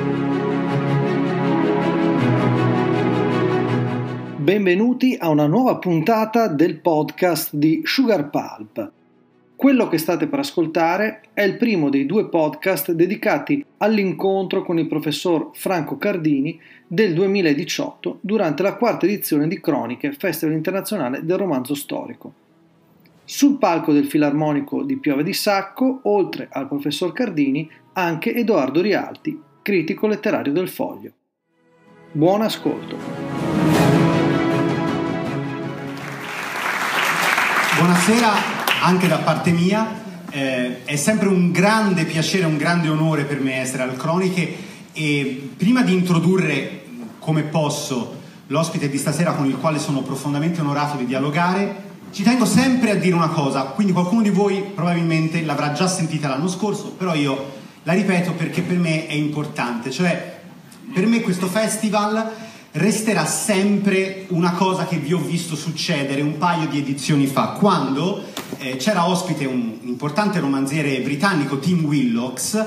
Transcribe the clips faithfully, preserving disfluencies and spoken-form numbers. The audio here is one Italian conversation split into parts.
Benvenuti a una nuova puntata del podcast di Sugar Pulp. Quello che state per ascoltare è il primo dei due podcast dedicati all'incontro con il professor Franco Cardini del duemiladiciotto durante la quarta edizione di Croniche, Festival Internazionale del Romanzo Storico. Sul palco del Filarmonico di Pieve di Sacco, oltre al professor Cardini, anche Edoardo Rialti, critico letterario del Foglio. Buon ascolto! Buonasera anche da parte mia, eh, è sempre un grande piacere, un grande onore per me essere al Croniche e prima di introdurre come posso l'ospite di stasera con il quale sono profondamente onorato di dialogare, ci tengo sempre a dire una cosa, quindi qualcuno di voi probabilmente l'avrà già sentita l'anno scorso, però io la ripeto perché per me è importante, cioè per me questo festival resterà sempre una cosa che vi ho visto succedere un paio di edizioni fa, quando eh, c'era ospite un importante romanziere britannico, Tim Willocks,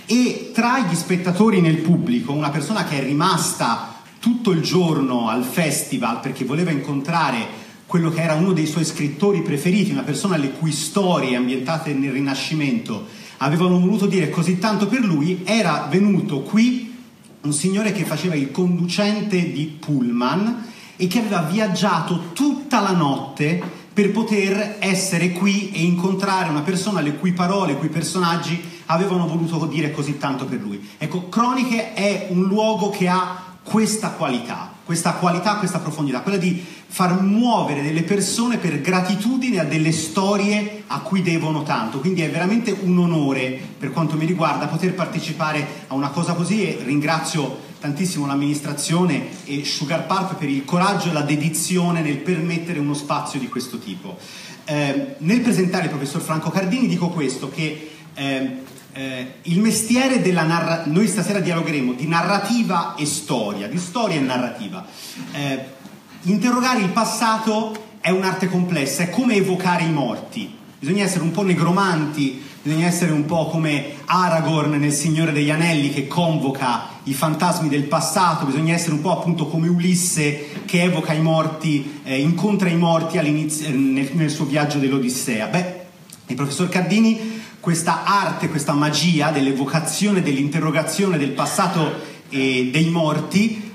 e tra gli spettatori nel pubblico una persona che è rimasta tutto il giorno al festival perché voleva incontrare quello che era uno dei suoi scrittori preferiti, una persona le cui storie ambientate nel Rinascimento avevano voluto dire così tanto per lui, era venuto qui un signore che faceva il conducente di pullman e che aveva viaggiato tutta la notte per poter essere qui e incontrare una persona le cui parole, i cui personaggi avevano voluto dire così tanto per lui. Ecco, Croniche è un luogo che ha questa qualità, questa qualità, questa profondità, quella di far muovere delle persone per gratitudine a delle storie a cui devono tanto, quindi è veramente un onore per quanto mi riguarda poter partecipare a una cosa così e ringrazio tantissimo l'amministrazione e Sugar Pulp per il coraggio e la dedizione nel permettere uno spazio di questo tipo. Eh, nel presentare il professor Franco Cardini dico questo, che eh, Eh, il mestiere della narrativa, noi stasera dialogheremo di narrativa e storia, di storia e narrativa. Eh, interrogare il passato è un'arte complessa, è come evocare i morti. Bisogna essere un po' negromanti, bisogna essere un po' come Aragorn nel Signore degli Anelli che convoca i fantasmi del passato, bisogna essere un po' appunto come Ulisse che evoca i morti, eh, incontra i morti all'inizio, nel, nel suo viaggio dell'Odissea. Beh, il professor Cardini questa arte, questa magia dell'evocazione, dell'interrogazione del passato e dei morti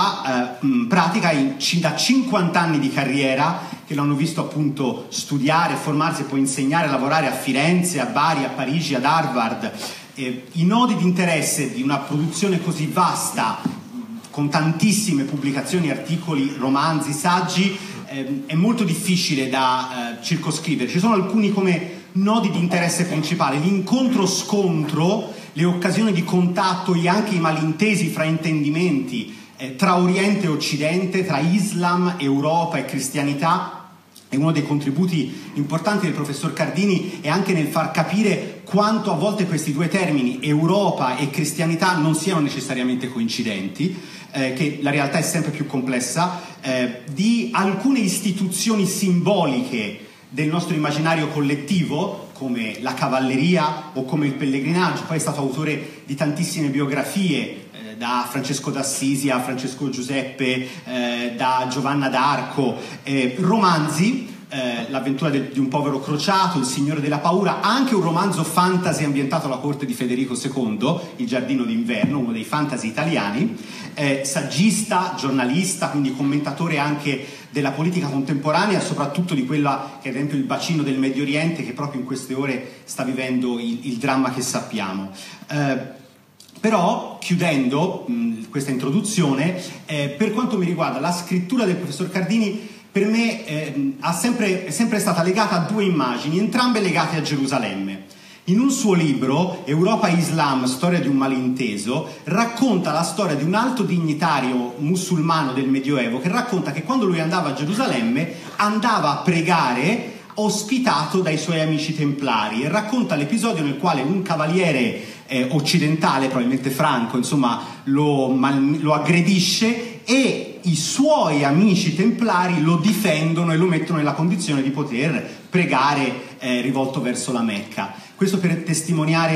la eh, pratica in, da cinquanta anni di carriera che l'hanno visto appunto studiare, formarsi e poi insegnare, lavorare a Firenze, a Bari, a Parigi, ad Harvard. Eh, I nodi di interesse di una produzione così vasta, con tantissime pubblicazioni, articoli, romanzi, saggi, eh, è molto difficile da eh, circoscrivere. Ci sono alcuni come nodi di interesse principale, l'incontro-scontro, le occasioni di contatto e anche i malintesi fraintendimenti eh, tra Oriente e Occidente, tra Islam, Europa e cristianità. È uno dei contributi importanti del professor Cardini e anche nel far capire quanto a volte questi due termini, Europa e cristianità, non siano necessariamente coincidenti, eh, che la realtà è sempre più complessa, eh, di alcune istituzioni simboliche del nostro immaginario collettivo, come la cavalleria o come il pellegrinaggio. Poi è stato autore di tantissime biografie, eh, da Francesco d'Assisi a Francesco Giuseppe, eh, da Giovanna d'Arco, eh, romanzi, eh, L'avventura del, di un povero crociato, Il signore della paura, anche un romanzo fantasy ambientato alla corte di Federico secondo, Il giardino d'inverno, uno dei fantasy italiani, eh, saggista, giornalista, quindi commentatore anche della politica contemporanea, soprattutto di quella che è ad esempio il bacino del Medio Oriente, che proprio in queste ore sta vivendo il, il dramma che sappiamo. Eh, però, chiudendo mh, questa introduzione, eh, per quanto mi riguarda la scrittura del professor Cardini, per me eh, ha sempre, è sempre stata legata a due immagini, entrambe legate a Gerusalemme. In un suo libro, Europa e Islam, storia di un malinteso, racconta la storia di un alto dignitario musulmano del Medioevo che racconta che quando lui andava a Gerusalemme andava a pregare ospitato dai suoi amici templari e racconta l'episodio nel quale un cavaliere eh, occidentale, probabilmente franco, insomma, lo, mal, lo aggredisce e i suoi amici templari lo difendono e lo mettono nella condizione di poter pregare eh, rivolto verso la Mecca. Questo per testimoniare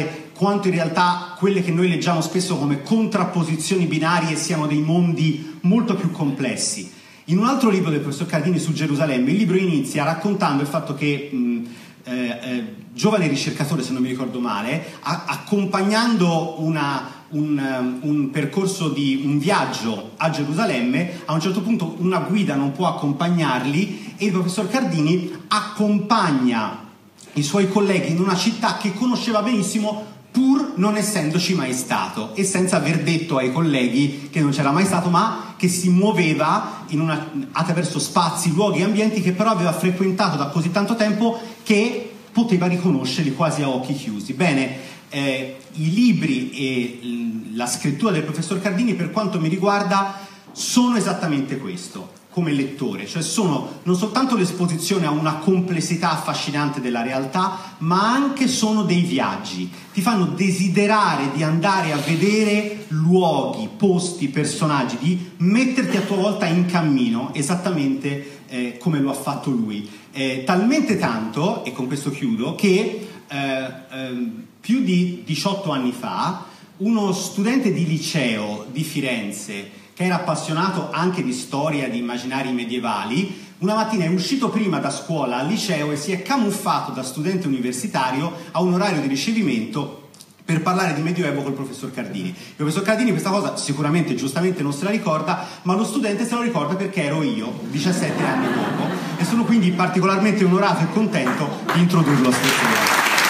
quanto in realtà quelle che noi leggiamo spesso come contrapposizioni binarie siano dei mondi molto più complessi. In un altro libro del professor Cardini su Gerusalemme, il libro inizia raccontando il fatto che mh, eh, eh, giovane ricercatore, se non mi ricordo male, a- accompagnando una, un, un percorso di un viaggio a Gerusalemme, a un certo punto una guida non può accompagnarli e il professor Cardini accompagna i suoi colleghi in una città che conosceva benissimo pur non essendoci mai stato e senza aver detto ai colleghi che non c'era mai stato, ma che si muoveva in una, attraverso spazi, luoghi e ambienti che però aveva frequentato da così tanto tempo che poteva riconoscerli quasi a occhi chiusi. Bene, eh, i libri e la scrittura del professor Cardini, per quanto mi riguarda, sono esattamente questo, come lettore, cioè sono non soltanto l'esposizione a una complessità affascinante della realtà, ma anche sono dei viaggi, ti fanno desiderare di andare a vedere luoghi, posti, personaggi, di metterti a tua volta in cammino, esattamente eh, come lo ha fatto lui. Eh, talmente tanto, e con questo chiudo, che eh, eh, più di diciotto anni fa uno studente di liceo di Firenze, che era appassionato anche di storia, di immaginari medievali, una mattina è uscito prima da scuola al liceo e si è camuffato da studente universitario a un orario di ricevimento per parlare di Medioevo col professor Cardini. Il professor Cardini questa cosa sicuramente, giustamente, non se la ricorda, ma lo studente se lo ricorda perché ero io, diciassette anni dopo, e sono quindi particolarmente onorato e contento di introdurlo a stasera.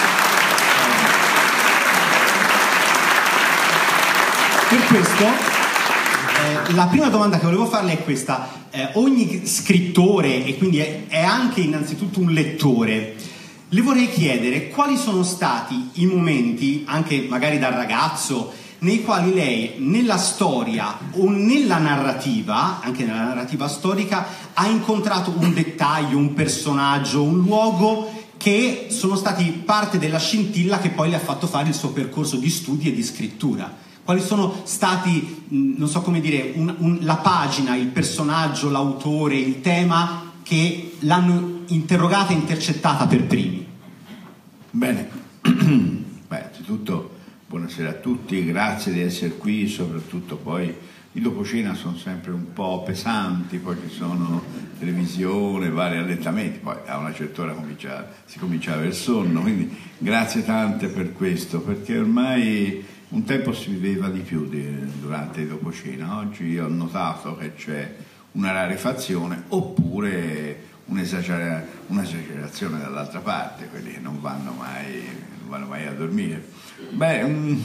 Per questo Eh, la prima domanda che volevo farle è questa. Eh, ogni scrittore, e quindi è, è anche innanzitutto un lettore, le vorrei chiedere quali sono stati i momenti, anche magari da ragazzo, nei quali lei nella storia o nella narrativa, anche nella narrativa storica, ha incontrato un dettaglio, un personaggio, un luogo che sono stati parte della scintilla che poi le ha fatto fare il suo percorso di studi e di scrittura. Quali sono stati, non so come dire, un, un, la pagina, il personaggio, l'autore, il tema che l'hanno interrogata e intercettata per primi? Bene, beh, innanzitutto buonasera a tutti, grazie di essere qui, soprattutto poi i dopo cena sono sempre un po' pesanti, poi ci sono televisione, vari allentamenti, poi a una certa ora comincia, si comincia a avere sonno, quindi grazie tante per questo, perché ormai un tempo si viveva di più di, durante il dopo cena. Oggi ho notato che c'è una rarefazione oppure un'esagera, un'esagerazione dall'altra parte, quelli che non vanno mai, non vanno mai a dormire. Beh, mh,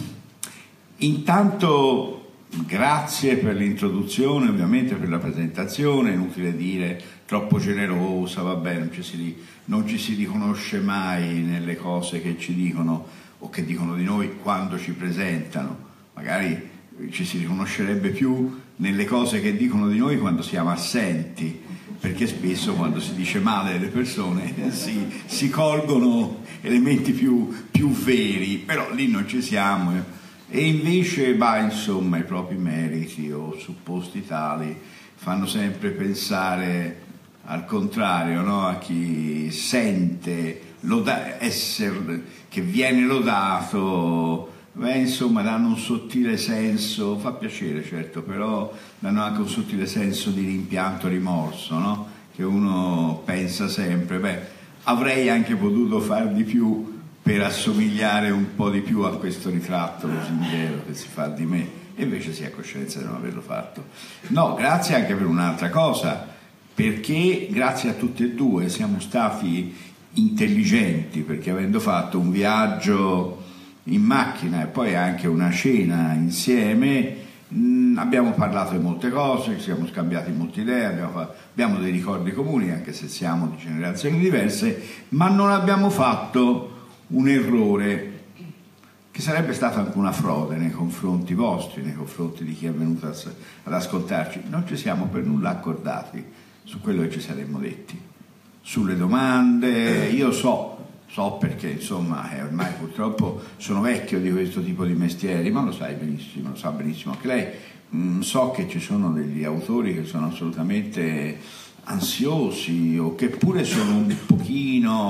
intanto grazie per l'introduzione, ovviamente per la presentazione, è inutile dire troppo generosa, vabbè, non ci si, non ci si riconosce mai nelle cose che ci dicono o che dicono di noi quando ci presentano, magari ci si riconoscerebbe più nelle cose che dicono di noi quando siamo assenti, perché spesso quando si dice male delle persone si, si colgono elementi più, più veri, però lì non ci siamo, e invece bah, insomma i propri meriti o supposti tali fanno sempre pensare al contrario, no? A chi sente loda- essere che viene lodato, beh, insomma danno un sottile senso, fa piacere certo, però danno anche un sottile senso di rimpianto, rimorso, no? Che uno pensa sempre, beh, avrei anche potuto far di più per assomigliare un po' di più a questo ritratto lusinghiero che si fa di me, e invece si ha coscienza di non averlo fatto. No, grazie anche per un'altra cosa, perché grazie a tutti e due siamo stati intelligenti, perché avendo fatto un viaggio in macchina e poi anche una cena insieme mh, abbiamo parlato di molte cose, ci siamo scambiati molte idee, abbiamo, abbiamo dei ricordi comuni anche se siamo di generazioni diverse, ma non abbiamo fatto un errore che sarebbe stata anche una frode nei confronti vostri, nei confronti di chi è venuto ad ascoltarci. Non ci siamo per nulla accordati su quello che ci saremmo detti, sulle domande. Io so, so perché insomma eh, ormai purtroppo sono vecchio di questo tipo di mestieri, ma lo sai benissimo, lo sa benissimo anche lei. Mm, so che ci sono degli autori che sono assolutamente ansiosi o che pure sono un pochino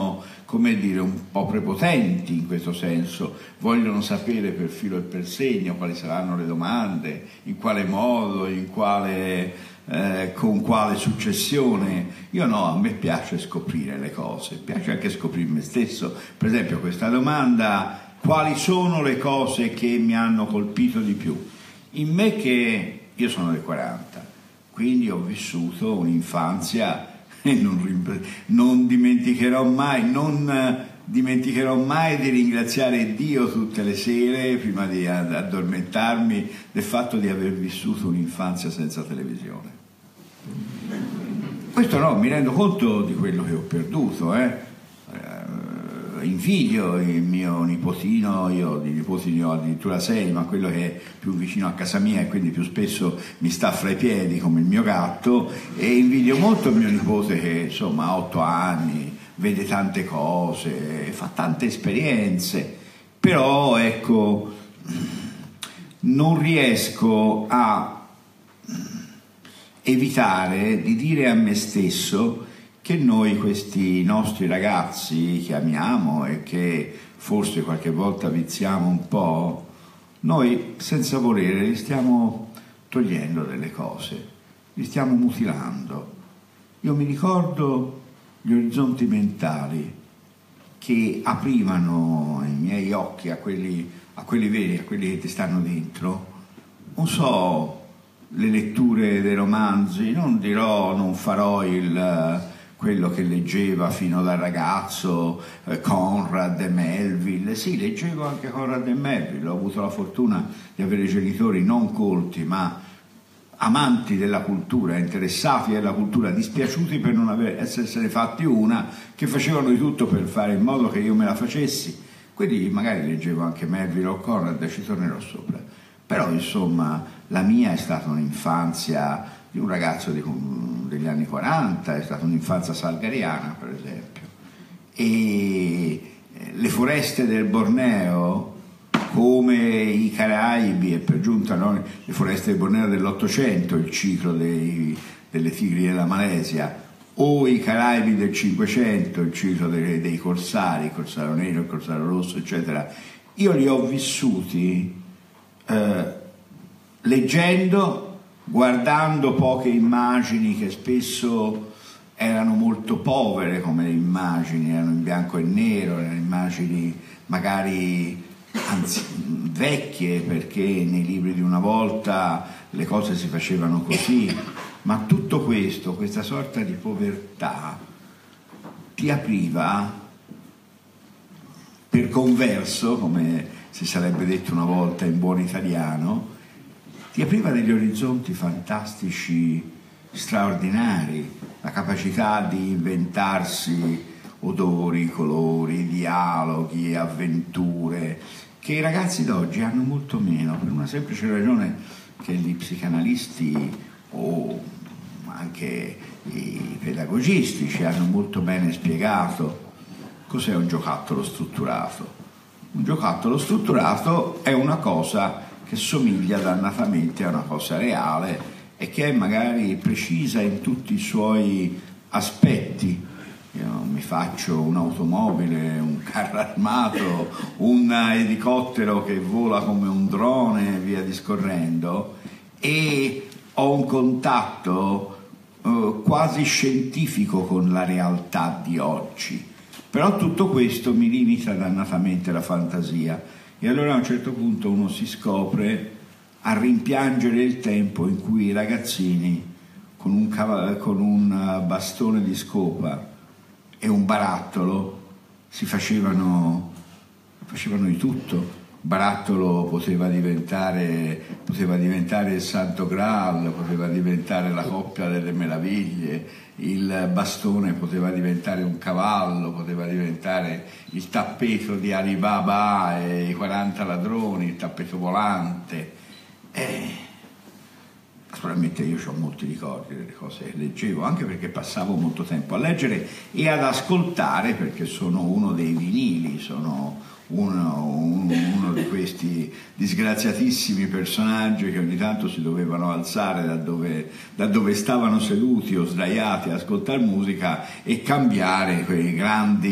come dire, un po' prepotenti in questo senso, vogliono sapere per filo e per segno quali saranno le domande, in quale modo, in quale, eh, con quale successione. Io no, a me piace scoprire le cose, piace anche scoprire me stesso. Per esempio questa domanda: quali sono le cose che mi hanno colpito di più? In me, che io sono del quaranta, quindi ho vissuto un'infanzia e non, non dimenticherò mai, non dimenticherò mai di ringraziare Dio tutte le sere prima di addormentarmi del fatto di aver vissuto un'infanzia senza televisione. Questo no, mi rendo conto di quello che ho perduto, eh. Invidio il mio nipotino, io di nipoti ne ho addirittura sei, ma quello che è più vicino a casa mia e quindi più spesso mi sta fra i piedi come il mio gatto, e invidio molto il mio nipote che insomma ha otto anni, vede tante cose, fa tante esperienze, però ecco, non riesco a evitare di dire a me stesso che noi questi nostri ragazzi che amiamo e che forse qualche volta viziamo un po', noi senza volere li stiamo togliendo delle cose, li stiamo mutilando. Io mi ricordo gli orizzonti mentali che aprivano i miei occhi a quelli, a quelli veri, a quelli che ti stanno dentro. Non so, le letture dei romanzi, non dirò, non farò il... quello che leggeva fino da ragazzo, eh, Conrad e Melville. Sì, leggevo anche Conrad e Melville, ho avuto la fortuna di avere genitori non colti ma amanti della cultura, interessati della cultura, dispiaciuti per non aver, essersene fatti una, che facevano di tutto per fare in modo che io me la facessi. Quindi magari leggevo anche Melville o Conrad, ci tornerò sopra. Però insomma la mia è stata un'infanzia di un ragazzo di, degli anni quaranta, è stata un'infanzia salgariana per esempio, e le foreste del Borneo, come i Caraibi e per giunta no, le foreste del Borneo dell'Ottocento, il ciclo dei, delle tigri della Malesia, o i Caraibi del Cinquecento, il ciclo dei, dei corsari, il corsario nero, il corsario rosso, eccetera, io li ho vissuti eh, leggendo, guardando poche immagini che spesso erano molto povere come immagini, erano in bianco e nero, erano immagini magari anzi, vecchie, perché nei libri di una volta le cose si facevano così, ma tutto questo, questa sorta di povertà ti apriva per converso, come si sarebbe detto una volta in buon italiano, ti apriva degli orizzonti fantastici, straordinari, la capacità di inventarsi odori, colori, dialoghi, avventure, che i ragazzi d'oggi hanno molto meno, per una semplice ragione che gli psicanalisti o anche i pedagogisti ci hanno molto bene spiegato cos'è un giocattolo strutturato. Un giocattolo strutturato è una cosa che somiglia dannatamente a una cosa reale e che è magari precisa in tutti i suoi aspetti. Io mi faccio un'automobile, un carro armato, un elicottero che vola come un drone e via discorrendo, e ho un contatto eh, quasi scientifico con la realtà di oggi. Però tutto questo mi limita dannatamente la fantasia. E allora a un certo punto uno si scopre a rimpiangere il tempo in cui i ragazzini con un, cav- con un bastone di scopa e un barattolo si facevano, facevano di tutto. Barattolo poteva diventare, poteva diventare il Santo Graal, poteva diventare la coppia delle meraviglie, il bastone poteva diventare un cavallo, poteva diventare il tappeto di Alibaba e i quaranta ladroni, il tappeto volante. E naturalmente io ho molti ricordi delle cose che leggevo, anche perché passavo molto tempo a leggere e ad ascoltare, perché sono uno dei vinili, sono Uno, uno, uno di questi disgraziatissimi personaggi che ogni tanto si dovevano alzare da dove, da dove stavano seduti o sdraiati a ascoltare musica e cambiare quei grandi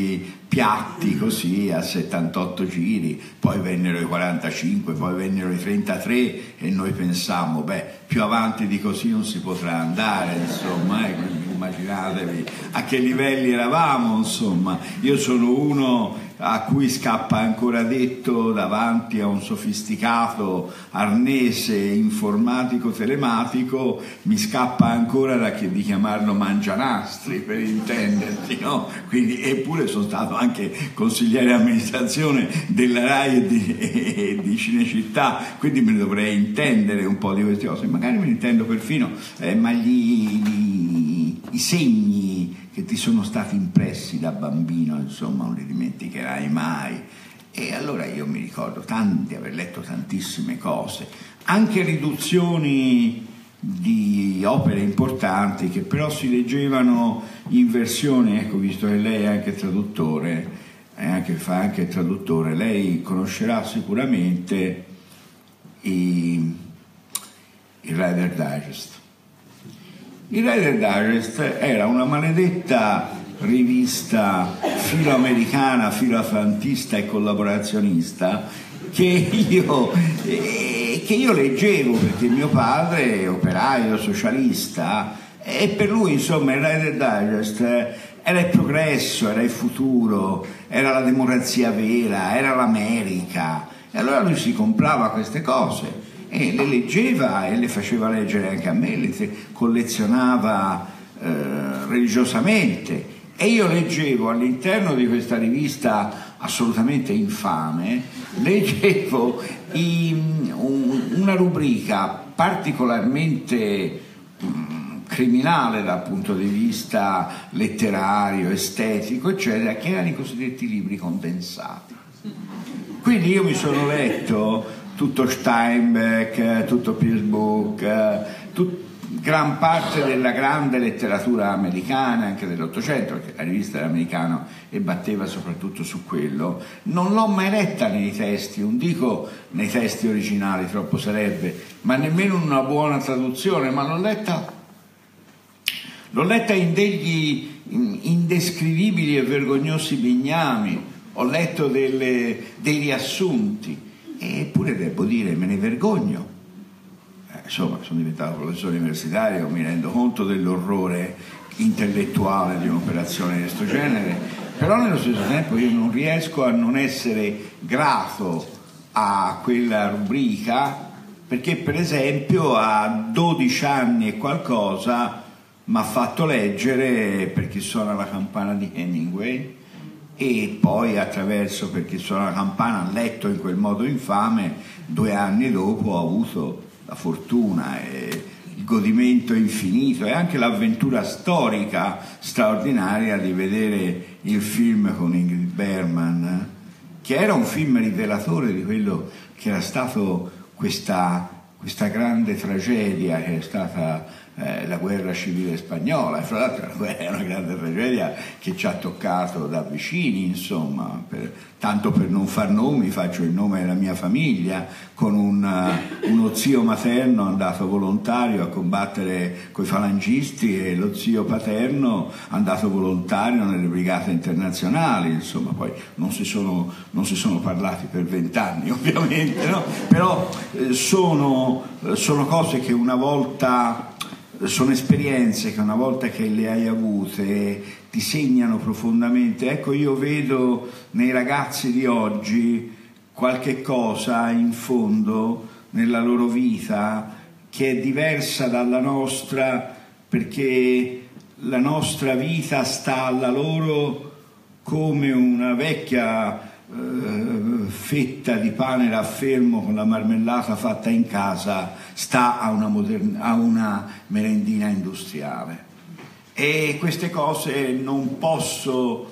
piatti così a settantotto giri, poi vennero i quarantacinque, poi vennero i trentatré e noi pensammo, beh, più avanti di così non si potrà andare, insomma, eh, immaginatevi a che livelli eravamo, insomma. Io sono uno a cui scappa ancora detto davanti a un sofisticato arnese informatico telematico, mi scappa ancora da che, di chiamarlo mangianastri, per intenderti, no? Quindi, eppure sono stato anche consigliere di amministrazione della RAI e di, e di Cinecittà, quindi me ne dovrei intendere un po' di queste cose, magari me ne intendo perfino, eh, ma gli, gli, i segni che ti sono stati impressi da bambino, insomma, non li dimenticherai mai. E allora io mi ricordo tanti, aver letto tantissime cose, anche riduzioni di opere importanti che però si leggevano in versione, ecco, visto che lei è anche traduttore, è anche, fa anche il traduttore, lei conoscerà sicuramente i, il Reader Digest. Il Reader Digest era una maledetta rivista filoamericana, filoatlantista e collaborazionista che io, eh, che io leggevo perché mio padre è operaio, socialista, e per lui, insomma, il Reader Digest era il progresso, era il futuro, era la democrazia vera, era l'America, e allora lui si comprava queste cose e le leggeva e le faceva leggere anche a me, le collezionava eh, religiosamente, e io leggevo all'interno di questa rivista assolutamente infame, leggevo in, un, una rubrica particolarmente mh, criminale dal punto di vista letterario, estetico, eccetera, che erano i cosiddetti libri condensati. Quindi io mi sono letto tutto Steinbeck, tutto Pillsbury, tut, gran parte della grande letteratura americana, anche dell'Ottocento, perché la rivista era americana e batteva soprattutto su quello. Non l'ho mai letta nei testi, non dico nei testi originali, troppo sarebbe, ma nemmeno in una buona traduzione, ma l'ho letta, l'ho letta in degli indescrivibili e vergognosi bignami, ho letto delle, dei riassunti, eppure devo dire, me ne vergogno. Insomma, sono diventato professore universitario, mi rendo conto dell'orrore intellettuale di un'operazione di questo genere, però nello stesso tempo io non riesco a non essere grato a quella rubrica, perché per esempio a dodici anni e qualcosa mi ha fatto leggere Perché suona la campana di Hemingway, e poi attraverso Perché suona la campana, letto in quel modo infame, due anni dopo ho avuto la fortuna e il godimento infinito e anche l'avventura storica straordinaria di vedere il film con Ingrid Bergman, che era un film rivelatore di quello che era stato questa, questa grande tragedia che è stata eh, la guerra civile spagnola. E fra l'altro è una grande tragedia che ci ha toccato da vicini, insomma, per, tanto per non far nomi faccio il nome della mia famiglia, con un, uh, uno zio materno andato volontario a combattere coi falangisti e lo zio paterno andato volontario nelle brigate internazionali, insomma, poi non si sono, non si sono parlati per vent'anni ovviamente, no? Però eh, sono, sono cose che una volta, sono esperienze che una volta che le hai avute ti segnano profondamente. Ecco, io vedo nei ragazzi di oggi qualche cosa in fondo nella loro vita che è diversa dalla nostra, perché la nostra vita sta alla loro come una vecchia eh, fetta di pane raffermo con la marmellata fatta in casa sta a una, moderna, a una merendina industriale. E queste cose non posso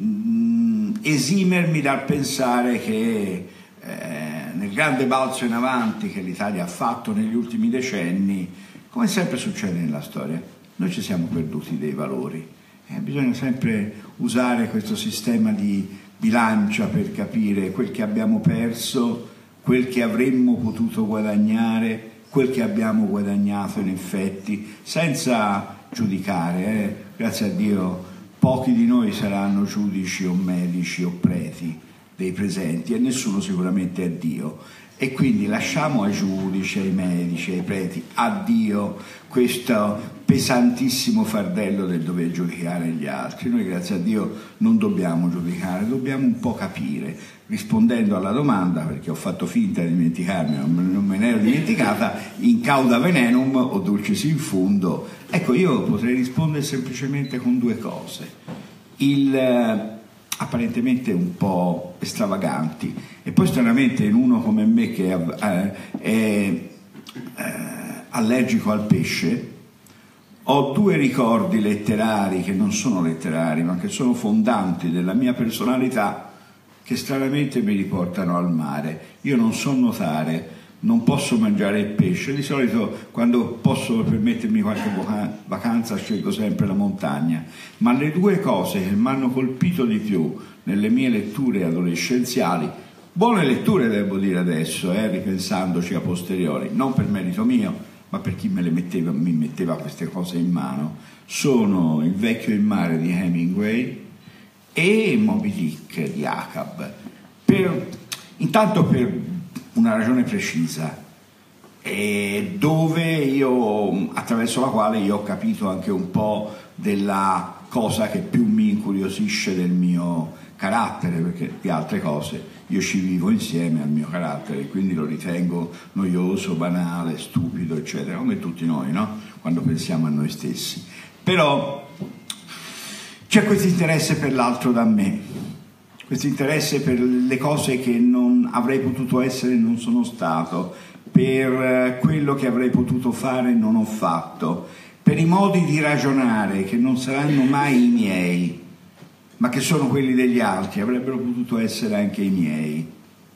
mh, esimermi dal pensare che eh, nel grande balzo in avanti che l'Italia ha fatto negli ultimi decenni, come sempre succede nella storia, noi ci siamo perduti dei valori. Eh, bisogna sempre usare questo sistema di bilancia per capire quel che abbiamo perso, quel che avremmo potuto guadagnare, quel che abbiamo guadagnato in effetti, senza giudicare. Eh. Grazie a Dio pochi di noi saranno giudici o medici o preti dei presenti e nessuno sicuramente è Dio. E quindi lasciamo ai giudici, ai medici, ai preti, a Dio questo pesantissimo fardello del dover giudicare gli altri. Noi, grazie a Dio, non dobbiamo giudicare, dobbiamo un po' capire. Rispondendo alla domanda, perché ho fatto finta di dimenticarmi, non me ne ero dimenticata, in cauda venenum o dulcis in fundo. Ecco, io potrei rispondere semplicemente con due cose. Il... Eh, apparentemente un po' stravaganti, e poi stranamente in uno come me che è, è, è eh, allergico al pesce, ho due ricordi letterari che non sono letterari ma che sono fondanti della mia personalità, che stranamente mi riportano al mare. Io non so nuotare, non posso mangiare il pesce, di solito quando posso permettermi qualche vacanza scelgo sempre la montagna, ma le due cose che mi hanno colpito di più nelle mie letture adolescenziali, buone letture devo dire adesso, eh, ripensandoci a posteriori, non per merito mio, ma per chi me le metteva, mi metteva queste cose in mano, sono Il vecchio in mare di Hemingway e Moby Dick di Achab. Per, intanto per una ragione precisa, e dove io, attraverso la quale io ho capito anche un po' della cosa che più mi incuriosisce del mio carattere, perché di altre cose io ci vivo insieme al mio carattere, quindi lo ritengo noioso, banale, stupido, eccetera, come tutti noi, no? Quando pensiamo a noi stessi. Però c'è questo interesse per l'altro da me, questo interesse per le cose che non avrei potuto essere e non sono stato, per quello che avrei potuto fare e non ho fatto, per i modi di ragionare che non saranno mai i miei, ma che sono quelli degli altri, avrebbero potuto essere anche i miei.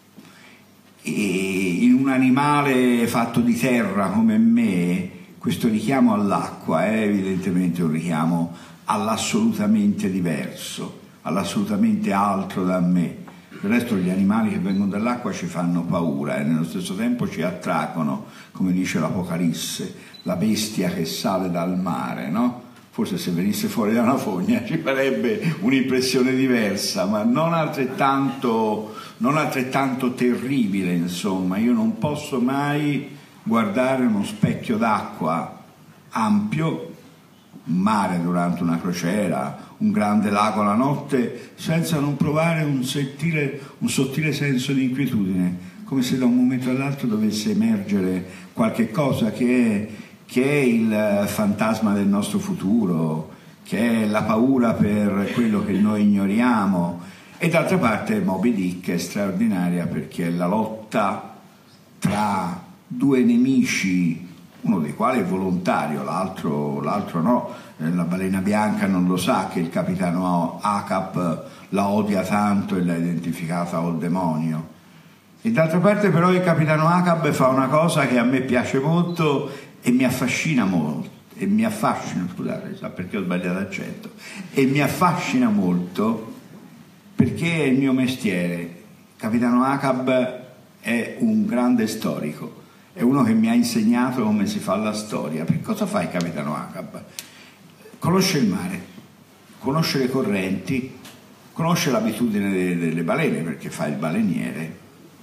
E in un animale fatto di terra come me, questo richiamo all'acqua è evidentemente un richiamo all'assolutamente diverso, all'assolutamente altro da me. Del resto gli animali che vengono dall'acqua ci fanno paura e nello stesso tempo ci attraggono, come dice l'Apocalisse, la bestia che sale dal mare, no? Forse se venisse fuori da una fogna ci farebbe un'impressione diversa, ma non altrettanto, non altrettanto terribile, insomma. Io non posso mai guardare uno specchio d'acqua ampio, un mare durante una crociera, un grande lago la notte, senza non provare un, sentire, un sottile senso di inquietudine, come se da un momento all'altro dovesse emergere qualche cosa che è, che è il fantasma del nostro futuro, che è la paura per quello che noi ignoriamo. E d'altra parte Moby Dick è straordinaria perché è la lotta tra due nemici, uno dei quali è volontario, l'altro, l'altro no. La balena bianca non lo sa che il capitano Ahab la odia tanto e l'ha identificata col demonio. E d'altra parte però il capitano Ahab fa una cosa che a me piace molto e mi affascina molto, e mi affascina, scusate, sa perché ho sbagliato l'accento, e mi affascina molto perché è il mio mestiere. Capitano Ahab è un grande storico, è uno che mi ha insegnato come si fa la storia. Perché cosa fa il capitano Ahab? Conosce il mare, conosce le correnti, conosce l'abitudine delle balene perché fa il baleniere,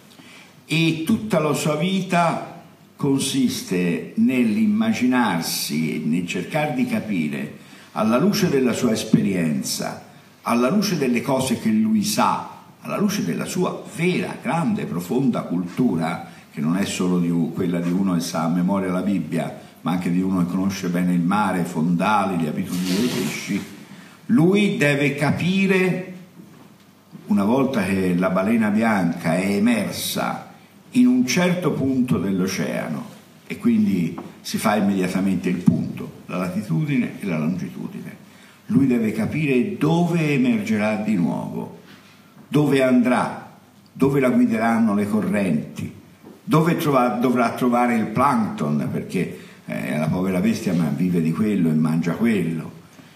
e tutta la sua vita consiste nell'immaginarsi, nel cercare di capire, alla luce della sua esperienza, alla luce delle cose che lui sa, alla luce della sua vera, grande, profonda cultura, che non è solo di, quella di uno che sa a memoria la Bibbia, ma anche di uno che conosce bene il mare, i fondali, le abitudini dei pesci. Lui deve capire, una volta che la balena bianca è emersa in un certo punto dell'oceano, e quindi si fa immediatamente il punto, la latitudine e la longitudine, lui deve capire dove emergerà di nuovo, dove andrà, dove la guideranno le correnti, dove trova, dovrà trovare il plankton, perché eh, la povera bestia ma vive di quello e mangia quello,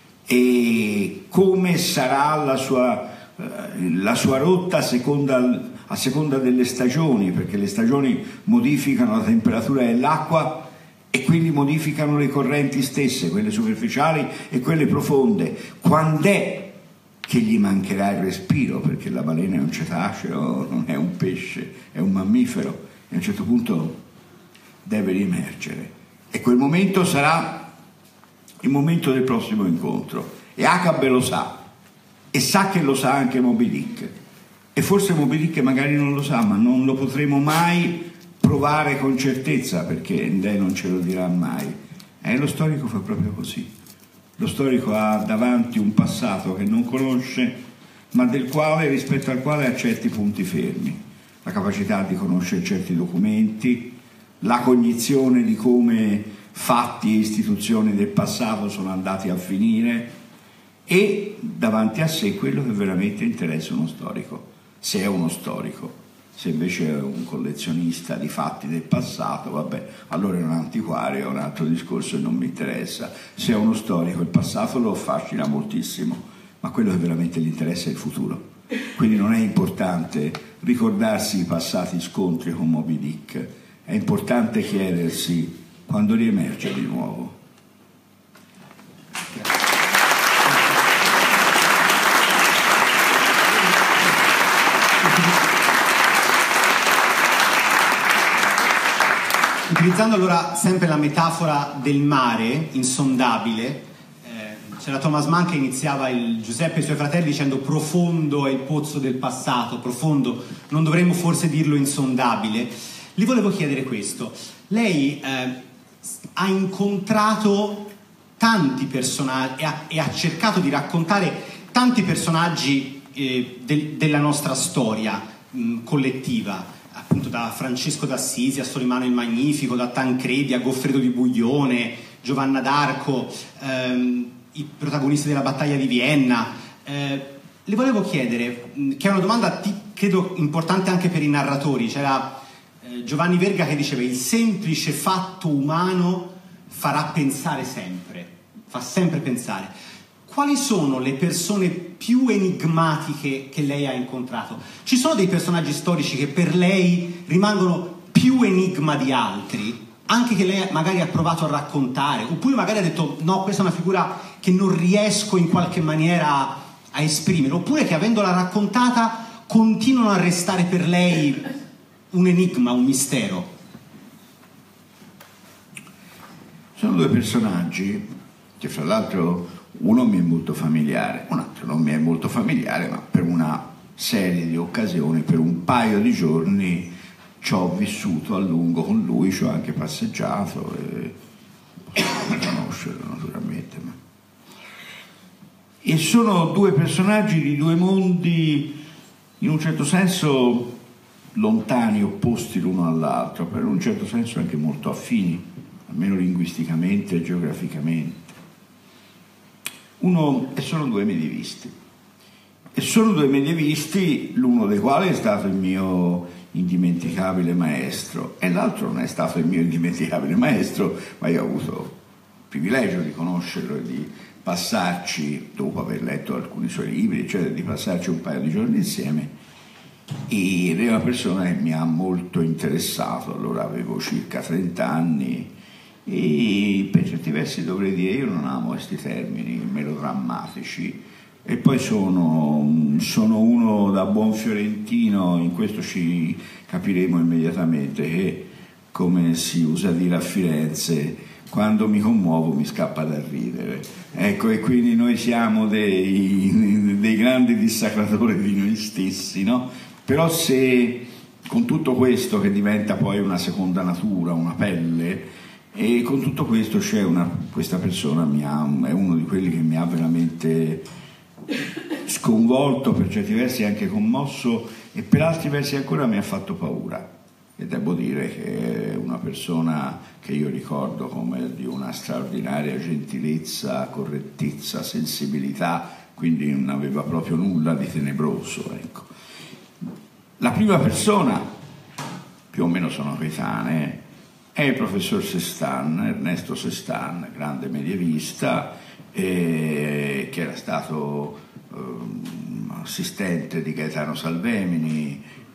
e come sarà la sua, eh, la sua rotta a seconda, a seconda delle stagioni, perché le stagioni modificano la temperatura dell'acqua e quindi modificano le correnti stesse, quelle superficiali e quelle profonde. Quando è che gli mancherà il respiro? Perché la balena è un cetaceo, non è un pesce, è un mammifero, e a un certo punto deve riemergere, e quel momento sarà il momento del prossimo incontro, e Acabe lo sa, e sa che lo sa anche Moby Dick, e forse Moby Dick magari non lo sa, ma non lo potremo mai provare con certezza, perché lei non ce lo dirà mai. E lo storico fa proprio così. Lo storico ha davanti un passato che non conosce, ma del quale, rispetto al quale ha certi punti fermi, la capacità di conoscere certi documenti, la cognizione di come fatti e istituzioni del passato sono andati a finire, e davanti a sé quello che veramente interessa uno storico, se è uno storico. Se invece è un collezionista di fatti del passato, vabbè, allora è un antiquario, è un altro discorso e non mi interessa. Se è uno storico, il passato lo affascina moltissimo, ma quello che veramente gli interessa è il futuro. Quindi non è importante ricordarsi i passati scontri con Moby Dick, è importante chiedersi quando riemerge di nuovo. Utilizzando allora sempre la metafora del mare insondabile, eh, c'era Thomas Mann che iniziava il Giuseppe e i suoi fratelli dicendo: profondo è il pozzo del passato, profondo, non dovremmo forse dirlo insondabile. Gli volevo chiedere questo: lei eh, ha incontrato tanti personaggi e ha, e ha cercato di raccontare tanti personaggi eh, del, della nostra storia mh, collettiva, appunto da Francesco d'Assisi a Solimano il Magnifico, da Tancredi a Goffredo di Buglione, Giovanna d'Arco, ehm, i protagonisti della battaglia di Vienna. Eh, le volevo chiedere, che è una domanda credo importante anche per i narratori, c'era eh, Giovanni Verga che diceva: il semplice fatto umano farà pensare sempre, fa sempre pensare. Quali sono le persone più enigmatiche che lei ha incontrato? Ci sono dei personaggi storici che per lei rimangono più enigma di altri, anche che lei magari ha provato a raccontare, oppure magari ha detto: no, questa è una figura che non riesco in qualche maniera a esprimere, oppure che avendola raccontata continuano a restare per lei un enigma, un mistero? Sono due personaggi che, fra l'altro, uno mi è molto familiare, un altro non mi è molto familiare, ma per una serie di occasioni, per un paio di giorni ci ho vissuto a lungo con lui, ci ho anche passeggiato e posso conoscerlo naturalmente. Ma... E sono due personaggi di due mondi in un certo senso lontani, opposti l'uno all'altro, per un certo senso anche molto affini, almeno linguisticamente e geograficamente. Uno, e sono due medievisti, e sono due medievisti, l'uno dei quali è stato il mio indimenticabile maestro, e l'altro non è stato il mio indimenticabile maestro, ma io ho avuto il privilegio di conoscerlo e di passarci, dopo aver letto alcuni suoi libri, cioè di passarci un paio di giorni insieme, ed è una persona che mi ha molto interessato. Allora avevo circa trenta anni, e per certi versi dovrei dire, io non amo questi termini melodrammatici, e poi sono, sono uno da buon fiorentino, in questo ci capiremo immediatamente, che, come si usa dire a Firenze, quando mi commuovo mi scappa da ridere, ecco, e quindi noi siamo dei, dei grandi dissacratori di noi stessi, no? Però se con tutto questo, che diventa poi una seconda natura, una pelle, e con tutto questo c'è una, questa persona mi ha, è uno di quelli che mi ha veramente sconvolto, per certi versi anche commosso, e per altri versi ancora mi ha fatto paura. E devo dire che è una persona che io ricordo come di una straordinaria gentilezza, correttezza, sensibilità, quindi non aveva proprio nulla di tenebroso, ecco. La prima persona, più o meno sono coetanee, è il professor Sestan, Ernesto Sestan, grande medievista, eh, che era stato eh, assistente di Gaetano Salvemini,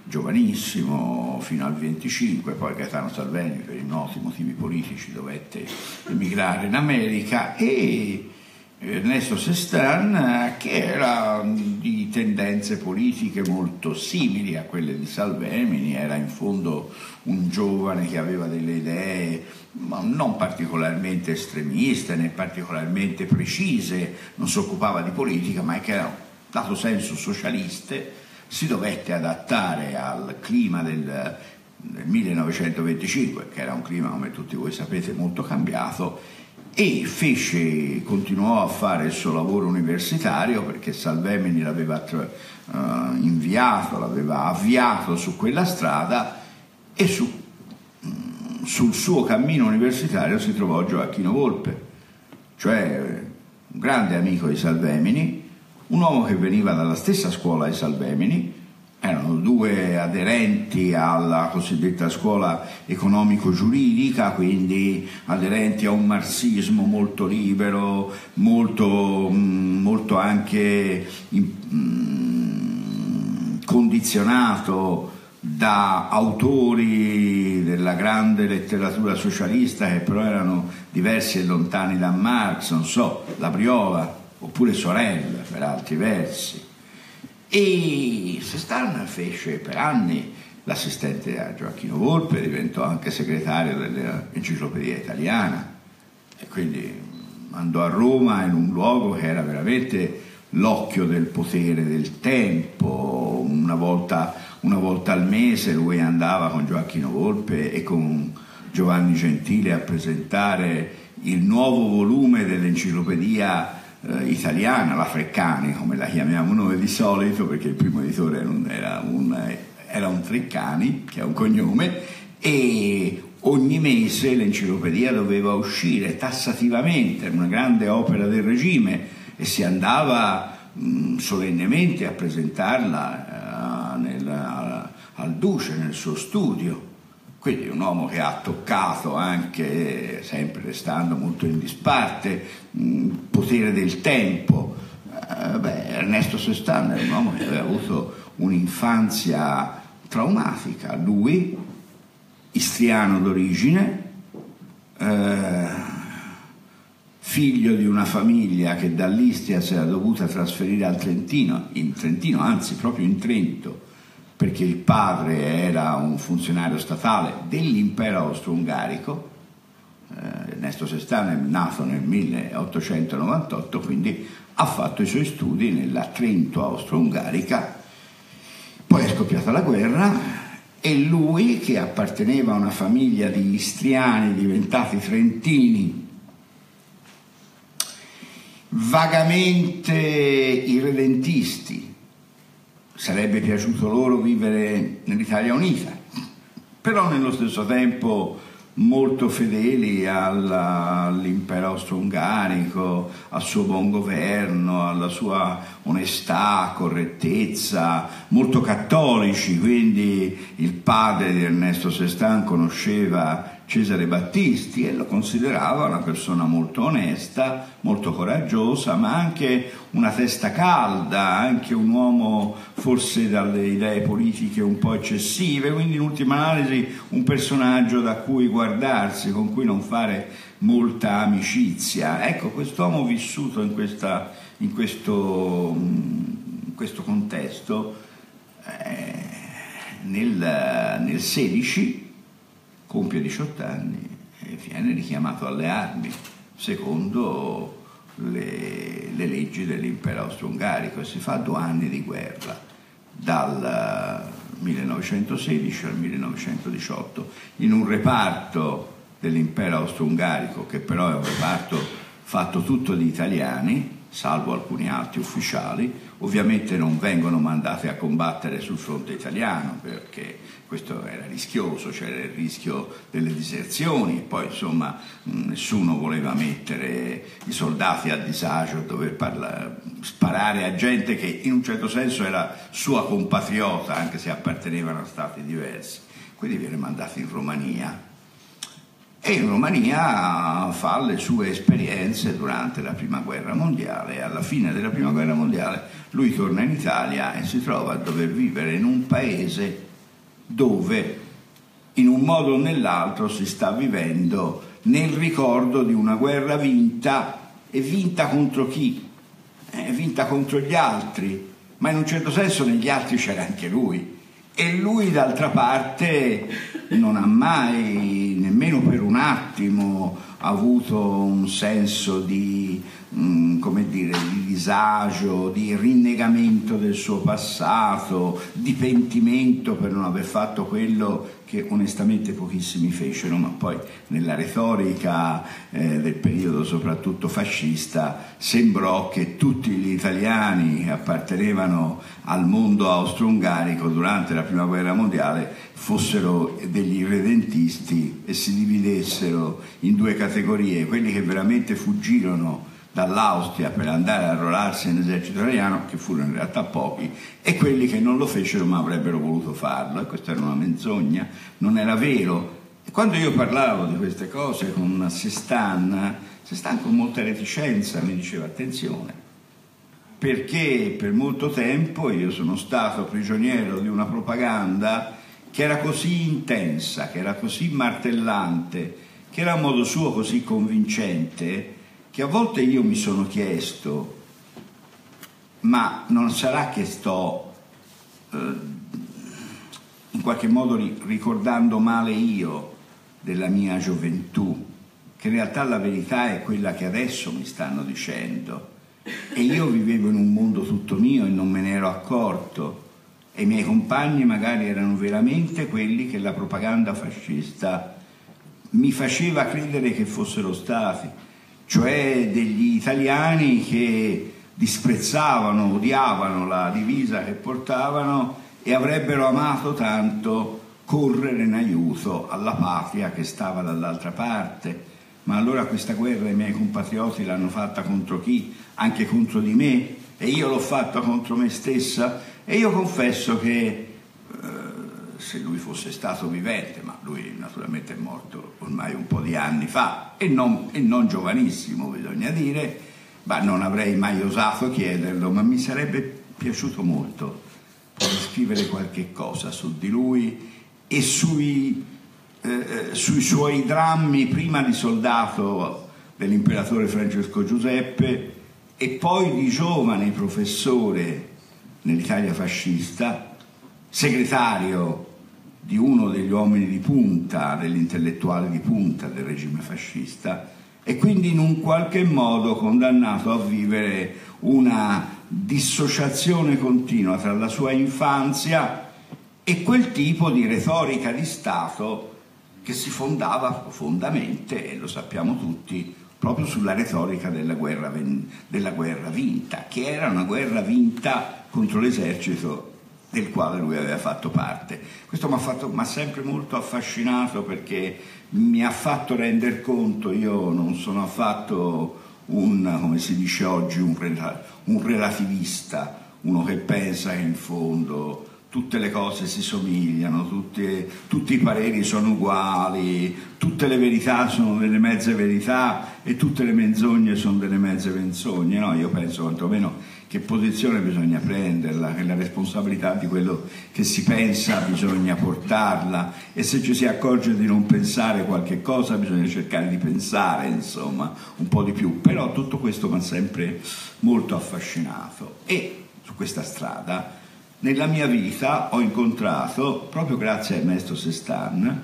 giovanissimo, fino al venticinque, poi Gaetano Salvemini per i noti motivi politici dovette emigrare in America, e Ernesto Cestin, che era di tendenze politiche molto simili a quelle di Salvemini, era in fondo un giovane che aveva delle idee non particolarmente estremiste né particolarmente precise, non si occupava di politica, ma che era, dato senso, socialiste. Si dovette adattare al clima del, del millenovecentoventicinque, che era un clima, come tutti voi sapete, molto cambiato, e fece, continuò a fare il suo lavoro universitario, perché Salvemini l'aveva uh, inviato, l'aveva avviato su quella strada, e su, um, sul suo cammino universitario si trovò Gioacchino Volpe, cioè un grande amico di Salvemini, un uomo che veniva dalla stessa scuola di Salvemini. Erano due aderenti alla cosiddetta scuola economico-giuridica, quindi aderenti a un marxismo molto libero, molto, molto anche condizionato da autori della grande letteratura socialista che però erano diversi e lontani da Marx, non so, La Briola oppure Sorel per altri versi. E Cestin fece per anni l'assistente a Gioacchino Volpe, diventò anche segretario dell'Enciclopedia Italiana, e quindi andò a Roma in un luogo che era veramente l'occhio del potere del tempo. Una volta, una volta al mese lui andava con Gioacchino Volpe e con Giovanni Gentile a presentare il nuovo volume dell'Enciclopedia italiana, la Treccani come la chiamiamo noi di solito, perché il primo editore era un, era un Treccani, che è un cognome, e ogni mese l'enciclopedia doveva uscire tassativamente, una grande opera del regime, e si andava mh, solennemente a presentarla uh, nel, al, al Duce nel suo studio. Quindi un uomo che ha toccato anche, sempre restando molto in disparte, il potere del tempo. Eh, beh, Ernesto Cestin è un uomo che aveva avuto un'infanzia traumatica. Lui, istriano d'origine, eh, figlio di una famiglia che dall'Istria si era dovuta trasferire al Trentino, in Trentino, anzi proprio in Trento, perché il padre era un funzionario statale dell'impero austro-ungarico. eh, Ernesto Cestin è nato nel milleottocentonovantotto, quindi ha fatto i suoi studi nella Trento austro-ungarica. Poi è scoppiata la guerra e lui, che apparteneva a una famiglia di istriani diventati trentini, vagamente irredentisti, sarebbe piaciuto loro vivere nell'Italia unita, però nello stesso tempo molto fedeli alla, all'impero austro-ungarico, al suo buon governo, alla sua onestà, correttezza, molto cattolici. Quindi il padre di Ernesto Cestin conosceva Cesare Battisti e lo considerava una persona molto onesta, molto coraggiosa, ma anche una testa calda, anche un uomo forse dalle idee politiche un po' eccessive, quindi in ultima analisi un personaggio da cui guardarsi, con cui non fare molta amicizia. Ecco, quest'uomo vissuto in, questa, in, questo, in questo contesto eh, nel, nel sedici compie diciotto anni e viene richiamato alle armi secondo le, le leggi dell'impero austro-ungarico, e si fa due anni di guerra dal millenovecentosedici al millenovecentodiciotto in un reparto dell'impero austro-ungarico che però è un reparto fatto tutto di italiani, salvo alcuni alti ufficiali. Ovviamente non vengono mandati a combattere sul fronte italiano perché questo era rischioso, c'era il rischio delle diserzioni, poi insomma nessuno voleva mettere i soldati a disagio, dover parlare, sparare a gente che in un certo senso era sua compatriota, anche se appartenevano a stati diversi. Quindi viene mandato in Romania e in Romania fa le sue esperienze durante la Prima Guerra Mondiale. Alla fine della Prima Guerra Mondiale lui torna in Italia e si trova a dover vivere in un paese dove in un modo o nell'altro si sta vivendo nel ricordo di una guerra vinta, e vinta contro chi? Eh, vinta contro gli altri, ma in un certo senso negli altri c'era anche lui, e lui d'altra parte non ha mai nemmeno per un attimo avuto un senso di, mh, come dire, di disagio, di rinnegamento del suo passato, di pentimento per non aver fatto quello che onestamente pochissimi fecero, ma poi nella retorica eh, del periodo soprattutto fascista sembrò che tutti gli italiani che appartenevano al mondo austro-ungarico durante la prima guerra mondiale fossero degli irredentisti e si dividessero in due categorie: quelli che veramente fuggirono dall'Austria per andare a arruolarsi nell'esercito italiano, che furono in realtà pochi, e quelli che non lo fecero ma avrebbero voluto farlo, e questa era una menzogna, non era vero. E quando io parlavo di queste cose con Sestan, Sestan con molta reticenza mi diceva: attenzione, perché per molto tempo io sono stato prigioniero di una propaganda che era così intensa, che era così martellante, che era a modo suo così convincente, che a volte io mi sono chiesto: ma non sarà che sto eh, in qualche modo ricordando male io della mia gioventù, che in realtà la verità è quella che adesso mi stanno dicendo, e io vivevo in un mondo tutto mio e non me ne ero accorto, e i miei compagni magari erano veramente quelli che la propaganda fascista mi faceva credere che fossero stati, cioè degli italiani che disprezzavano, odiavano la divisa che portavano e avrebbero amato tanto correre in aiuto alla patria che stava dall'altra parte. Ma allora questa guerra i miei compatrioti l'hanno fatta contro chi? Anche contro di me, e io l'ho fatta contro me stessa. E io confesso che eh, se lui fosse stato vivente, ma lui naturalmente è morto ormai un po' di anni fa, e non, e non giovanissimo bisogna dire, ma non avrei mai osato chiederlo, ma mi sarebbe piaciuto molto poter scrivere qualche cosa su di lui e sui, eh, sui suoi drammi, prima di soldato dell'imperatore Francesco Giuseppe e poi di giovane professore nell'Italia fascista, segretario di uno degli uomini di punta, degli intellettuali di punta del regime fascista, e quindi in un qualche modo condannato a vivere una dissociazione continua tra la sua infanzia e quel tipo di retorica di Stato che si fondava profondamente, e lo sappiamo tutti, proprio sulla retorica della guerra, della guerra vinta, che era una guerra vinta contro l'esercito del quale lui aveva fatto parte. Questo mi ha fatto, mi ha sempre molto affascinato, perché mi ha fatto rendere conto, io non sono affatto un, come si dice oggi, un, un relativista, uno che pensa che in fondo tutte le cose si somigliano, tutte, tutti i pareri sono uguali, tutte le verità sono delle mezze verità e tutte le menzogne sono delle mezze menzogne. No, io penso quantomeno che posizione bisogna prenderla, che la responsabilità di quello che si pensa bisogna portarla, e se ci si accorge di non pensare qualche cosa bisogna cercare di pensare, insomma, un po' di più. Però tutto questo mi ha sempre molto affascinato, e su questa strada nella mia vita ho incontrato, proprio grazie a Ernesto Sestan,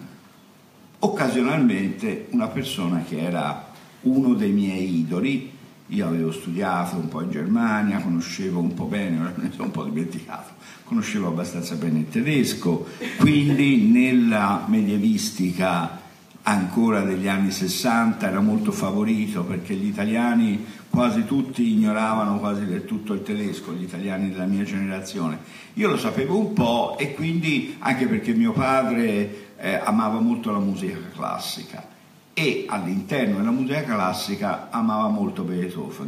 occasionalmente una persona che era uno dei miei idoli. Io avevo studiato un po' in Germania, conoscevo un po' bene, ora me ne sono un po' dimenticato, conoscevo abbastanza bene il tedesco, quindi nella medievistica ancora degli anni sessanta era molto favorito, perché gli italiani quasi tutti ignoravano quasi del tutto il tedesco, gli italiani della mia generazione. Io lo sapevo un po', e quindi anche perché mio padre eh, amava molto la musica classica, e all'interno della musica classica amava molto Beethoven,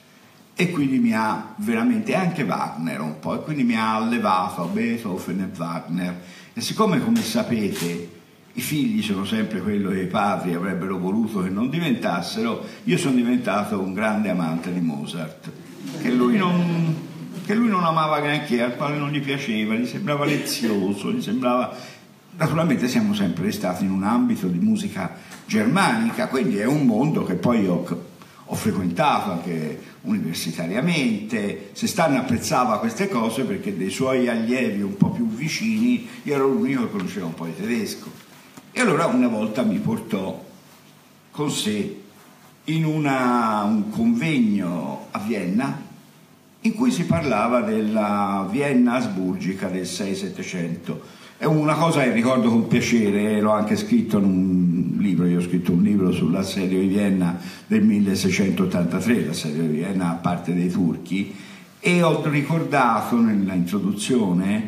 e quindi mi ha veramente, anche Wagner un po', e quindi mi ha allevato a Beethoven e Wagner. E siccome, come sapete, i figli sono sempre quello che i padri avrebbero voluto che non diventassero, io sono diventato un grande amante di Mozart, che lui non, che lui non amava neanche, al quale non gli piaceva, gli sembrava lezioso, gli sembrava naturalmente siamo sempre stati in un ambito di musica germanica, quindi è un mondo che poi ho, ho frequentato anche universitariamente. Sestan apprezzava queste cose perché dei suoi allievi un po' più vicini io ero l'unico che conosceva un po' di tedesco, e allora una volta mi portò con sé in una, un convegno a Vienna in cui si parlava della Vienna asburgica del sei settecento. È una cosa che ricordo con piacere, l'ho anche scritto in un libro. Io ho scritto un libro sull'assedio di Vienna del milleseicentottantatré, l'assedio di Vienna a parte dei turchi, e ho ricordato nella introduzione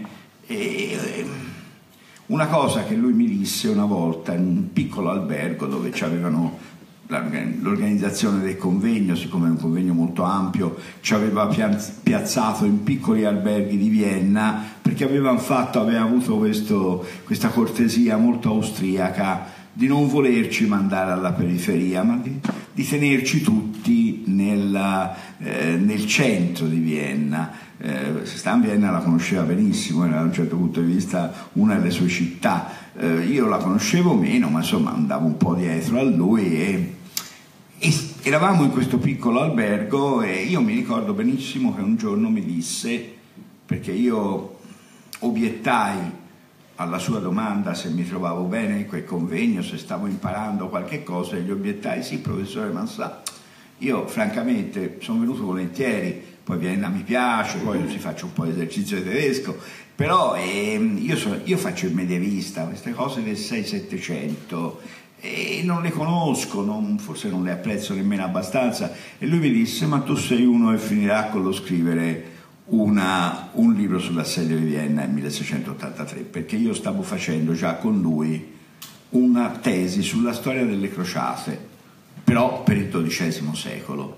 eh, una cosa che lui mi disse una volta in un piccolo albergo dove c'avevano l'organizzazione del convegno. Siccome è un convegno molto ampio, ci aveva piazzato in piccoli alberghi di Vienna perché avevano fatto, aveva avuto questo, questa cortesia molto austriaca di non volerci mandare alla periferia, ma di, di tenerci tutti nella, eh, nel centro di Vienna. Eh, Stan Vienna la conosceva benissimo, era da un certo punto di vista una delle sue città. Eh, io la conoscevo meno, ma insomma andavo un po' dietro a lui e, e eravamo in questo piccolo albergo, e io mi ricordo benissimo che un giorno mi disse, perché io obiettai alla sua domanda se mi trovavo bene in quel convegno, se stavo imparando qualche cosa, e gli obiettai: sì professore, ma sa, io francamente sono venuto volentieri, poi Vienna mi piace, poi si faccio un po' di esercizio di tedesco, però eh, io, so, io faccio il medievista, queste cose del sei settecento e non le conosco, non, forse non le apprezzo nemmeno abbastanza. E lui mi disse: ma tu sei uno che finirà con lo scrivere una, un libro sull'assedio di Vienna nel milleseicentottantatré, perché io stavo facendo già con lui una tesi sulla storia delle crociate, però per il dodicesimo secolo.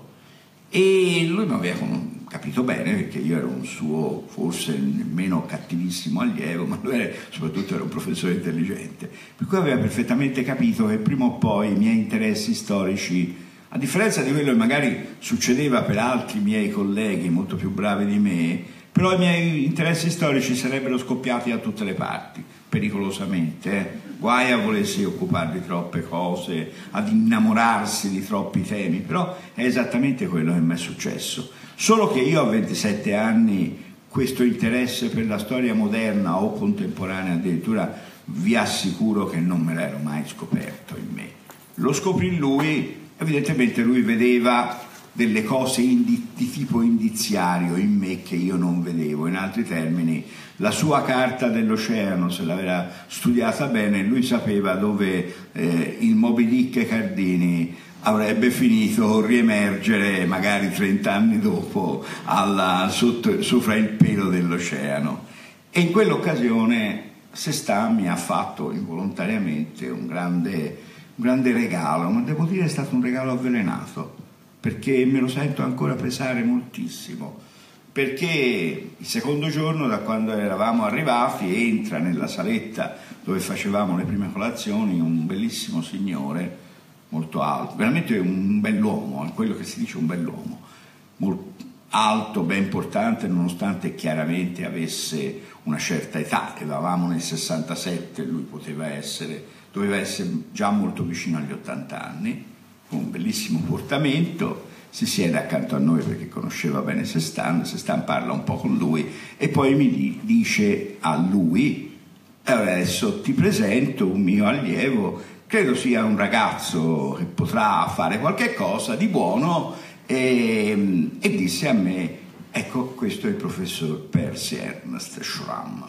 E lui mi aveva capito bene, perché io ero un suo, forse nemmeno cattivissimo allievo, ma lui era, soprattutto era un professore intelligente, per cui aveva perfettamente capito che prima o poi i miei interessi storici, a differenza di quello che magari succedeva per altri miei colleghi molto più bravi di me, però i miei interessi storici sarebbero scoppiati da tutte le parti, pericolosamente, eh? Guai a volersi occupare di troppe cose, ad innamorarsi di troppi temi, però è esattamente quello che mi è successo. Solo che io a ventisette anni questo interesse per la storia moderna o contemporanea addirittura vi assicuro che non me l'ero mai scoperto in me. Lo scoprì in lui, evidentemente lui vedeva delle cose indi- di tipo indiziario in me che io non vedevo. In altri termini, la sua carta dell'oceano, se l'aveva studiata bene, lui sapeva dove eh, il Moby Dick e Cardini avrebbe finito riemergere magari trent'anni dopo alla, sotto, sopra il pelo dell'oceano. E in quell'occasione Sestan mi ha fatto involontariamente un grande, un grande regalo, ma devo dire è stato un regalo avvelenato, perché me lo sento ancora pesare moltissimo, perché il secondo giorno da quando eravamo arrivati entra nella saletta dove facevamo le prime colazioni un bellissimo signore molto alto, veramente un bell'uomo, quello che si dice un bell'uomo, molto alto, ben portante, nonostante chiaramente avesse una certa età. Eravamo nel sessantasette, lui poteva essere, doveva essere già molto vicino agli ottanta anni, con un bellissimo portamento. Si siede accanto a noi perché conosceva bene Sestan, Sestan parla un po' con lui e poi mi dice a lui: adesso ti presento un mio allievo, credo sia un ragazzo che potrà fare qualche cosa di buono, e, e disse a me: ecco, questo è il professor Percy Ernst Schramm.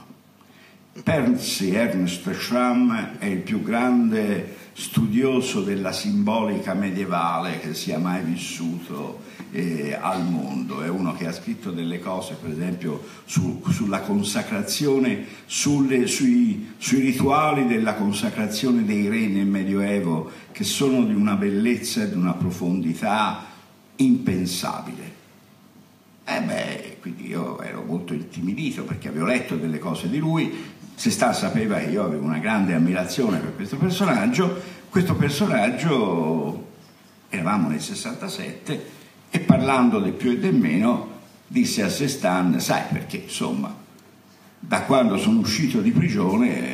Percy Ernst Schramm è il più grande studioso della simbolica medievale che sia mai vissuto eh, al mondo. È uno che ha scritto delle cose, per esempio, su, sulla consacrazione, sulle, sui, sui rituali della consacrazione dei re nel Medioevo, che sono di una bellezza e di una profondità impensabile. E beh, quindi io ero molto intimidito perché avevo letto delle cose di lui. Sestan sapeva che io avevo una grande ammirazione per questo personaggio. Questo personaggio, eravamo nel sessantasette, e parlando del più e del meno disse a Sestan: sai, perché insomma da quando sono uscito di prigione eh,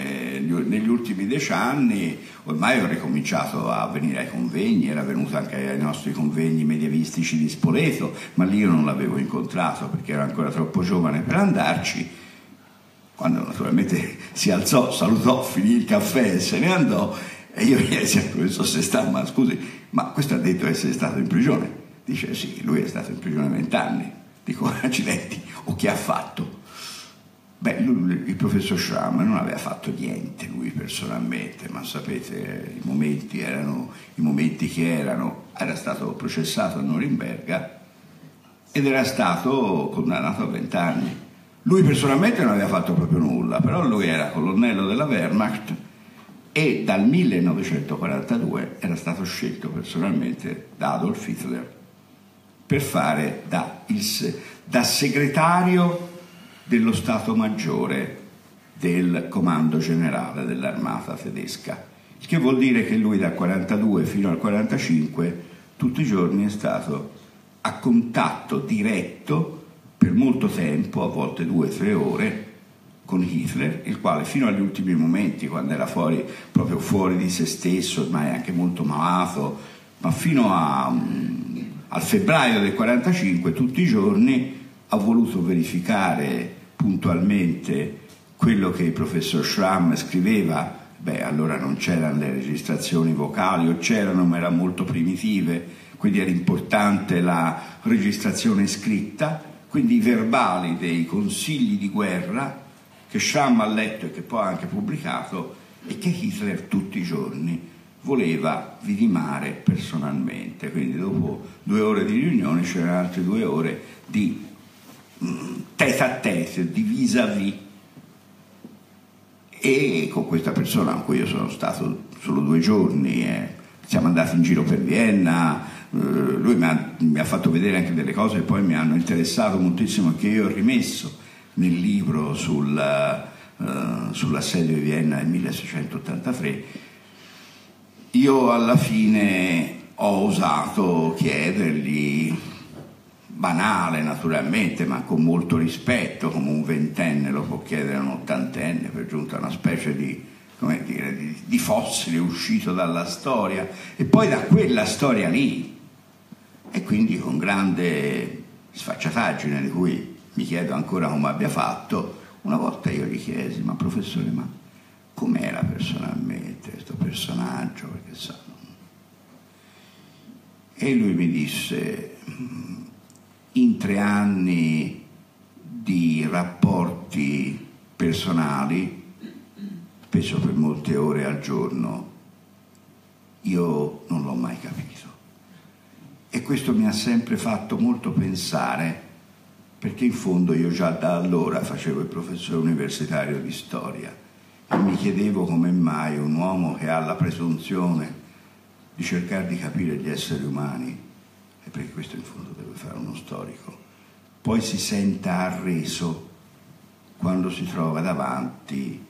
negli, negli ultimi dieci anni ormai ho ricominciato a venire ai convegni, era venuto anche ai nostri convegni medievistici di Spoleto, ma lì io non l'avevo incontrato perché ero ancora troppo giovane per andarci. Quando naturalmente si alzò, salutò, finì il caffè e se ne andò, e io gli chiesi al professor Sestà: ma scusi, ma questo ha detto essere stato in prigione? Dice sì, lui è stato in prigione vent'anni. Dico, accidenti, o che ha fatto? Beh, lui, il professor Schramm non aveva fatto niente lui personalmente, ma sapete, i momenti erano i momenti che erano. Era stato processato a Norimberga ed era stato condannato a vent'anni. Lui personalmente non aveva fatto proprio nulla, però lui era colonnello della Wehrmacht e dal millenovecentoquarantadue era stato scelto personalmente da Adolf Hitler per fare da, il, da segretario dello Stato Maggiore del Comando Generale dell'Armata tedesca, il che vuol dire che lui dal quarantadue fino al quarantacinque tutti i giorni è stato a contatto diretto per molto tempo, a volte due o tre ore, con Hitler, il quale fino agli ultimi momenti, quando era fuori, proprio fuori di se stesso, ormai anche molto malato, ma fino a, um, al febbraio del quarantacinque tutti i giorni ha voluto verificare puntualmente quello che il professor Schramm scriveva. Beh, allora non c'erano le registrazioni vocali, o c'erano ma erano molto primitive, quindi era importante la registrazione scritta, quindi i verbali dei consigli di guerra che Schramm ha letto e che poi ha anche pubblicato e che Hitler tutti i giorni voleva vidimare personalmente. Quindi dopo due ore di riunione c'erano altre due ore di tête à tête, di vis-à-vis, e con questa persona con cui io sono stato solo due giorni, eh, siamo andati in giro per Vienna, eh, lui mi ha, mi ha fatto vedere anche delle cose che poi mi hanno interessato moltissimo e che io ho rimesso nel libro sul, uh, sull'assedio di Vienna del milleseicentottantatré. Io alla fine ho osato chiedergli, banale naturalmente, ma con molto rispetto, come un ventenne lo può chiedere a un ottantenne, per giunta una specie di, come dire, di, di fossile uscito dalla storia e poi da quella storia lì, e quindi con grande sfacciataggine di cui mi chiedo ancora come abbia fatto. Una volta io gli chiesi: ma professore, ma com'era personalmente questo personaggio? Perché sa, e lui mi disse: in tre anni di rapporti personali, spesso per molte ore al giorno, io non l'ho mai capito. E questo mi ha sempre fatto molto pensare, perché in fondo io già da allora facevo il professore universitario di storia e mi chiedevo come mai un uomo che ha la presunzione di cercare di capire gli esseri umani, e perché questo in fondo deve fare uno storico, poi si senta arreso quando si trova davanti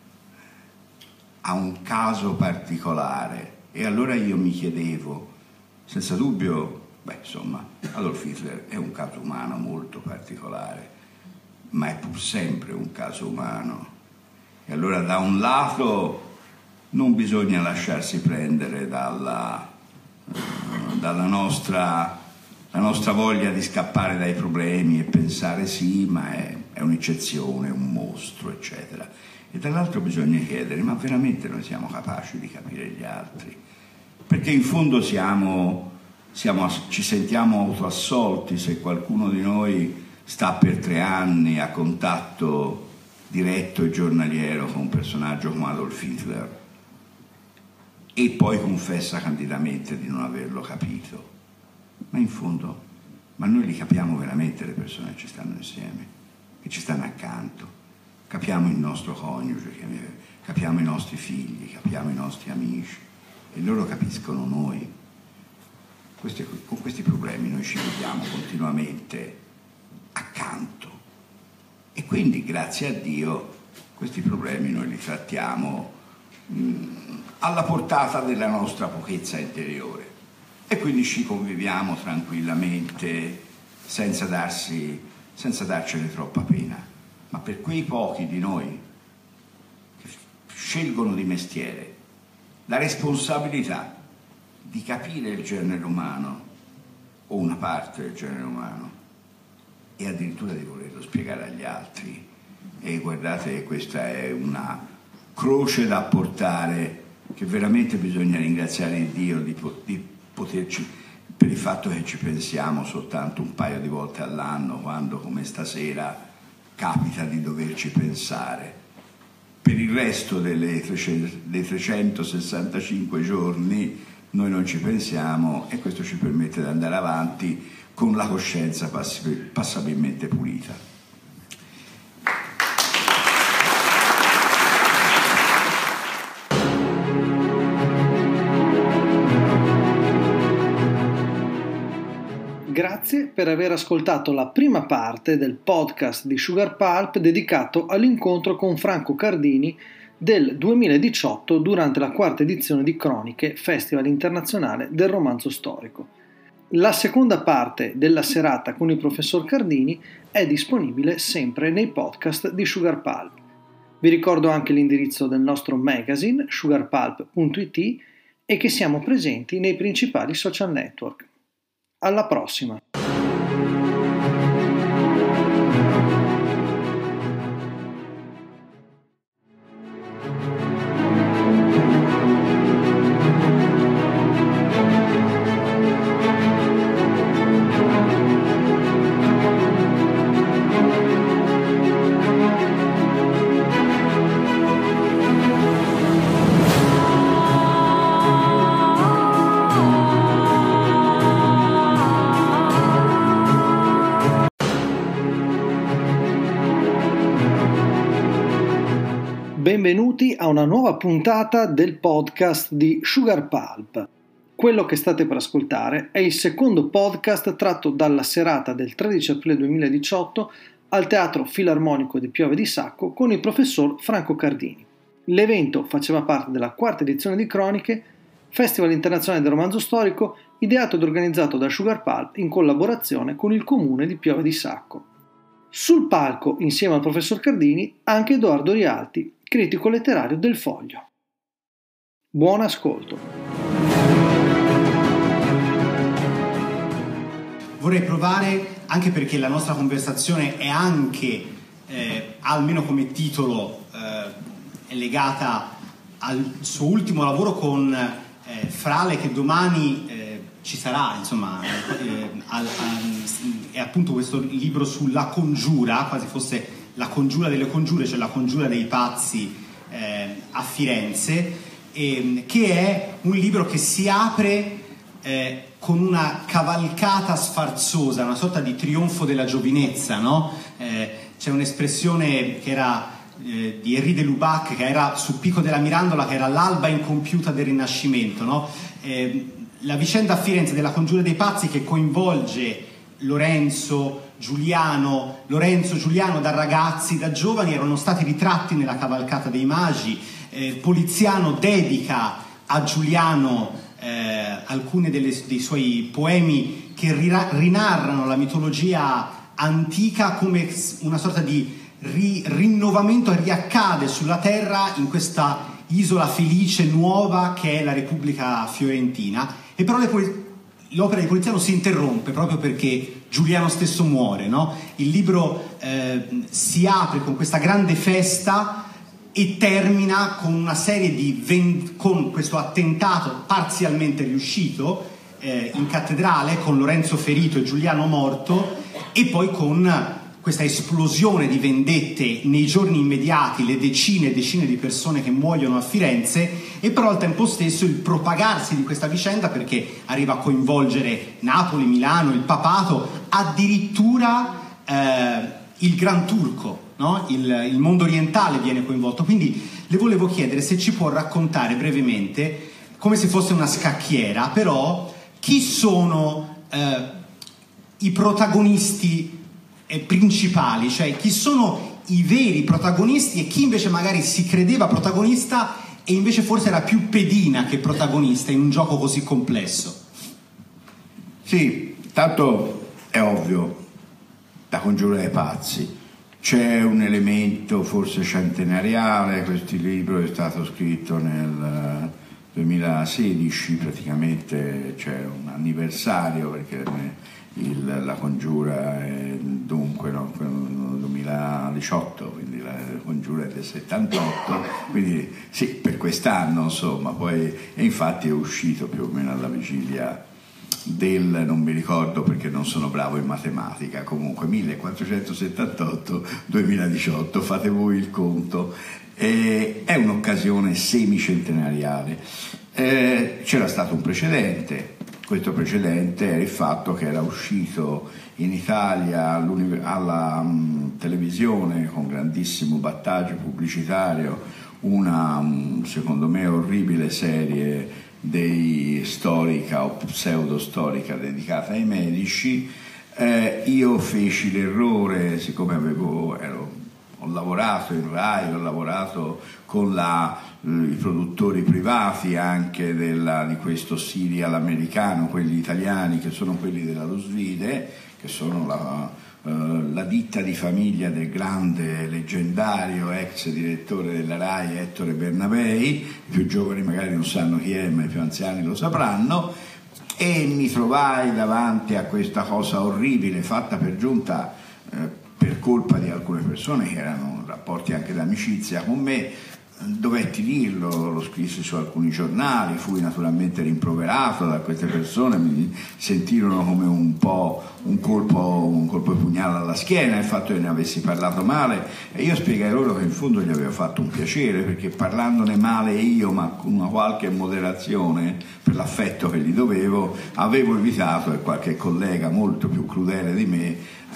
a un caso particolare. E allora io mi chiedevo, senza dubbio, beh, insomma, Adolf Hitler è un caso umano molto particolare, ma è pur sempre un caso umano. E allora da un lato non bisogna lasciarsi prendere dalla, uh, dalla nostra, la nostra voglia di scappare dai problemi e pensare sì, ma è, è un'eccezione, un mostro, eccetera. E dall'altro bisogna chiedere: ma veramente noi siamo capaci di capire gli altri? Perché in fondo siamo... Siamo, ci sentiamo autoassolti se qualcuno di noi sta per tre anni a contatto diretto e giornaliero con un personaggio come Adolf Hitler e poi confessa candidamente di non averlo capito. Ma in fondo, ma noi li capiamo veramente le persone che ci stanno insieme, che ci stanno accanto? Capiamo il nostro coniuge, capiamo i nostri figli, capiamo i nostri amici, e loro capiscono noi. Questi, con questi problemi noi ci vediamo continuamente accanto e quindi grazie a Dio questi problemi noi li trattiamo mh, alla portata della nostra pochezza interiore e quindi ci conviviamo tranquillamente senza, darsi, senza darcene troppa pena. Ma per quei pochi di noi che scelgono di mestiere la responsabilità di capire il genere umano o una parte del genere umano e addirittura di volerlo spiegare agli altri. E guardate, questa è una croce da portare, che veramente bisogna ringraziare Dio di, di poterci, per il fatto che ci pensiamo soltanto un paio di volte all'anno, quando come stasera capita di doverci pensare. Per il resto delle dei trecentosessantacinque giorni noi non ci pensiamo, e questo ci permette di andare avanti con la coscienza passabilmente pulita. Grazie per aver ascoltato la prima parte del podcast di Sugar Pulp dedicato all'incontro con Franco Cardini del duemiladiciotto durante la quarta edizione di Croniche, Festival Internazionale del Romanzo Storico. La seconda parte della serata con il professor Cardini è disponibile sempre nei podcast di Sugar Pulp. Vi ricordo anche l'indirizzo del nostro magazine sugar pulp punto it e che siamo presenti nei principali social network. Alla prossima! Benvenuti a una nuova puntata del podcast di Sugar Pulp. Quello che state per ascoltare è il secondo podcast tratto dalla serata del tredici aprile duemiladiciotto al Teatro Filarmonico di Pieve di Sacco con il professor Franco Cardini. L'evento faceva parte della quarta edizione di Croniche, Festival Internazionale del Romanzo Storico, ideato ed organizzato da Sugar Pulp in collaborazione con il comune di Pieve di Sacco. Sul palco, insieme al professor Cardini, anche Edoardo Rialti, critico letterario del Foglio. Buon ascolto. Vorrei provare, anche perché la nostra conversazione è anche, eh, almeno come titolo, eh, è legata al suo ultimo lavoro con eh, Frale, che domani eh, ci sarà, insomma, eh, al, al, è appunto questo libro sulla congiura, quasi fosse la congiura delle congiure, cioè la congiura dei pazzi eh, a Firenze, eh, che è un libro che si apre eh, con una cavalcata sfarzosa, una sorta di trionfo della giovinezza, no? Eh, c'è un'espressione che era eh, di Henri de Lubac, che era sul Picco della Mirandola, che era l'alba incompiuta del Rinascimento, no? Eh, la vicenda a Firenze della congiura dei pazzi, che coinvolge Lorenzo, Giuliano, Lorenzo, Giuliano da ragazzi, da giovani, erano stati ritratti nella cavalcata dei magi. eh, Poliziano dedica a Giuliano eh, alcuni delle, dei suoi poemi che rira, rinarrano la mitologia antica come una sorta di ri, rinnovamento che riaccade sulla terra in questa isola felice nuova che è la Repubblica Fiorentina. E però le l'opera di Poliziano si interrompe proprio perché Giuliano stesso muore, no? Il libro eh, si apre con questa grande festa e termina con una serie di vent- con questo attentato parzialmente riuscito eh, in cattedrale, con Lorenzo ferito e Giuliano morto, e poi con questa esplosione di vendette nei giorni immediati, le decine e decine di persone che muoiono a Firenze, e però al tempo stesso il propagarsi di questa vicenda, perché arriva a coinvolgere Napoli, Milano, il papato, addirittura eh, il Gran Turco, no? il, il mondo orientale viene coinvolto. Quindi le volevo chiedere se ci può raccontare brevemente, come se fosse una scacchiera, però chi sono eh, i protagonisti principali, cioè chi sono i veri protagonisti e chi invece magari si credeva protagonista e invece forse era più pedina che protagonista in un gioco così complesso. Sì, tanto è ovvio, la congiura dei pazzi. c'è un elemento forse centenariale. Questo libro è stato scritto nel duemilasedici, praticamente c'è un anniversario, perché il, la congiura è dunque no, duemiladiciotto, quindi la congiura è del settantotto, quindi sì, per quest'anno insomma, poi e infatti è uscito più o meno alla vigilia del, non mi ricordo perché non sono bravo in matematica, comunque millequattrocentosettantotto duemiladiciotto, fate voi il conto. Eh, è un'occasione semicentenariale. Eh, c'era stato un precedente, questo precedente era il fatto che era uscito in Italia alla um, televisione con grandissimo battaggio pubblicitario una, um, secondo me, orribile serie dei storica o pseudostorica dedicata ai medici. Eh, io feci l'errore, siccome avevo, ero, ho lavorato in Rai, ho lavorato con la, i produttori privati anche della, di questo serial americano, quelli italiani che sono quelli della Lusvide, che sono la, uh, la ditta di famiglia del grande leggendario ex direttore della Rai Ettore Bernabei. I più giovani magari non sanno chi è, ma i più anziani lo sapranno. E mi trovai davanti a questa cosa orribile fatta per giunta eh, per colpa di alcune persone che erano rapporti anche d'amicizia con me. Dovetti dirlo, lo scrissi su alcuni giornali, fui naturalmente rimproverato da queste persone, mi sentirono come un po' un colpo, un colpo di pugnale alla schiena il fatto che ne avessi parlato male, e io spiegai loro che in fondo gli avevo fatto un piacere, perché parlandone male io, ma con una qualche moderazione per l'affetto che gli dovevo, avevo evitato che qualche collega molto più crudele di me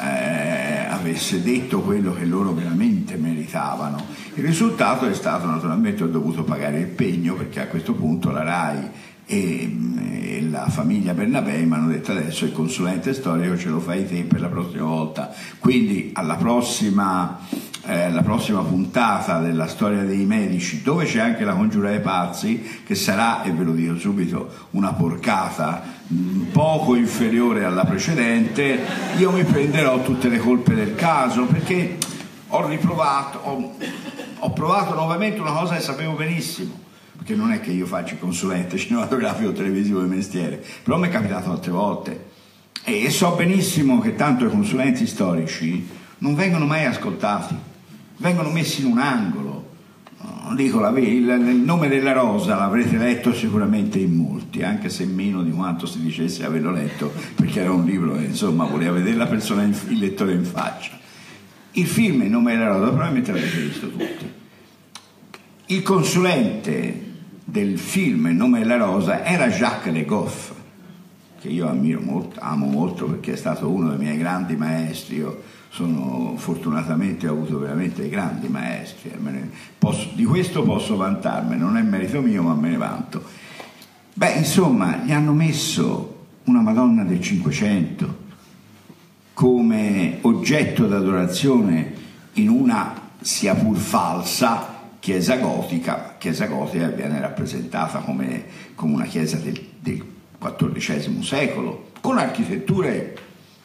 eh, avesse detto quello che loro veramente meritavano. Il risultato è stato, naturalmente ho dovuto pagare il pegno, perché a questo punto la Rai e, e la famiglia Bernabei mi hanno detto: adesso il consulente storico ce lo fai te per la prossima volta, quindi alla prossima, eh, la prossima puntata della storia dei medici, dove c'è anche la congiura dei pazzi, che sarà, e ve lo dico subito, una porcata mh, poco inferiore alla precedente, io mi prenderò tutte le colpe del caso, perché ho riprovato, ho, ho provato nuovamente una cosa che sapevo benissimo, perché non è che io faccio il consulente cinematografico o televisivo di mestiere, però mi è capitato altre volte, e so benissimo che tanto i consulenti storici non vengono mai ascoltati, vengono messi in un angolo. Dico, la, il, il nome della rosa l'avrete letto sicuramente in molti, anche se meno di quanto si dicesse averlo letto, perché era un libro che insomma voleva vedere la persona, in, il lettore in faccia. Il film Il nome della rosa probabilmente l'avete visto tutti. Il consulente del film Il nome della rosa era Jacques Le Goff, che io ammiro molto, amo molto, perché è stato uno dei miei grandi maestri. Io sono, fortunatamente ho avuto veramente grandi maestri, posso, di questo posso vantarmi, non è merito mio, ma me ne vanto. Beh, insomma, gli hanno messo una Madonna del Cinquecento come oggetto d'adorazione in una, sia pur falsa, chiesa gotica. Chiesa gotica viene rappresentata come, come una chiesa del, del quattordicesimo secolo, con architetture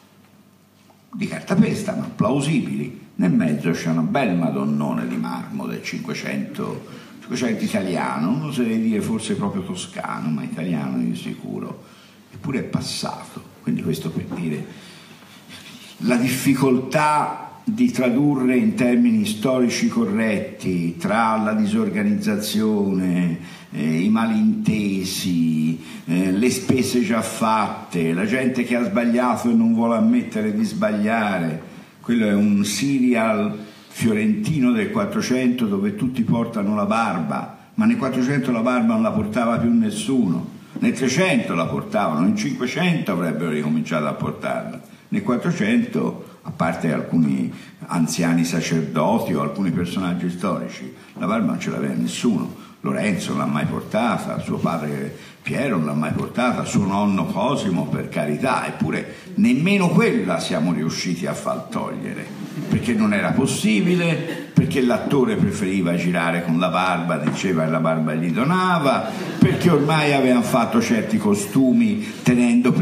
di cartapesta ma plausibili. Nel mezzo c'è una bel madonnone di marmo del Cinquecento, Cinquecento italiano, non oserei dire forse proprio toscano, ma italiano di sicuro, eppure è passato. Quindi questo per dire la difficoltà di tradurre in termini storici corretti tra la disorganizzazione, eh, i malintesi, eh, le spese già fatte, la gente che ha sbagliato e non vuole ammettere di sbagliare. Quello è un serial fiorentino del quattrocento dove tutti portano la barba, ma nel quattrocento la barba non la portava più nessuno, nel trecento la portavano, nel cinquecento avrebbero ricominciato a portarla, nel quattrocento, a parte alcuni anziani sacerdoti o alcuni personaggi storici, la barba non ce l'aveva nessuno. Lorenzo non l'ha mai portata, suo padre Piero non l'ha mai portata, suo nonno Cosimo, per carità, eppure nemmeno quella siamo riusciti a far togliere, perché non era possibile, perché l'attore preferiva girare con la barba, diceva che la barba gli donava, perché ormai avevano fatto certi costumi tenendo presente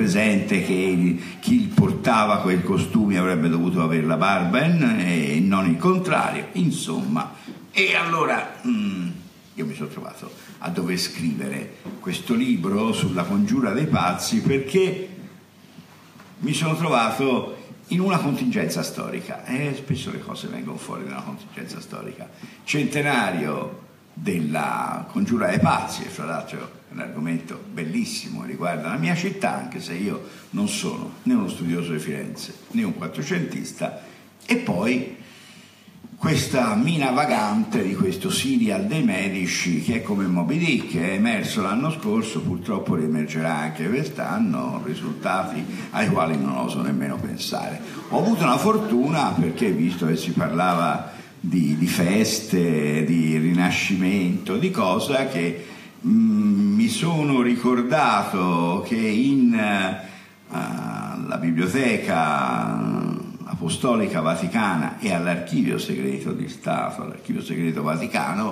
presente che chi portava quei costumi avrebbe dovuto avere la barba e non il contrario, insomma. E allora mh, io mi sono trovato a dover scrivere questo libro sulla congiura dei pazzi, perché mi sono trovato in una contingenza storica, e spesso le cose vengono fuori da una contingenza storica. Centenario della congiura dei pazzi, e fra l'altro è un argomento bellissimo, riguarda la mia città, anche se io non sono né uno studioso di Firenze né un quattrocentista, e poi questa mina vagante di questo serial dei Medici, che è come Moby Dick, è emerso l'anno scorso, purtroppo riemergerà anche quest'anno, risultati ai quali non oso nemmeno pensare. Ho avuto una fortuna, perché visto che si parlava di, di feste, di rinascimento, di cosa che mh, mi sono ricordato che in uh, la biblioteca apostolica vaticana e all'archivio segreto di Stato, all'archivio segreto vaticano,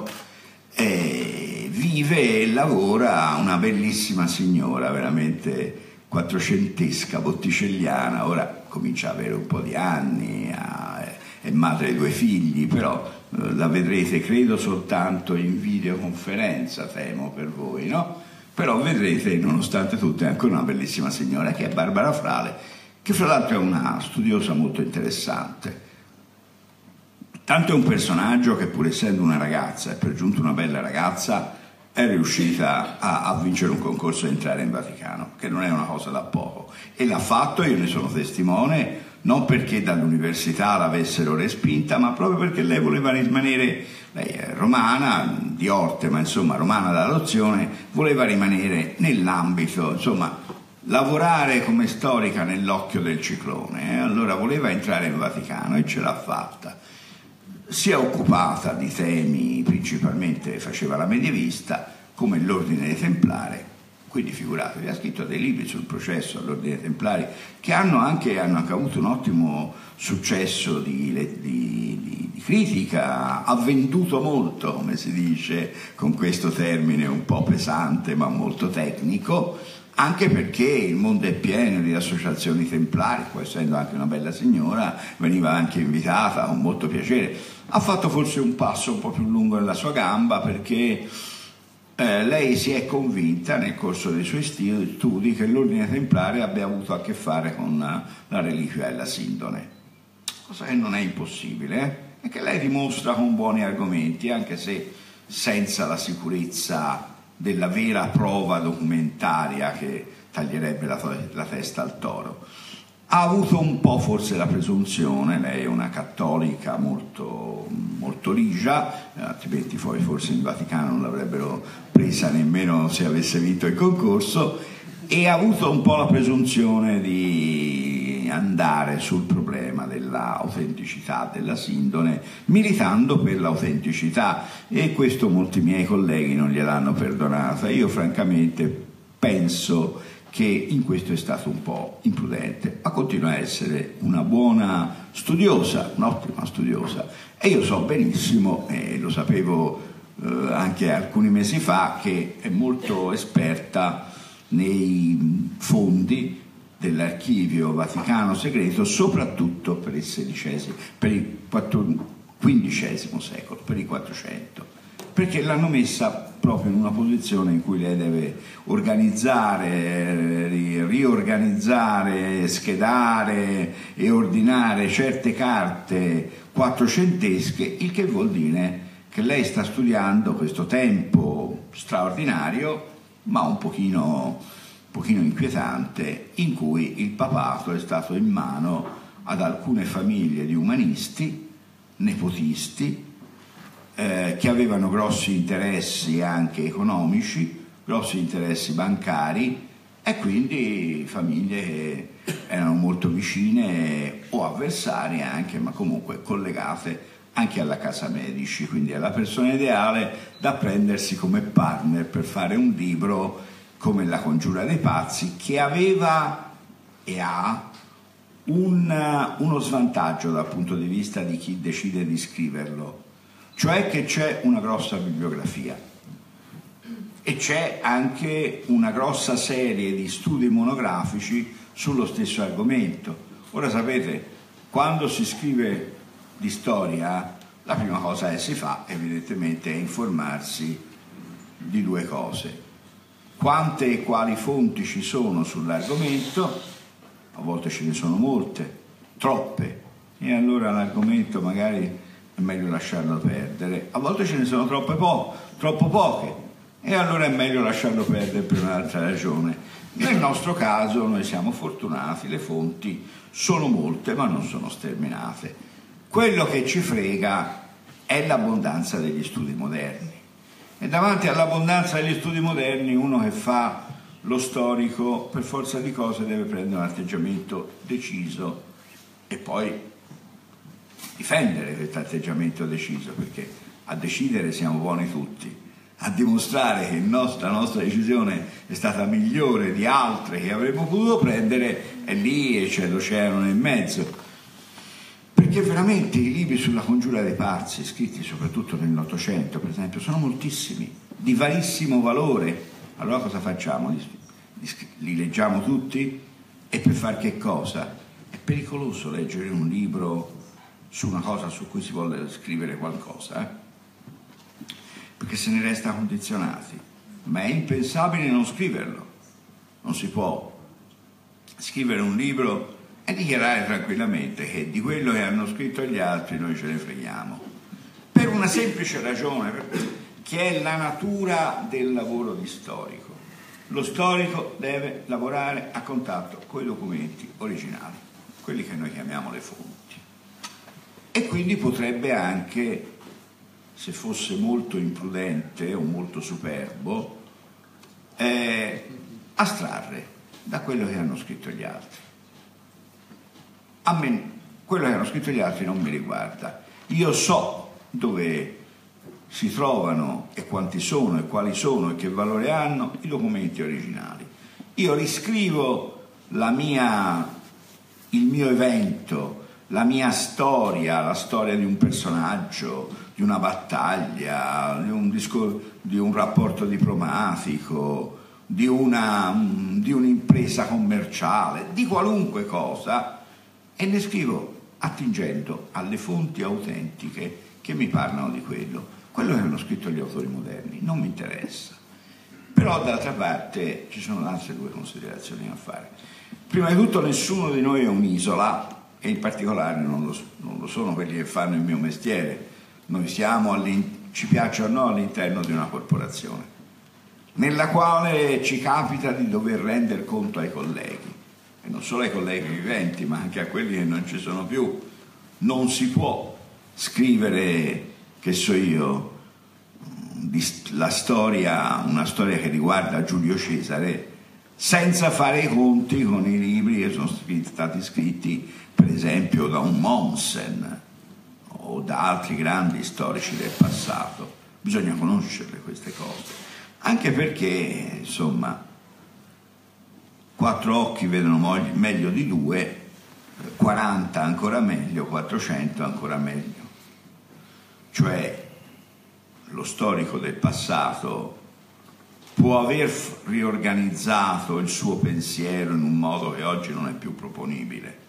eh, vive e lavora una bellissima signora, veramente quattrocentesca, botticelliana. Ora comincia a avere un po' di anni, ha, è madre di due figli, però eh, la vedrete credo soltanto in videoconferenza, temo per voi, no? Però vedrete, nonostante tutto, è ancora una bellissima signora, che è Barbara Frale, che fra l'altro è una studiosa molto interessante. Tanto è un personaggio che, pur essendo una ragazza, e per giunto una bella ragazza, è riuscita a, a vincere un concorso e entrare in Vaticano, che non è una cosa da poco, e l'ha fatto, io ne sono testimone, non perché dall'università l'avessero respinta, ma proprio perché lei voleva rimanere, lei è romana, di Orte, ma insomma romana d'adozione, voleva rimanere nell'ambito, insomma, lavorare come storica nell'occhio del ciclone, eh? Allora voleva entrare in Vaticano e ce l'ha fatta. Si è occupata di temi, principalmente faceva la medievista, come l'Ordine dei Templari, quindi figuratevi, ha scritto dei libri sul processo all'Ordine dei Templari, che hanno anche, hanno anche avuto un ottimo successo di, di, di, di critica, ha venduto molto, come si dice con questo termine un po' pesante ma molto tecnico, anche perché il mondo è pieno di associazioni templari, poi essendo anche una bella signora veniva anche invitata con molto piacere. Ha fatto forse un passo un po' più lungo nella sua gamba, perché eh, lei si è convinta nel corso dei suoi studi che l'ordine templare abbia avuto a che fare con la reliquia della Sindone, cosa che non è impossibile, eh? E che lei dimostra con buoni argomenti, anche se senza la sicurezza della vera prova documentaria che taglierebbe la, la testa al toro. Ha avuto un po' forse la presunzione, lei è una cattolica molto, molto ligia, altrimenti poi forse in Vaticano non l'avrebbero presa nemmeno se avesse vinto il concorso, e ha avuto un po' la presunzione di andare sul problema dell'autenticità della Sindone, militando per l'autenticità, e questo molti miei colleghi non gliel'hanno perdonata. Io francamente penso che in questo è stato un po' imprudente, ma continua a essere una buona studiosa, un'ottima studiosa, e io so benissimo, e lo sapevo eh, anche alcuni mesi fa, che è molto esperta nei fondi dell'archivio Vaticano segreto, soprattutto per il sedicesimo, per il quindicesimo secolo, per il quattrocento, perché l'hanno messa proprio in una posizione in cui lei deve organizzare, riorganizzare, schedare e ordinare certe carte quattrocentesche, il che vuol dire che lei sta studiando questo tempo straordinario, ma un pochino, un pochino inquietante, in cui il papato è stato in mano ad alcune famiglie di umanisti, nepotisti, eh, che avevano grossi interessi anche economici, grossi interessi bancari, e quindi famiglie che erano molto vicine o avversarie anche, ma comunque collegate anche alla casa Medici, quindi è la persona ideale da prendersi come partner per fare un libro come La congiura dei pazzi, che aveva e ha un, uno svantaggio dal punto di vista di chi decide di scriverlo, cioè che c'è una grossa bibliografia e c'è anche una grossa serie di studi monografici sullo stesso argomento. Ora sapete, quando si scrive di storia, la prima cosa che si fa evidentemente è informarsi di due cose: quante e quali fonti ci sono sull'argomento, a volte ce ne sono molte, troppe, e allora l'argomento magari è meglio lasciarlo perdere, a volte ce ne sono troppe po- troppo poche, e allora è meglio lasciarlo perdere per un'altra ragione. Nel nostro caso noi siamo fortunati, le fonti sono molte ma non sono sterminate. Quello che ci frega è l'abbondanza degli studi moderni, e davanti all'abbondanza degli studi moderni uno che fa lo storico per forza di cose deve prendere un atteggiamento deciso e poi difendere questo atteggiamento deciso, perché a decidere siamo buoni tutti, a dimostrare che il nostro, la nostra decisione è stata migliore di altre che avremmo potuto prendere, è lì e c'è l'oceano nel mezzo. Perché veramente i libri sulla congiura dei pazzi, scritti soprattutto nell'Ottocento per esempio, sono moltissimi, di varissimo valore. Allora cosa facciamo? Li, li leggiamo tutti? E per far che cosa? È pericoloso leggere un libro su una cosa su cui si vuole scrivere qualcosa, eh? Perché se ne resta condizionati, ma è impensabile non scriverlo. Non si può scrivere un libro e dichiarare tranquillamente che di quello che hanno scritto gli altri noi ce ne freghiamo, per una semplice ragione, che è la natura del lavoro di storico. Lo storico deve lavorare a contatto con i documenti originali, quelli che noi chiamiamo le fonti, e quindi potrebbe anche, se fosse molto imprudente o molto superbo, eh, astrarre da quello che hanno scritto gli altri. A me quello che hanno scritto gli altri non mi riguarda. Io so dove si trovano e quanti sono e quali sono e che valore hanno i documenti originali. Io riscrivo la mia, il mio evento, la mia storia, la storia di un personaggio, di una battaglia, di un, discor- di un rapporto diplomatico, di, una, di un'impresa commerciale, di qualunque cosa, e ne scrivo attingendo alle fonti autentiche che mi parlano di quello. Quello che hanno scritto gli autori moderni non mi interessa. Però d'altra parte ci sono altre due considerazioni da fare. Prima di tutto, nessuno di noi è un'isola, e in particolare non lo, non lo sono quelli che fanno il mio mestiere. Noi siamo, ci piaccia o no, all'interno di una corporazione, nella quale ci capita di dover rendere conto ai colleghi, e non solo ai colleghi viventi ma anche a quelli che non ci sono più. Non si può scrivere, che so io, la storia, una storia che riguarda Giulio Cesare senza fare i conti con i libri che sono stati scritti per esempio da un Mommsen o da altri grandi storici del passato. Bisogna conoscerle queste cose, anche perché insomma quattro occhi vedono mo- meglio di due, quaranta ancora meglio, quattrocento ancora meglio. Cioè lo storico del passato può aver riorganizzato il suo pensiero in un modo che oggi non è più proponibile,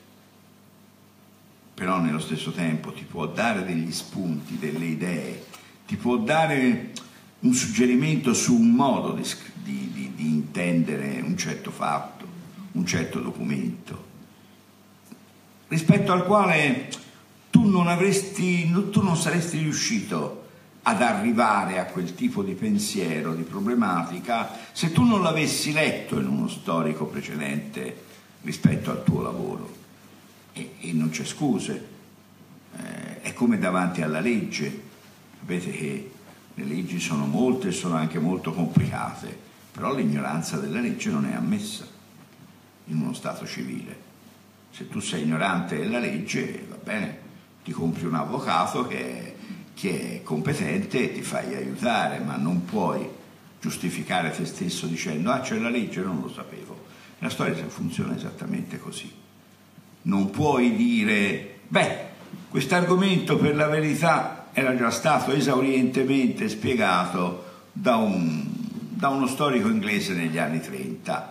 però nello stesso tempo ti può dare degli spunti, delle idee, ti può dare un suggerimento su un modo di, di, di, di intendere un certo fatto, un certo documento, rispetto al quale tu non avresti, tu non saresti riuscito ad arrivare a quel tipo di pensiero, di problematica, se tu non l'avessi letto in uno storico precedente rispetto al tuo lavoro. E, e non c'è scuse, eh, è come davanti alla legge. Sapete che le leggi sono molte e sono anche molto complicate, però l'ignoranza della legge non è ammessa in uno Stato civile. Se tu sei ignorante della legge, va bene, ti compri un avvocato che è, che è competente e ti fai aiutare, ma non puoi giustificare te stesso dicendo ah, c'è la legge, non lo sapevo. La storia funziona esattamente così. Non puoi dire beh, quest'argomento per la verità era già stato esaurientemente spiegato da un, da uno storico inglese negli anni trenta.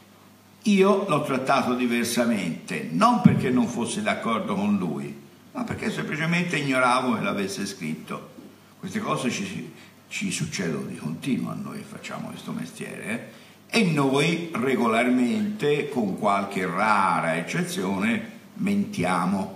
Io l'ho trattato diversamente, non perché non fossi d'accordo con lui, ma perché semplicemente ignoravo che l'avesse scritto. Queste cose ci, ci succedono di continuo a noi che facciamo questo mestiere, eh? E noi regolarmente, con qualche rara eccezione, mentiamo.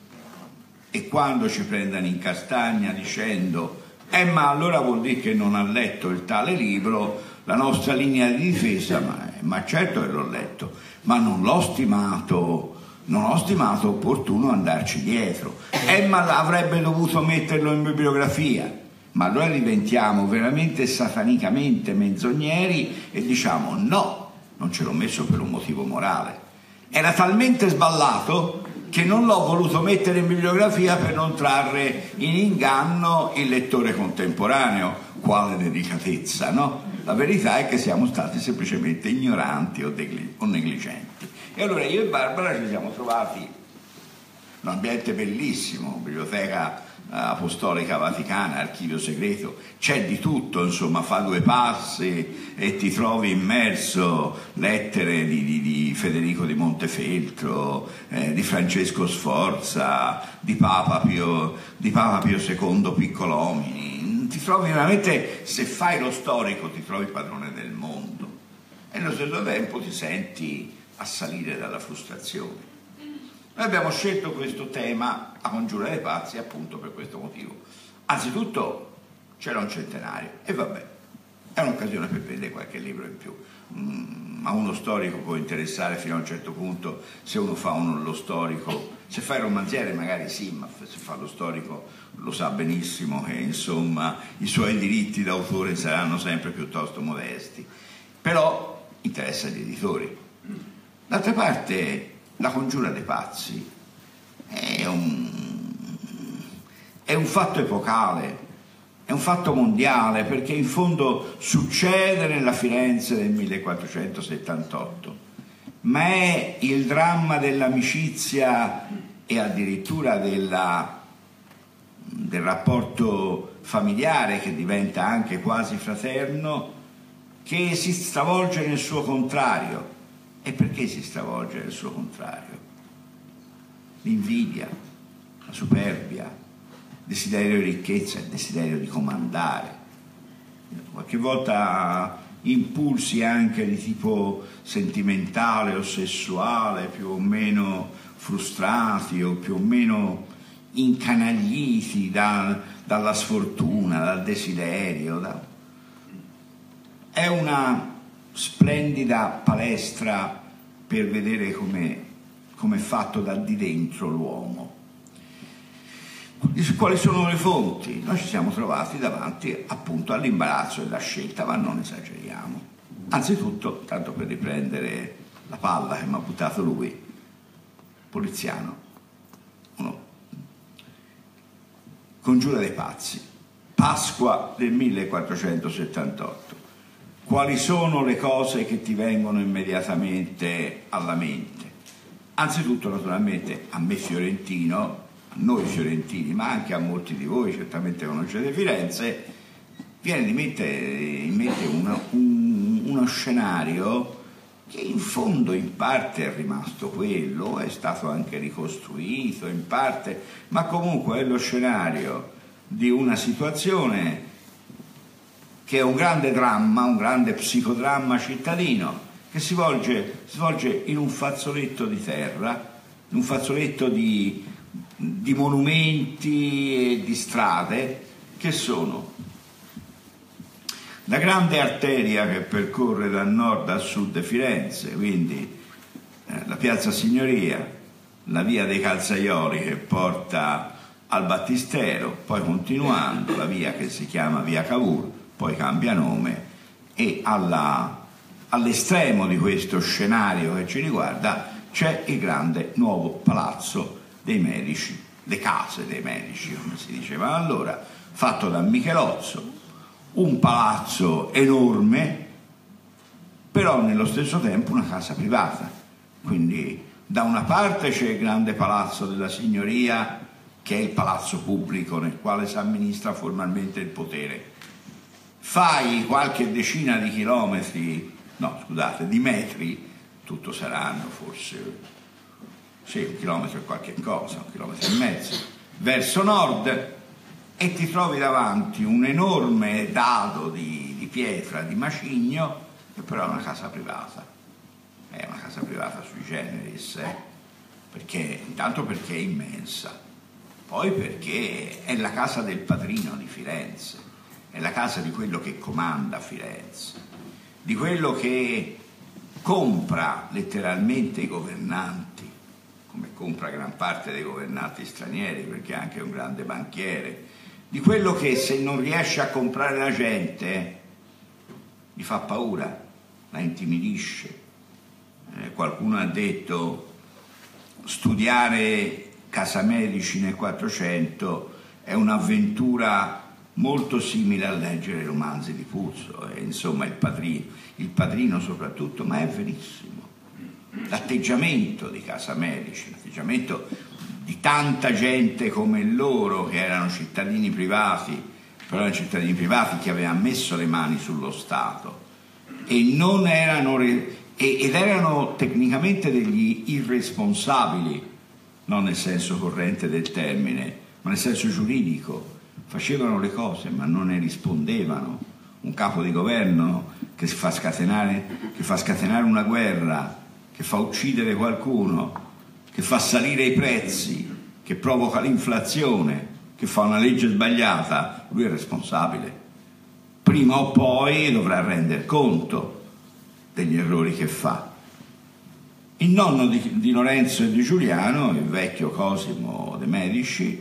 E quando ci prendono in castagna dicendo eh ma allora vuol dire che non ha letto il tale libro, la nostra linea di difesa, ma, ma certo che l'ho letto, ma non l'ho stimato, non ho stimato opportuno andarci dietro. Eh ma avrebbe dovuto metterlo in bibliografia. Ma allora diventiamo veramente satanicamente menzogneri e diciamo no, non ce l'ho messo per un motivo morale. Era talmente sballato che non l'ho voluto mettere in bibliografia per non trarre in inganno il lettore contemporaneo. Quale delicatezza, no? La verità è che siamo stati semplicemente ignoranti o, o negligenti. E allora io e Barbara ci siamo trovati in un ambiente bellissimo, biblioteca apostolica vaticana, archivio segreto, c'è di tutto, insomma, fa due passi e ti trovi immerso lettere di, di, di Federico di Montefeltro, eh, di Francesco Sforza, di Papa Pio, di Papa Pio secondo Piccolomini. Ti trovi veramente, se fai lo storico, ti trovi padrone del mondo e allo stesso tempo ti senti assalire dalla frustrazione. Noi abbiamo scelto questo tema, La congiura dei pazzi, appunto per questo motivo. Anzitutto c'era un centenario e vabbè, è un'occasione per vedere qualche libro in più. Mm, a uno storico può interessare fino a un certo punto, se uno fa uno, lo storico, se fa il romanziere magari sì, ma se fa lo storico lo sa benissimo che insomma i suoi diritti d'autore saranno sempre piuttosto modesti. Però interessa agli editori. D'altra parte, La congiura dei pazzi è un, è un fatto epocale, è un fatto mondiale, perché in fondo succede nella Firenze del millequattrocentosettantotto, ma è il dramma dell'amicizia e addirittura della, del rapporto familiare, che diventa anche quasi fraterno, che si stravolge nel suo contrario. E perché si stravolge nel suo contrario? L'invidia, la superbia, il desiderio di ricchezza, il desiderio di comandare. Qualche volta impulsi anche di tipo sentimentale o sessuale, più o meno frustrati o più o meno incanagliti da, dalla sfortuna, dal desiderio. Da... È una splendida palestra per vedere come è fatto da di dentro l'uomo. Quali sono le fonti? Noi ci siamo trovati davanti appunto all'imbarazzo della scelta, ma non esageriamo. Anzitutto, tanto per riprendere la palla che mi ha buttato lui, Poliziano, uno. Congiura dei pazzi, Pasqua del millequattrocentosettantotto. Quali sono le cose che ti vengono immediatamente alla mente? Anzitutto, naturalmente, a me fiorentino, a noi fiorentini, ma anche a molti di voi, certamente conoscete Firenze, viene di mettere in mente uno, un, uno scenario che in fondo in parte è rimasto quello, è stato anche ricostruito in parte, ma comunque è lo scenario di una situazione che è un grande dramma, un grande psicodramma cittadino, che si svolge, svolge in un fazzoletto di terra, in un fazzoletto di, di monumenti e di strade, che sono la grande arteria che percorre da nord a sud Firenze, quindi eh, la Piazza Signoria, la via dei Calzaioli che porta al Battistero, poi continuando la via che si chiama via Cavour, poi cambia nome, e alla, all'estremo di questo scenario che ci riguarda c'è il grande nuovo palazzo dei Medici, le case dei Medici, come si diceva allora, fatto da Michelozzo, un palazzo enorme, però nello stesso tempo una casa privata. Quindi da una parte c'è il grande palazzo della Signoria, che è il palazzo pubblico nel quale si amministra formalmente il potere. fai qualche decina di chilometri, no scusate, di metri, tutto saranno forse, sì, un chilometro e qualche cosa, un chilometro e mezzo, verso nord, e ti trovi davanti un enorme dado di, di pietra, di macigno, che però è una casa privata. È una casa privata sui generis, eh? Perché, intanto perché è immensa, poi perché è la casa del padrino di Firenze, è la casa di quello che comanda Firenze, di quello che compra letteralmente i governanti, come compra gran parte dei governanti stranieri, perché è anche un grande banchiere, di quello che se non riesce a comprare la gente gli fa paura, la intimidisce. Eh, qualcuno ha detto studiare Casamedici nel Quattrocento è un'avventura molto simile a leggere romanzi di Puzo, e insomma il padrino, il padrino soprattutto, ma è verissimo. L'atteggiamento di Casamedici, l'atteggiamento di tanta gente come loro, che erano cittadini privati, però erano cittadini privati che avevano messo le mani sullo Stato e non erano, ed erano tecnicamente degli irresponsabili, non nel senso corrente del termine, ma nel senso giuridico. Facevano le cose ma non ne rispondevano. Un capo di governo che fa scatenare, che fa scatenare una guerra, che fa uccidere qualcuno, che fa salire i prezzi, che provoca l'inflazione, che fa una legge sbagliata, lui è responsabile. Prima o poi dovrà rendere conto degli errori che fa. Il nonno di, di Lorenzo e di Giuliano, il vecchio Cosimo de' Medici,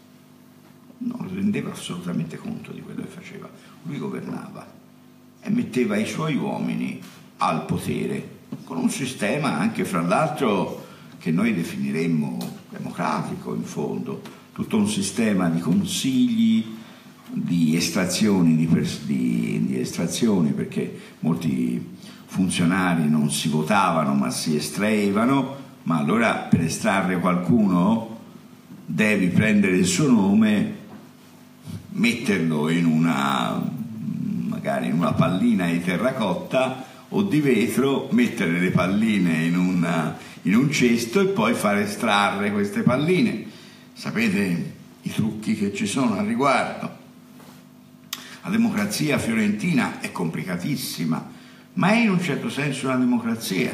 non rendeva assolutamente conto di quello che faceva. Lui governava e metteva i suoi uomini al potere con un sistema anche, fra l'altro, che noi definiremmo democratico in fondo, tutto un sistema di consigli, di estrazioni, di, di, di estrazioni, perché molti funzionari non si votavano ma si estraevano, ma allora per estrarre qualcuno devi prendere il suo nome, metterlo in una, magari in una pallina di terracotta o di vetro, mettere le palline in, una, in un cesto e poi far estrarre queste palline. Sapete i trucchi che ci sono al riguardo. La democrazia fiorentina è complicatissima, ma è in un certo senso una democrazia.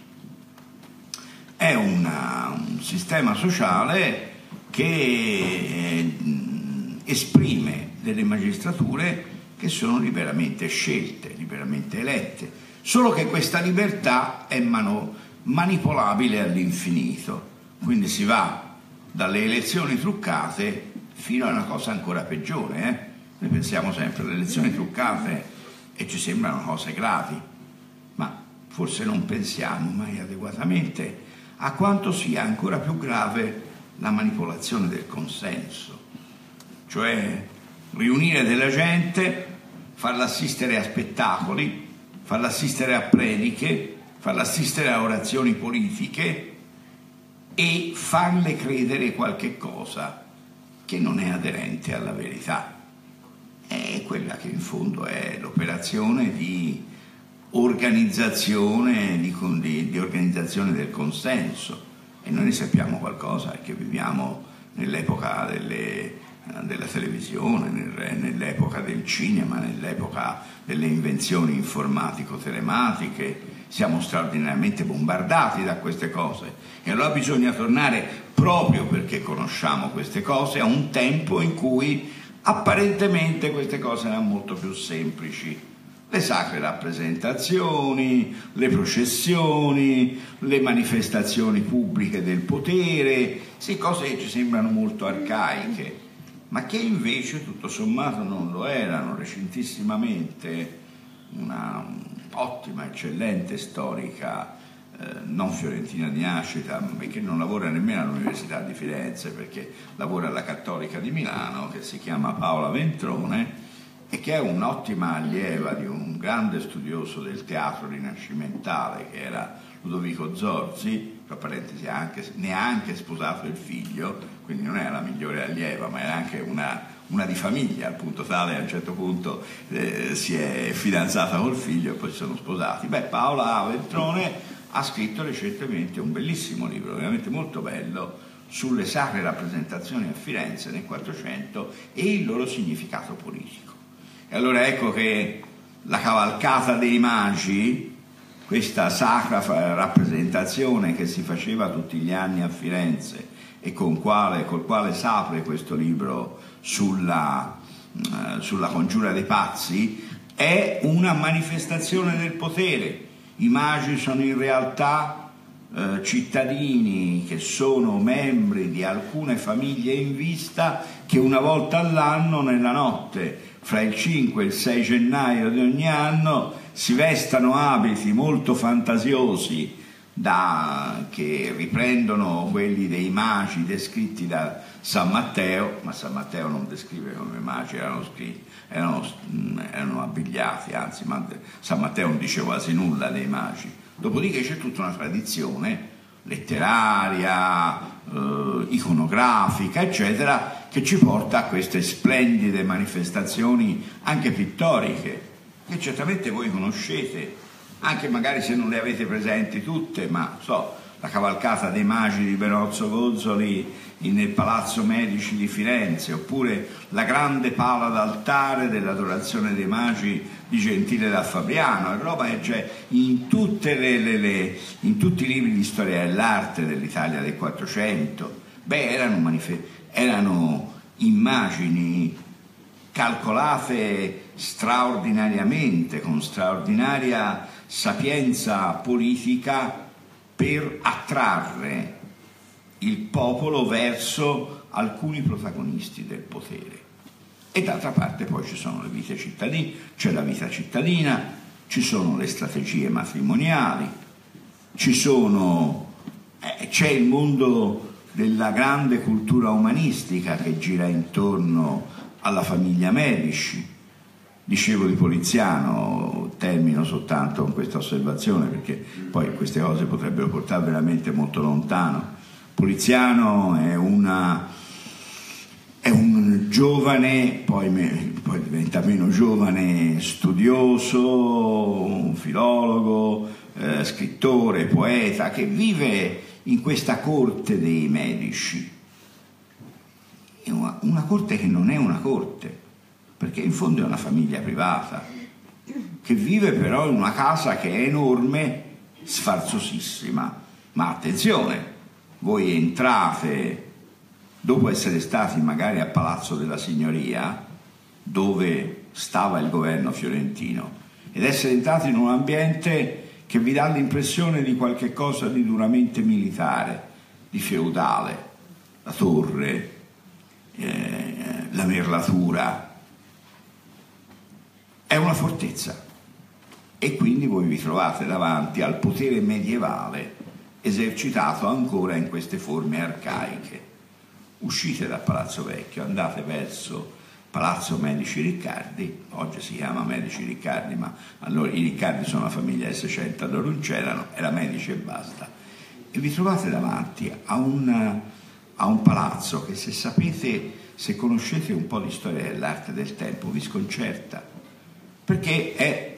È una, un sistema sociale che eh, esprime delle magistrature che sono liberamente scelte, liberamente elette, solo che questa libertà è mano, manipolabile all'infinito, quindi si va dalle elezioni truccate fino a una cosa ancora peggiore. Eh? Noi pensiamo sempre alle elezioni truccate e ci sembrano cose gravi, ma forse non pensiamo mai adeguatamente a quanto sia ancora più grave la manipolazione del consenso, cioè riunire della gente, farla assistere a spettacoli, farla assistere a prediche, farla assistere a orazioni politiche e farle credere qualche cosa che non è aderente alla verità. È quella che in fondo è l'operazione di organizzazione, di, di, di organizzazione del consenso, e noi ne sappiamo qualcosa perché viviamo nell'epoca delle, della televisione, nel, nell'epoca del cinema, nell'epoca delle invenzioni informatico-telematiche. Siamo straordinariamente bombardati da queste cose e allora bisogna tornare, proprio perché conosciamo queste cose, a un tempo in cui apparentemente queste cose erano molto più semplici. Le sacre rappresentazioni, le processioni, le manifestazioni pubbliche del potere, sì, cose che ci sembrano molto arcaiche, ma che invece tutto sommato non lo erano. Recentissimamente una ottima, eccellente storica, eh, non fiorentina di nascita, e che non lavora nemmeno all'Università di Firenze perché lavora alla Cattolica di Milano, che si chiama Paola Ventrone, e che è un'ottima allieva di un grande studioso del teatro rinascimentale che era Ludovico Zorzi, tra parentesi anche, neanche sposato il figlio, quindi non era la migliore allieva, ma era anche una, una di famiglia, al punto tale a un certo punto eh, si è fidanzata col figlio e poi si sono sposati. Beh, Paola Veltrone ha scritto recentemente un bellissimo libro, veramente molto bello, sulle sacre rappresentazioni a Firenze nel Quattrocento e il loro significato politico. E allora ecco che la cavalcata dei magi, questa sacra rappresentazione che si faceva tutti gli anni a Firenze e con quale, col quale s'apre questo libro sulla, uh, sulla congiura dei pazzi, è una manifestazione del potere. I magi sono in realtà eh, cittadini che sono membri di alcune famiglie in vista che una volta all'anno, nella notte fra il cinque e il sei gennaio di ogni anno, si vestano abiti molto fantasiosi da, che riprendono quelli dei magi descritti da San Matteo, ma San Matteo non descrive come magi erano scritti, erano, erano abbigliati, anzi San Matteo non dice quasi nulla dei magi. Dopodiché c'è tutta una tradizione letteraria, eh, iconografica, eccetera, che ci porta a queste splendide manifestazioni anche pittoriche, che certamente voi conoscete, anche magari se non le avete presenti tutte, ma so, la cavalcata dei magi di Benozzo Gozzoli nel Palazzo Medici di Firenze, oppure la grande pala d'altare dell'adorazione dei magi di Gentile da Fabriano, e roba che c'è in, tutte le, le, le, in tutti i libri di storia dell'arte dell'Italia del Quattrocento. Beh, erano, manif- erano immagini calcolate straordinariamente, con straordinaria sapienza politica, per attrarre il popolo verso alcuni protagonisti del potere. E d'altra parte poi ci sono le vite cittadine, c'è la vita cittadina, ci sono le strategie matrimoniali, ci sono, eh, c'è il mondo della grande cultura umanistica che gira intorno alla famiglia Medici. Dicevo di Poliziano, termino soltanto con questa osservazione perché poi queste cose potrebbero portare veramente molto lontano. Poliziano è, una, è un giovane, poi, me, poi diventa meno giovane, studioso, un filologo, eh, scrittore, poeta, che vive in questa corte dei Medici. È una, una corte che non è una corte, perché in fondo è una famiglia privata, che vive però in una casa che è enorme, sfarzosissima. Ma attenzione, voi entrate, dopo essere stati magari a Palazzo della Signoria, dove stava il governo fiorentino, ed essere entrati in un ambiente che vi dà l'impressione di qualche cosa di duramente militare, di feudale, la torre, eh, la merlatura. È una fortezza, e quindi voi vi trovate davanti al potere medievale esercitato ancora in queste forme arcaiche. Uscite da Palazzo Vecchio, andate verso Palazzo Medici Riccardi, oggi si chiama Medici Riccardi, ma allora i Riccardi sono una famiglia del Seicento, allora non c'erano, era Medici e basta, e vi trovate davanti a un, a un palazzo che, se sapete, se conoscete un po' di storia dell'arte del tempo, vi sconcerta, perché è,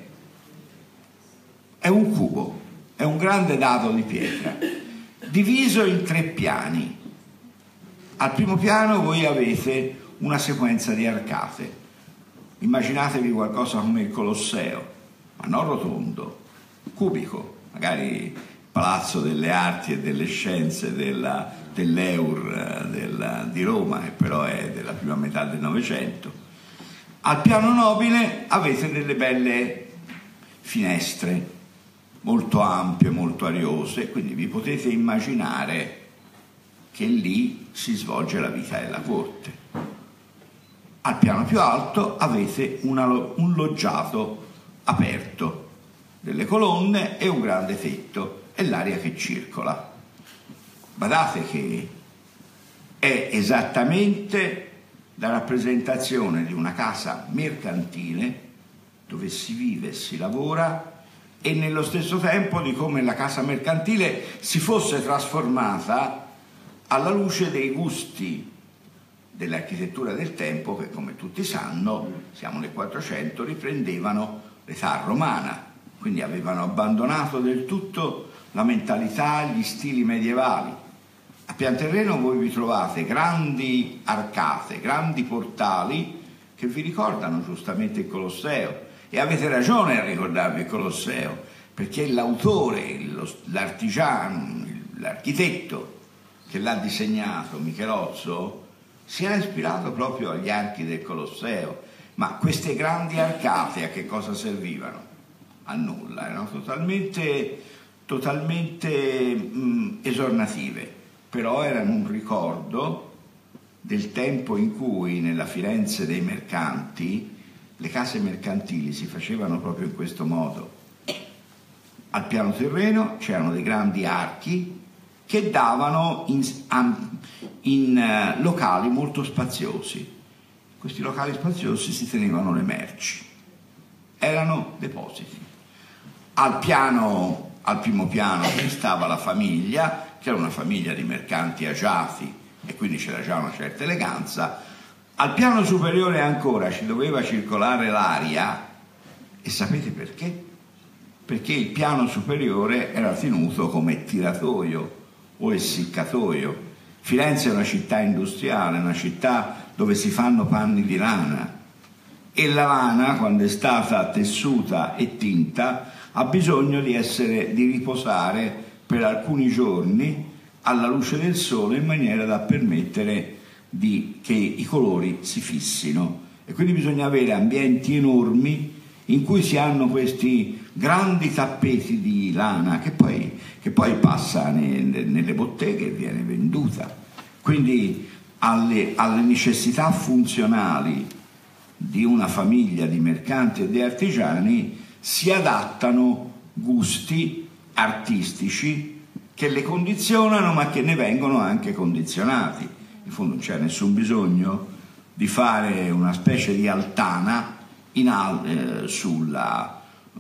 è un cubo, è un grande dado di pietra, diviso in tre piani. Al primo piano voi avete una sequenza di arcate, immaginatevi qualcosa come il Colosseo, ma non rotondo, cubico, magari il Palazzo delle Arti e delle Scienze della, dell'Eur della, di Roma, che però è della prima metà del Novecento. Al piano nobile avete delle belle finestre, molto ampie, molto ariose, quindi vi potete immaginare che lì si svolge la vita della corte. Al piano più alto avete una, un loggiato aperto, delle colonne e un grande tetto, e l'aria che circola. Badate che è esattamente la rappresentazione di una casa mercantile dove si vive e si lavora e nello stesso tempo di come la casa mercantile si fosse trasformata alla luce dei gusti dell'architettura del tempo che, come tutti sanno, siamo nel quattrocento, riprendevano l'età romana, quindi avevano abbandonato del tutto la mentalità, gli stili medievali. A Pianterreno voi vi trovate grandi arcate, grandi portali che vi ricordano giustamente il Colosseo, e avete ragione a ricordarvi il Colosseo, perché l'autore, l'artigiano, l'architetto che l'ha disegnato, Michelozzo, si era ispirato proprio agli archi del Colosseo. Ma queste grandi arcate a che cosa servivano? A nulla, erano totalmente, totalmente mh, esornative, però erano un ricordo del tempo in cui nella Firenze dei mercanti le case mercantili si facevano proprio in questo modo. Al piano terreno c'erano dei grandi archi che davano in, in uh, locali molto spaziosi. In questi locali spaziosi si tenevano le merci, erano depositi. Al piano, al primo piano stava la famiglia, che era una famiglia di mercanti agiati e quindi c'era già una certa eleganza. Al piano superiore ancora ci doveva circolare l'aria, e sapete perché? Perché il piano superiore era tenuto come tiratoio o essiccatoio. Firenze è una città industriale, una città dove si fanno panni di lana, e la lana, quando è stata tessuta e tinta, ha bisogno di essere, di riposare per alcuni giorni alla luce del sole, in maniera da permettere di, che i colori si fissino, e quindi bisogna avere ambienti enormi in cui si hanno questi grandi tappeti di lana che poi, che poi passa ne, nelle botteghe e viene venduta. Quindi alle, alle necessità funzionali di una famiglia di mercanti e di artigiani si adattano gusti artistici che le condizionano, ma che ne vengono anche condizionati. In fondo non c'è nessun bisogno di fare una specie di altana in al, eh, sulla,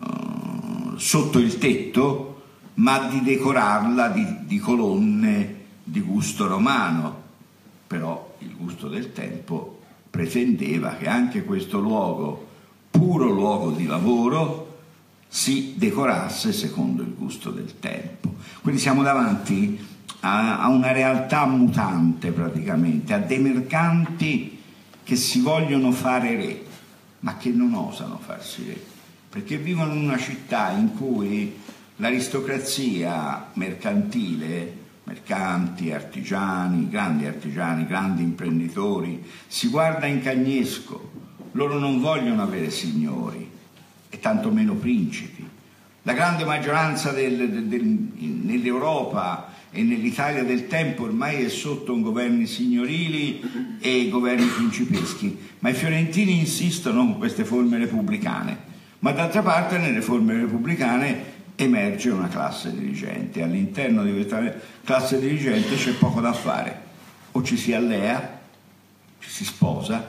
uh, sotto il tetto, ma di decorarla di, di colonne di gusto romano. Però il gusto del tempo pretendeva che anche questo luogo, puro luogo di lavoro, si decorasse secondo il gusto del tempo. Quindi siamo davanti a, a una realtà mutante praticamente, a dei mercanti che si vogliono fare re, ma che non osano farsi re, perché vivono in una città in cui l'aristocrazia mercantile, mercanti, artigiani, grandi artigiani, grandi imprenditori, si guarda in cagnesco. Loro non vogliono avere signori e tantomeno principi. La grande maggioranza del, del, del, nell'Europa e nell'Italia del tempo ormai è sotto governi signorili e governi principeschi, ma i fiorentini insistono con queste forme repubblicane. Ma d'altra parte nelle forme repubblicane emerge una classe dirigente. All'interno di questa classe dirigente c'è poco da fare: o ci si allea, ci si sposa,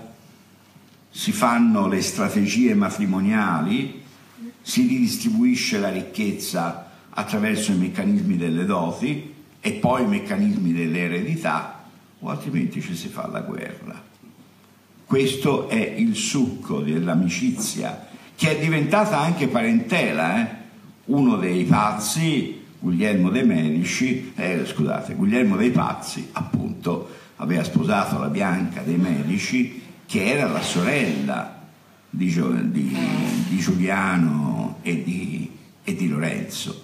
si fanno le strategie matrimoniali, si ridistribuisce la ricchezza attraverso i meccanismi delle doti e poi i meccanismi delle eredità, o altrimenti ci si fa la guerra. Questo è il succo dell'amicizia, che è diventata anche parentela, eh? Uno dei pazzi, Guglielmo de' Medici, eh, scusate, Guglielmo dei Pazzi, appunto, aveva sposato la Bianca dei Medici, che era la sorella di, di, di Giuliano e di, e di Lorenzo.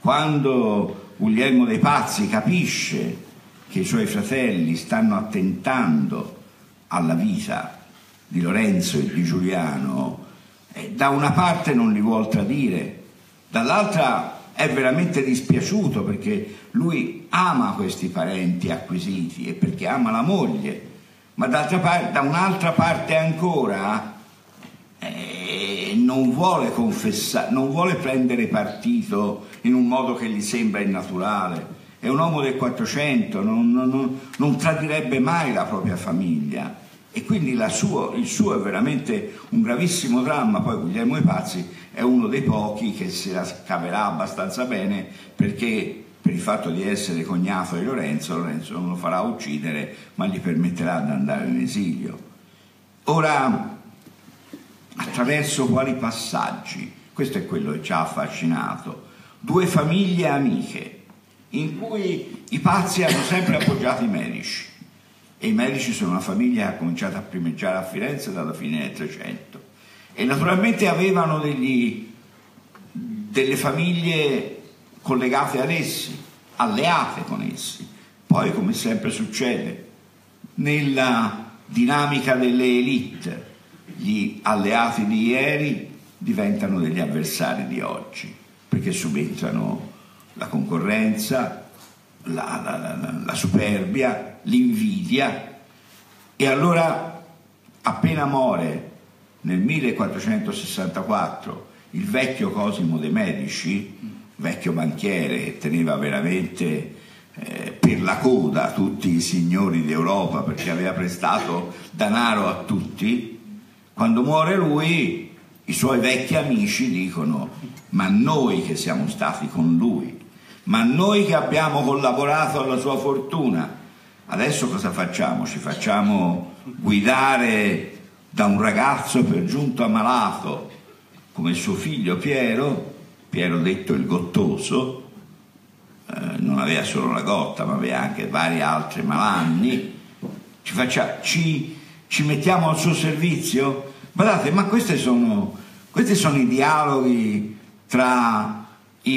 Quando Guglielmo dei Pazzi capisce che i suoi fratelli stanno attentando alla vita di Lorenzo e di Giuliano, eh, da una parte non li vuol tradire, dall'altra è veramente dispiaciuto, perché lui ama questi parenti acquisiti e perché ama la moglie, ma d'altra parte, da un'altra parte ancora eh, non vuole confessare, non vuole prendere partito in un modo che gli sembra innaturale. È un uomo del Quattrocento, non, non, non tradirebbe mai la propria famiglia, e quindi la sua, il suo è veramente un gravissimo dramma. Poi Guglielmo dei Pazzi è uno dei pochi che se la caverà abbastanza bene, perché per il fatto di essere cognato di Lorenzo, Lorenzo non lo farà uccidere, ma gli permetterà di andare in esilio. Ora, attraverso quali passaggi? Questo è quello che ci ha affascinato. Due famiglie amiche, in cui i pazzi hanno sempre appoggiato i Medici, e i Medici sono una famiglia che ha cominciato a primeggiare a Firenze dalla fine del Trecento, e naturalmente avevano degli, delle famiglie collegate ad essi, alleate con essi. Poi, come sempre succede nella dinamica delle elite, gli alleati di ieri diventano degli avversari di oggi, perché subentrano la concorrenza, la, la, la, la superbia, l'invidia. E allora, appena muore nel millequattrocentosessantaquattro il vecchio Cosimo de' Medici, vecchio banchiere che teneva veramente eh, per la coda tutti i signori d'Europa perché aveva prestato denaro a tutti, quando muore lui i suoi vecchi amici dicono: ma noi che siamo stati con lui, ma noi che abbiamo collaborato alla sua fortuna, adesso cosa facciamo? Ci facciamo guidare da un ragazzo per giunto ammalato come suo figlio Piero, Piero detto il Gottoso, eh, non aveva solo la gotta ma aveva anche vari altri malanni, ci, faccia, ci, ci mettiamo al suo servizio? Guardate, ma questi sono, questi sono i dialoghi tra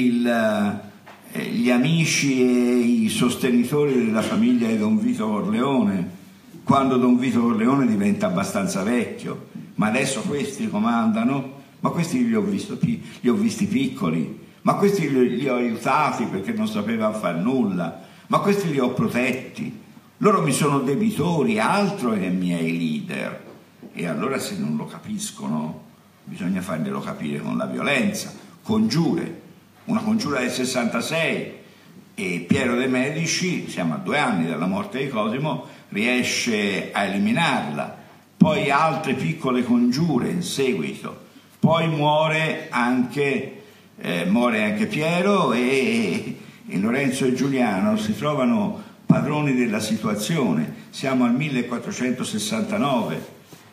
il, eh, gli amici e i sostenitori della famiglia di Don Vito Corleone, quando Don Vito Corleone diventa abbastanza vecchio, ma adesso questi comandano. Ma questi li ho, visto, li ho visti piccoli, ma questi li, li ho aiutati perché non sapevano fare nulla, ma questi li ho protetti, loro mi sono debitori, altro che i miei leader. E allora, se non lo capiscono, bisogna farglielo capire con la violenza. Congiure, una congiura del sessantasei, e Piero de' Medici, siamo a due anni dalla morte di Cosimo, riesce a eliminarla. Poi altre piccole congiure in seguito. Poi muore anche, eh, muore anche Piero e, e Lorenzo e Giuliano si trovano padroni della situazione. Siamo al millequattrocentosessantanove,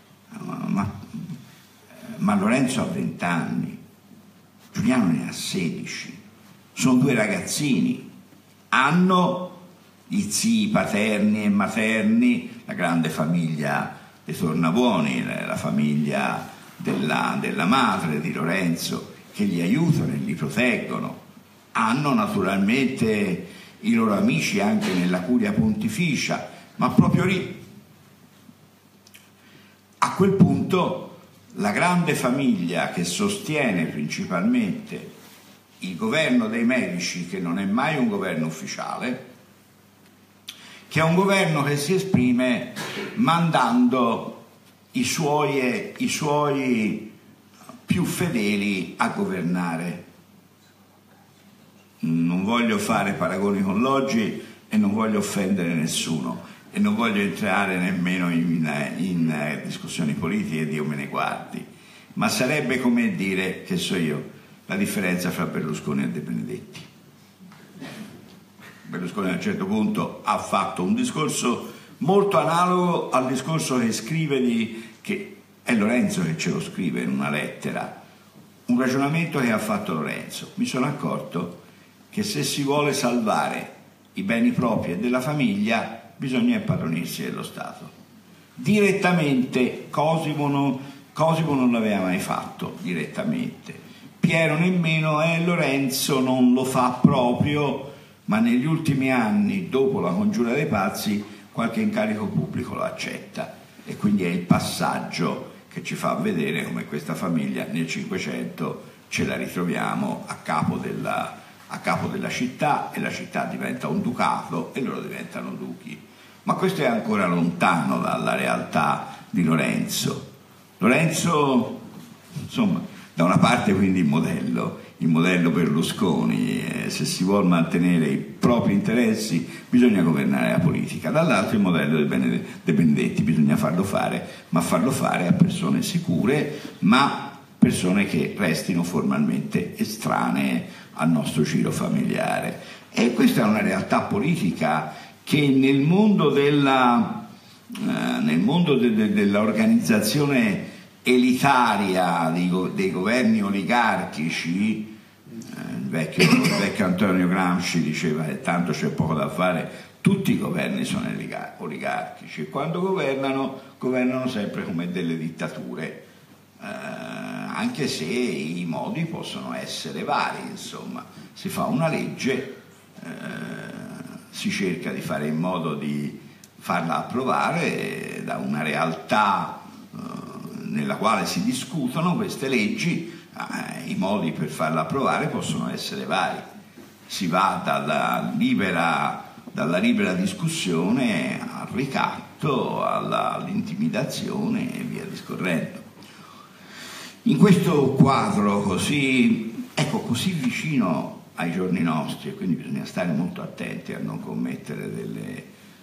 ma, ma Lorenzo ha venti anni, Giuliano ne ha sedici, sono due ragazzini, hanno gli zii paterni e materni, la grande famiglia dei Tornabuoni, la famiglia Della, della madre di Lorenzo, che li aiutano e li proteggono. Hanno naturalmente i loro amici anche nella curia pontificia, ma proprio lì, a quel punto, la grande famiglia che sostiene principalmente il governo dei Medici, che non è mai un governo ufficiale, che è un governo che si esprime mandando I suoi, i suoi più fedeli a governare. Non voglio fare paragoni con l'oggi e non voglio offendere nessuno e non voglio entrare nemmeno in, in discussioni politiche, Dio me ne guardi, ma sarebbe come dire, che so io, la differenza fra Berlusconi e De Benedetti. Berlusconi a un certo punto ha fatto un discorso molto analogo al discorso che scrive di, che è Lorenzo che ce lo scrive in una lettera, un ragionamento che ha fatto Lorenzo. Mi sono accorto che se si vuole salvare i beni propri e della famiglia bisogna impadronirsi dello Stato. Direttamente Cosimo non, Cosimo non l'aveva mai fatto direttamente, Piero nemmeno, e Lorenzo non lo fa proprio, ma negli ultimi anni, dopo la congiura dei pazzi, qualche incarico pubblico lo accetta, e quindi è il passaggio che ci fa vedere come questa famiglia nel Cinquecento ce la ritroviamo a capo della, a capo della città, e la città diventa un ducato e loro diventano duchi. Ma questo è ancora lontano dalla realtà di Lorenzo. Lorenzo, insomma, da una parte quindi il modello, il modello Berlusconi, eh, se si vuole mantenere i propri interessi bisogna governare la politica, dall'altro il modello De Benedetti, bisogna farlo fare, ma farlo fare a persone sicure, ma persone che restino formalmente estranee al nostro giro familiare. E questa è una realtà politica che nel mondo della, eh, nel mondo de, de, dell'organizzazione elitaria dei, dei governi oligarchici, il vecchio, il vecchio Antonio Gramsci diceva che tanto c'è poco da fare, tutti i governi sono oligarchici e quando governano, governano sempre come delle dittature, eh, anche se i modi possono essere vari, insomma, si fa una legge, eh, si cerca di fare in modo di farla approvare da una realtà eh, nella quale si discutono queste leggi. Eh, i modi per farla approvare possono essere vari, si va dalla libera, dalla libera discussione al ricatto, alla, all'intimidazione e via discorrendo. In questo quadro così, ecco, così vicino ai giorni nostri, e quindi bisogna stare molto attenti a non commettere delle,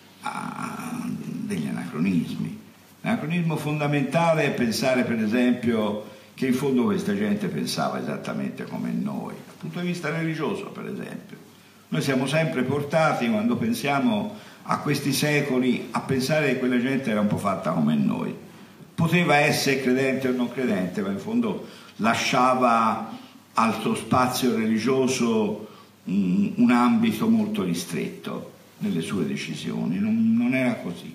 a, degli anacronismi. L'anacronismo fondamentale è pensare, per esempio, che in fondo questa gente pensava esattamente come noi, dal punto di vista religioso, per esempio. Noi siamo sempre portati, quando pensiamo a questi secoli, a pensare che quella gente era un po' fatta come noi. Poteva essere credente o non credente, ma in fondo lasciava al suo spazio religioso un, un ambito molto ristretto nelle sue decisioni. Non, non era così.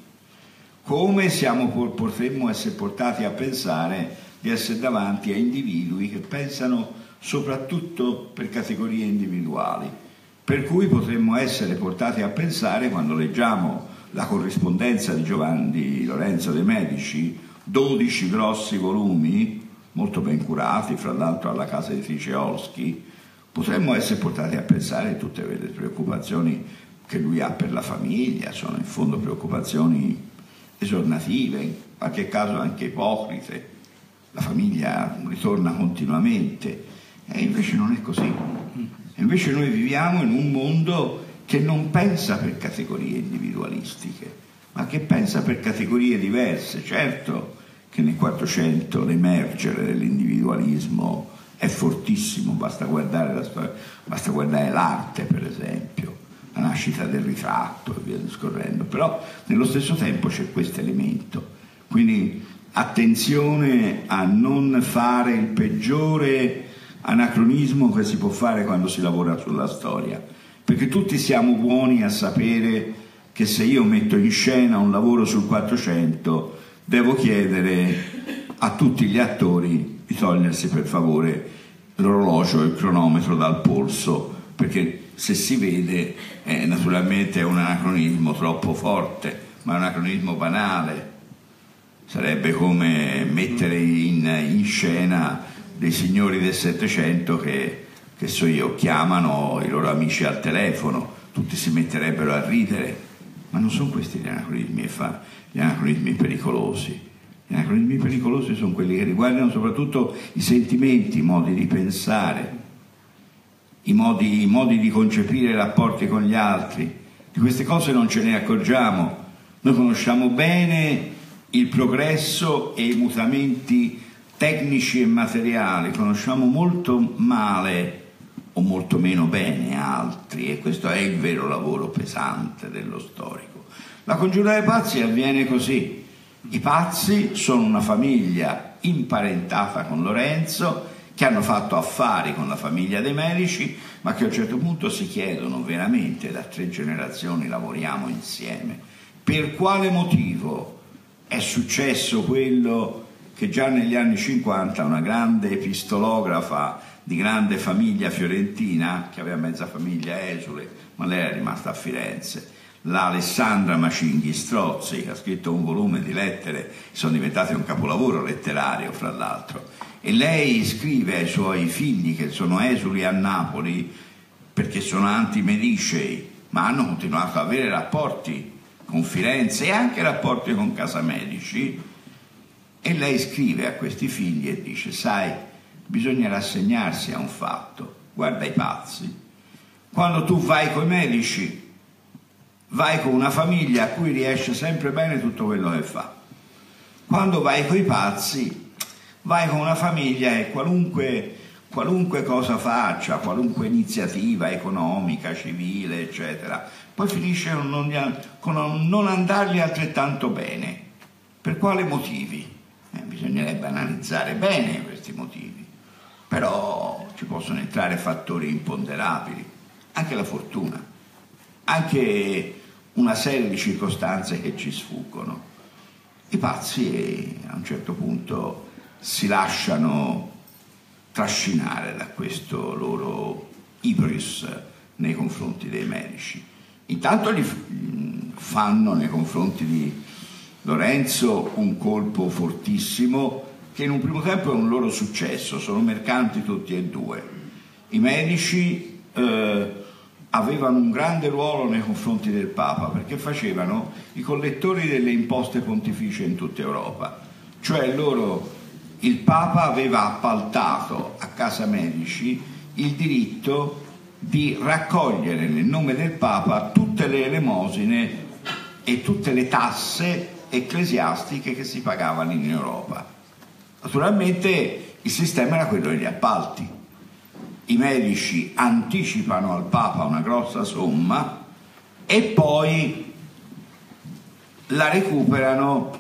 Come siamo, potremmo essere portati a pensare di essere davanti a individui che pensano soprattutto per categorie individuali, per cui potremmo essere portati a pensare, quando leggiamo la corrispondenza di Giovanni Lorenzo de' Medici, dodici grossi volumi, molto ben curati, fra l'altro alla casa editrice Olsky, potremmo essere portati a pensare che tutte le preoccupazioni che lui ha per la famiglia sono in fondo preoccupazioni esornative, in qualche caso anche ipocrite. La famiglia ritorna continuamente, e invece non è così. E invece noi viviamo in un mondo che non pensa per categorie individualistiche, ma che pensa per categorie diverse. Certo che nel Quattrocento l'emergere dell'individualismo è fortissimo, basta guardare la storia, basta guardare l'arte, per esempio, la nascita del ritratto e via discorrendo, però nello stesso tempo c'è questo elemento. Quindi attenzione a non fare il peggiore anacronismo che si può fare quando si lavora sulla storia, perché tutti siamo buoni a sapere che se io metto in scena un lavoro sul Quattrocento devo chiedere a tutti gli attori di togliersi per favore l'orologio e il cronometro dal polso, perché se si vede eh, naturalmente è un anacronismo troppo forte, ma è un anacronismo banale. Sarebbe come mettere in, in scena dei signori del Settecento che, che so io, chiamano i loro amici al telefono, tutti si metterebbero a ridere, ma non sono questi gli anacronismi, e fa, gli anacronismi pericolosi. Gli anacronismi pericolosi sono quelli che riguardano soprattutto i sentimenti, i modi di pensare, i modi, i modi di concepire i rapporti con gli altri. Di queste cose non ce ne accorgiamo. Noi conosciamo bene il progresso e i mutamenti tecnici e materiali, conosciamo molto male o molto meno bene altri, e questo è il vero lavoro pesante dello storico. La congiura dei pazzi avviene così: i pazzi sono una famiglia imparentata con Lorenzo, che hanno fatto affari con la famiglia dei Medici, ma che a un certo punto si chiedono veramente, da tre generazioni lavoriamo insieme, per quale motivo è successo quello che già negli anni cinquanta una grande epistolografa di grande famiglia fiorentina, che aveva mezza famiglia esule, ma lei era rimasta a Firenze, la Alessandra Macinghi Strozzi, che ha scritto un volume di lettere, sono diventate un capolavoro letterario fra l'altro, e lei scrive ai suoi figli, che sono esuli a Napoli perché sono anti-medicei, ma hanno continuato ad avere rapporti con Firenze e anche rapporti con Casa Medici, e lei scrive a questi figli e dice: sai, bisogna rassegnarsi a un fatto, guarda i pazzi, quando tu vai coi Medici vai con una famiglia a cui riesce sempre bene tutto quello che fa, quando vai coi pazzi vai con una famiglia e qualunque, qualunque cosa faccia, qualunque iniziativa economica, civile, eccetera, poi finisce con non, con non andargli altrettanto bene. Per quali motivi? Eh, bisognerebbe analizzare bene questi motivi, però ci possono entrare fattori imponderabili, anche la fortuna, anche una serie di circostanze che ci sfuggono. I pazzi a un certo punto si lasciano trascinare da questo loro ibris nei confronti dei medici. Intanto gli fanno nei confronti di Lorenzo un colpo fortissimo che in un primo tempo è un loro successo, sono mercanti tutti e due. I medici eh, avevano un grande ruolo nei confronti del Papa perché facevano i collettori delle imposte pontificie in tutta Europa, cioè loro, il Papa aveva appaltato a Casa Medici il diritto di raccogliere nel nome del Papa tutte le elemosine e tutte le tasse ecclesiastiche che si pagavano in Europa. Naturalmente il sistema era quello degli appalti. I medici anticipano al Papa una grossa somma e poi la recuperano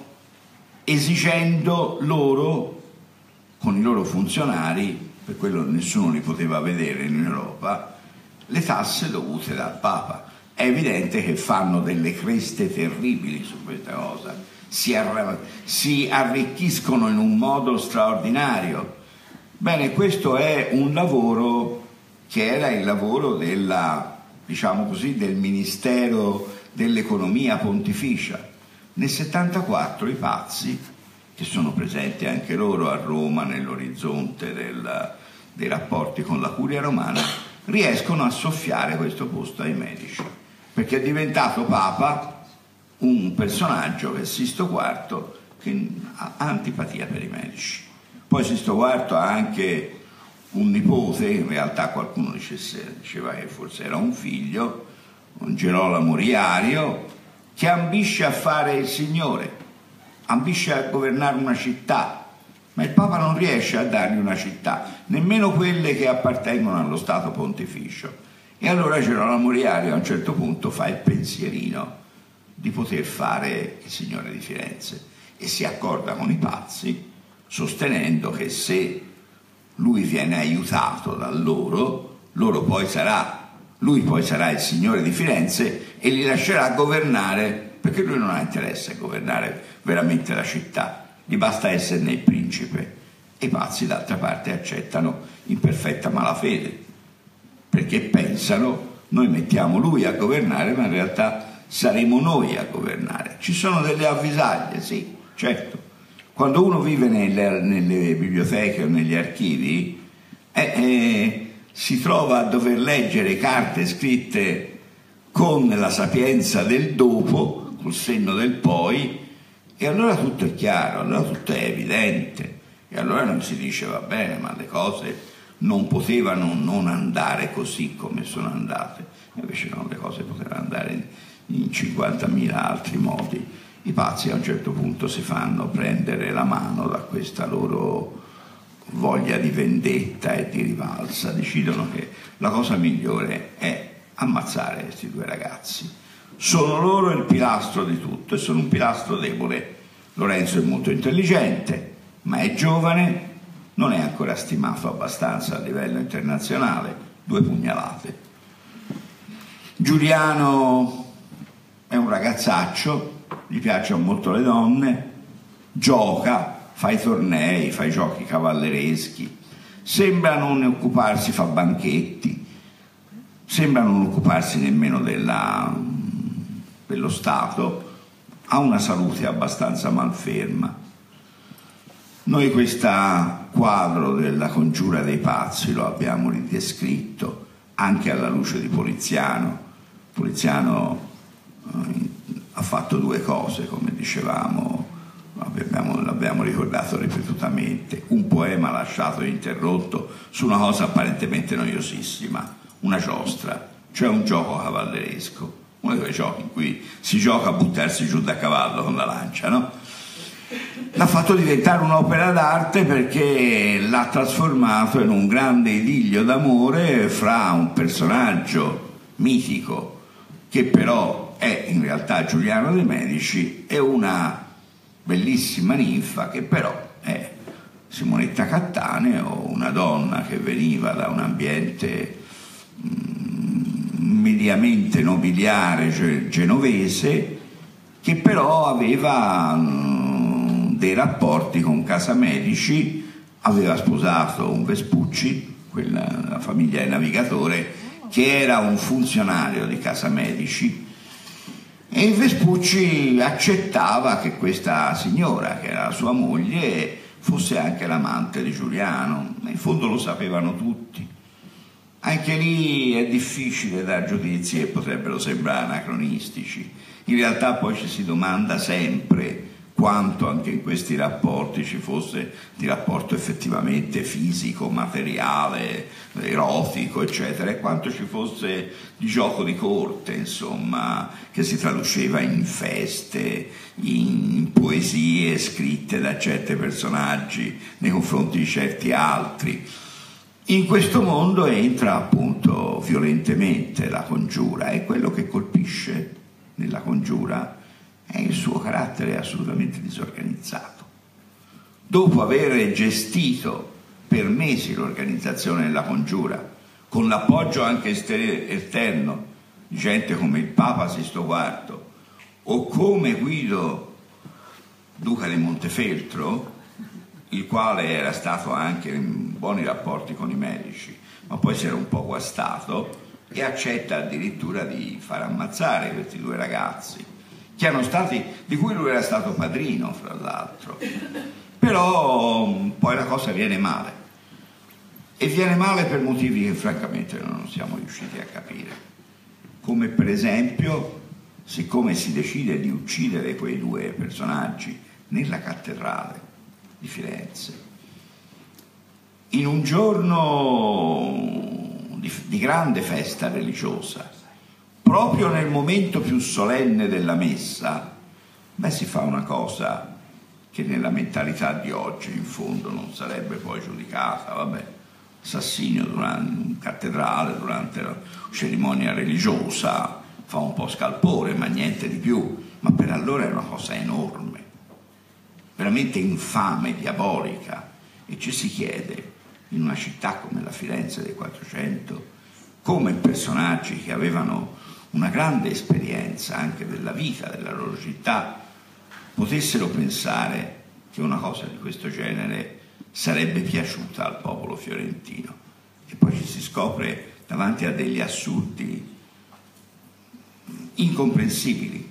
esigendo loro, con i loro funzionari, per quello nessuno li poteva vedere in Europa, le tasse dovute dal Papa. È evidente che fanno delle creste terribili su questa cosa, si, arra- si arricchiscono in un modo straordinario. Bene, questo è un lavoro che era il lavoro della, diciamo così, del Ministero dell'Economia Pontificia. Nel settantaquattro i pazzi, che sono presenti anche loro a Roma nell'orizzonte del, dei rapporti con la Curia romana, riescono a soffiare questo posto ai medici, perché è diventato Papa un personaggio che è Sisto quarto che ha antipatia per i medici. Poi Sisto quarto ha anche un nipote, in realtà qualcuno dicesse, diceva che forse era un figlio, un Gerolamo Riario, che ambisce a fare il Signore, ambisce a governare una città, ma il Papa non riesce a dargli una città, nemmeno quelle che appartengono allo Stato Pontificio. E allora Gerolamo Riario a un certo punto fa il pensierino di poter fare il Signore di Firenze e si accorda con i pazzi, sostenendo che se lui viene aiutato da loro, loro poi sarà, lui poi sarà il Signore di Firenze e li lascerà governare, perché lui non ha interesse a governare veramente la città, gli basta esserne il principe. E i pazzi d'altra parte accettano in perfetta malafede, perché pensano noi mettiamo lui a governare, ma in realtà saremo noi a governare. Ci sono delle avvisaglie, sì, certo. Quando uno vive nelle, nelle biblioteche o negli archivi eh, eh, si trova a dover leggere carte scritte con la sapienza del dopo, col senno del poi, e allora tutto è chiaro, allora tutto è evidente, e allora non si dice va bene, ma le cose non potevano non andare così come sono andate, invece no, le cose potevano andare in, in cinquantamila altri modi. I pazzi a un certo punto si fanno prendere la mano da questa loro voglia di vendetta e di rivalsa, decidono che la cosa migliore è ammazzare questi due ragazzi. Sono loro il pilastro di tutto e sono un pilastro debole. Lorenzo è molto intelligente, ma è giovane, non è ancora stimato abbastanza a livello internazionale, due pugnalate. Giuliano è un ragazzaccio, gli piacciono molto le donne, gioca, fa i tornei, fa i giochi cavallereschi, sembra non occuparsi, fa banchetti, sembra non occuparsi nemmeno della, dello Stato, ha una salute abbastanza malferma. Noi questo quadro della congiura dei pazzi lo abbiamo ridescritto anche alla luce di Poliziano. Poliziano eh, ha fatto due cose, come dicevamo, l'abbiamo, l'abbiamo ricordato ripetutamente: un poema lasciato e interrotto su una cosa apparentemente noiosissima, una giostra, cioè un gioco cavalleresco, uno di quei giochi in cui si gioca a buttarsi giù da cavallo con la lancia, no? l'ha fatto diventare un'opera d'arte perché l'ha trasformato in un grande idillio d'amore fra un personaggio mitico che però è in realtà Giuliano de' Medici e una bellissima ninfa che però è Simonetta Cattaneo, una donna che veniva da un ambiente mh, mediamente nobiliare genovese, che però aveva mh, dei rapporti con Casa Medici, aveva sposato un Vespucci, quella, la famiglia del navigatore, che era un funzionario di Casa Medici, e il Vespucci accettava che questa signora, che era la sua moglie, fosse anche l'amante di Giuliano. In fondo lo sapevano tutti. Anche lì è difficile dar giudizi e potrebbero sembrare anacronistici. In realtà poi ci si domanda sempre quanto anche in questi rapporti ci fosse di rapporto effettivamente fisico, materiale, erotico, eccetera, e quanto ci fosse di gioco di corte, insomma, che si traduceva in feste, in poesie scritte da certi personaggi nei confronti di certi altri. In questo mondo entra appunto violentemente la congiura, e quello che colpisce nella congiura è il suo carattere assolutamente disorganizzato. Dopo aver gestito per mesi l'organizzazione della congiura, con l'appoggio anche esterno di gente come il Papa Sisto quarto o come Guido Duca di Montefeltro, il quale era stato anche in buoni rapporti con i Medici, ma poi si era un po' guastato e accetta addirittura di far ammazzare questi due ragazzi, che erano stati, di cui lui era stato padrino, fra l'altro. Però poi la cosa viene male, e viene male per motivi che francamente non siamo riusciti a capire, come per esempio, siccome si decide di uccidere quei due personaggi nella cattedrale di Firenze, in un giorno di, di grande festa religiosa, proprio nel momento più solenne della messa, beh, si fa una cosa che nella mentalità di oggi in fondo non sarebbe poi giudicata, vabbè, assassinio durante un cattedrale, durante la cerimonia religiosa, fa un po' scalpore, ma niente di più. Ma per allora è una cosa enorme, veramente infame, diabolica, e ci si chiede, in una città come la Firenze del Quattrocento, come personaggi che avevano una grande esperienza anche della vita della loro città potessero pensare che una cosa di questo genere sarebbe piaciuta al popolo fiorentino. E poi ci si scopre davanti a degli assurdi incomprensibili.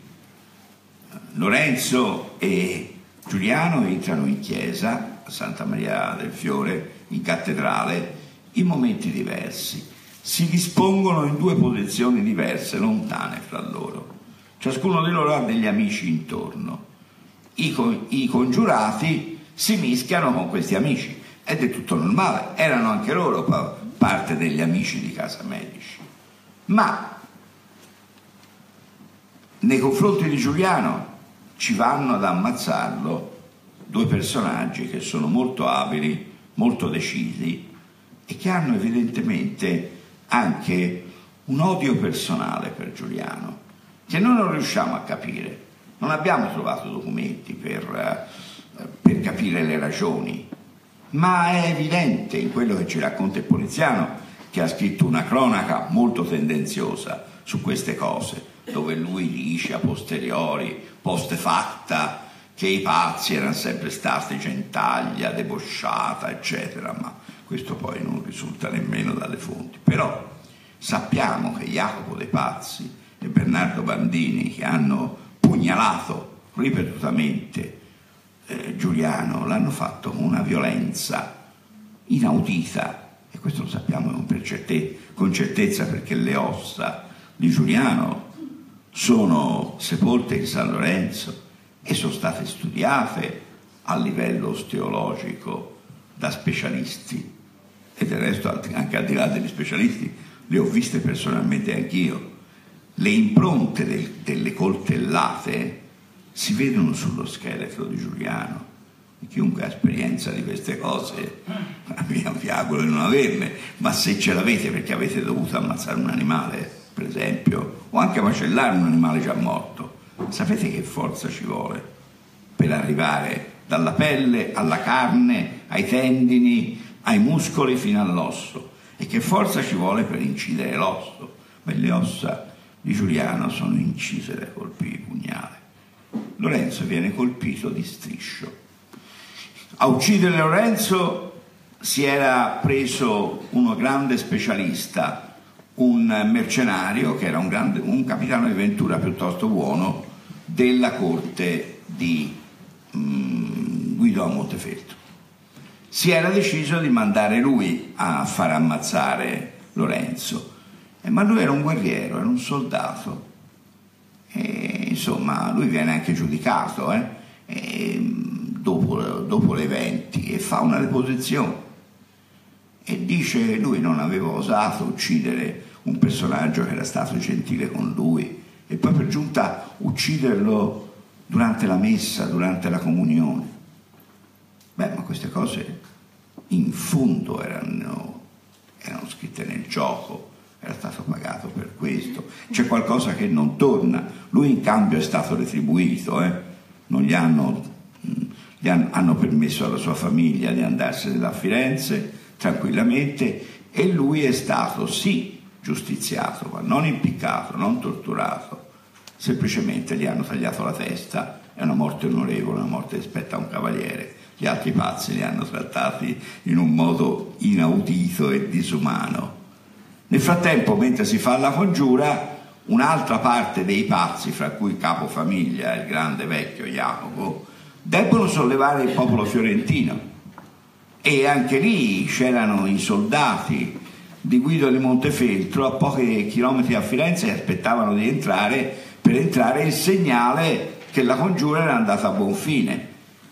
Lorenzo e Giuliano entrano in chiesa a Santa Maria del Fiore, in cattedrale, in momenti diversi. Si dispongono in due posizioni diverse, lontane fra loro. Ciascuno di loro ha degli amici intorno. I, con, i congiurati si mischiano con questi amici ed è tutto normale, erano anche loro pa- parte degli amici di Casa Medici. Ma nei confronti di Giuliano ci vanno ad ammazzarlo due personaggi che sono molto abili, molto decisi e che hanno evidentemente anche un odio personale per Giuliano, che noi non riusciamo a capire. Non abbiamo trovato documenti per, per capire le ragioni, ma è evidente in quello che ci racconta il Poliziano, che ha scritto una cronaca molto tendenziosa su queste cose, dove lui dice a posteriori, post facta, che i pazzi erano sempre stati gentaglia, debosciata, eccetera, ma questo poi non risulta nemmeno dalle fonti. Però sappiamo che Jacopo De Pazzi e Bernardo Bandini, che hanno pugnalato ripetutamente eh, Giuliano, l'hanno fatto con una violenza inaudita, e questo lo sappiamo con, per certe, con certezza, perché le ossa di Giuliano sono sepolte in San Lorenzo e sono state studiate a livello osteologico da specialisti, e del resto anche al di là degli specialisti le ho viste personalmente anch'io. Le impronte del, delle coltellate si vedono sullo scheletro di Giuliano, Chiunque ha esperienza di queste cose, vi auguro di non averne, ma se ce l'avete perché avete dovuto ammazzare un animale, per esempio, o anche macellare un animale già morto, sapete che forza ci vuole per arrivare dalla pelle alla carne, ai tendini, ai muscoli fino all'osso, e che forza ci vuole per incidere l'osso. Beh, le ossa di Giuliano sono incise dai colpi di pugnale. Lorenzo viene colpito di striscio. A uccidere Lorenzo si era preso uno grande specialista, un mercenario che era un, grande, un capitano di ventura piuttosto buono della corte di um, Guido a Montefeltro. Si era deciso di mandare lui a far ammazzare Lorenzo, eh, ma lui era un guerriero, era un soldato, e insomma lui viene anche giudicato eh, e, dopo, dopo le venti, e fa una deposizione e dice lui non aveva osato uccidere un personaggio che era stato gentile con lui, e poi per giunta ucciderlo durante la messa, durante la comunione. Beh, ma queste cose in fondo erano, erano scritte nel gioco, era stato pagato per questo, c'è qualcosa che non torna. Lui in cambio è stato retribuito, eh? non gli hanno, gli hanno, hanno permesso alla sua famiglia di andarsene da Firenze tranquillamente, e lui è stato sì giustiziato, ma non impiccato, non torturato, semplicemente gli hanno tagliato la testa. È una morte onorevole, una morte che spetta a un cavaliere. Gli altri pazzi li hanno trattati in un modo inaudito e disumano. Nel frattempo, mentre si fa la congiura, un'altra parte dei pazzi, fra cui il capofamiglia, il grande vecchio Jacopo, debbono sollevare il popolo fiorentino, e anche lì c'erano i soldati di Guido di Montefeltro a pochi chilometri a Firenze che aspettavano di entrare per entrare il segnale che la congiura era andata a buon fine.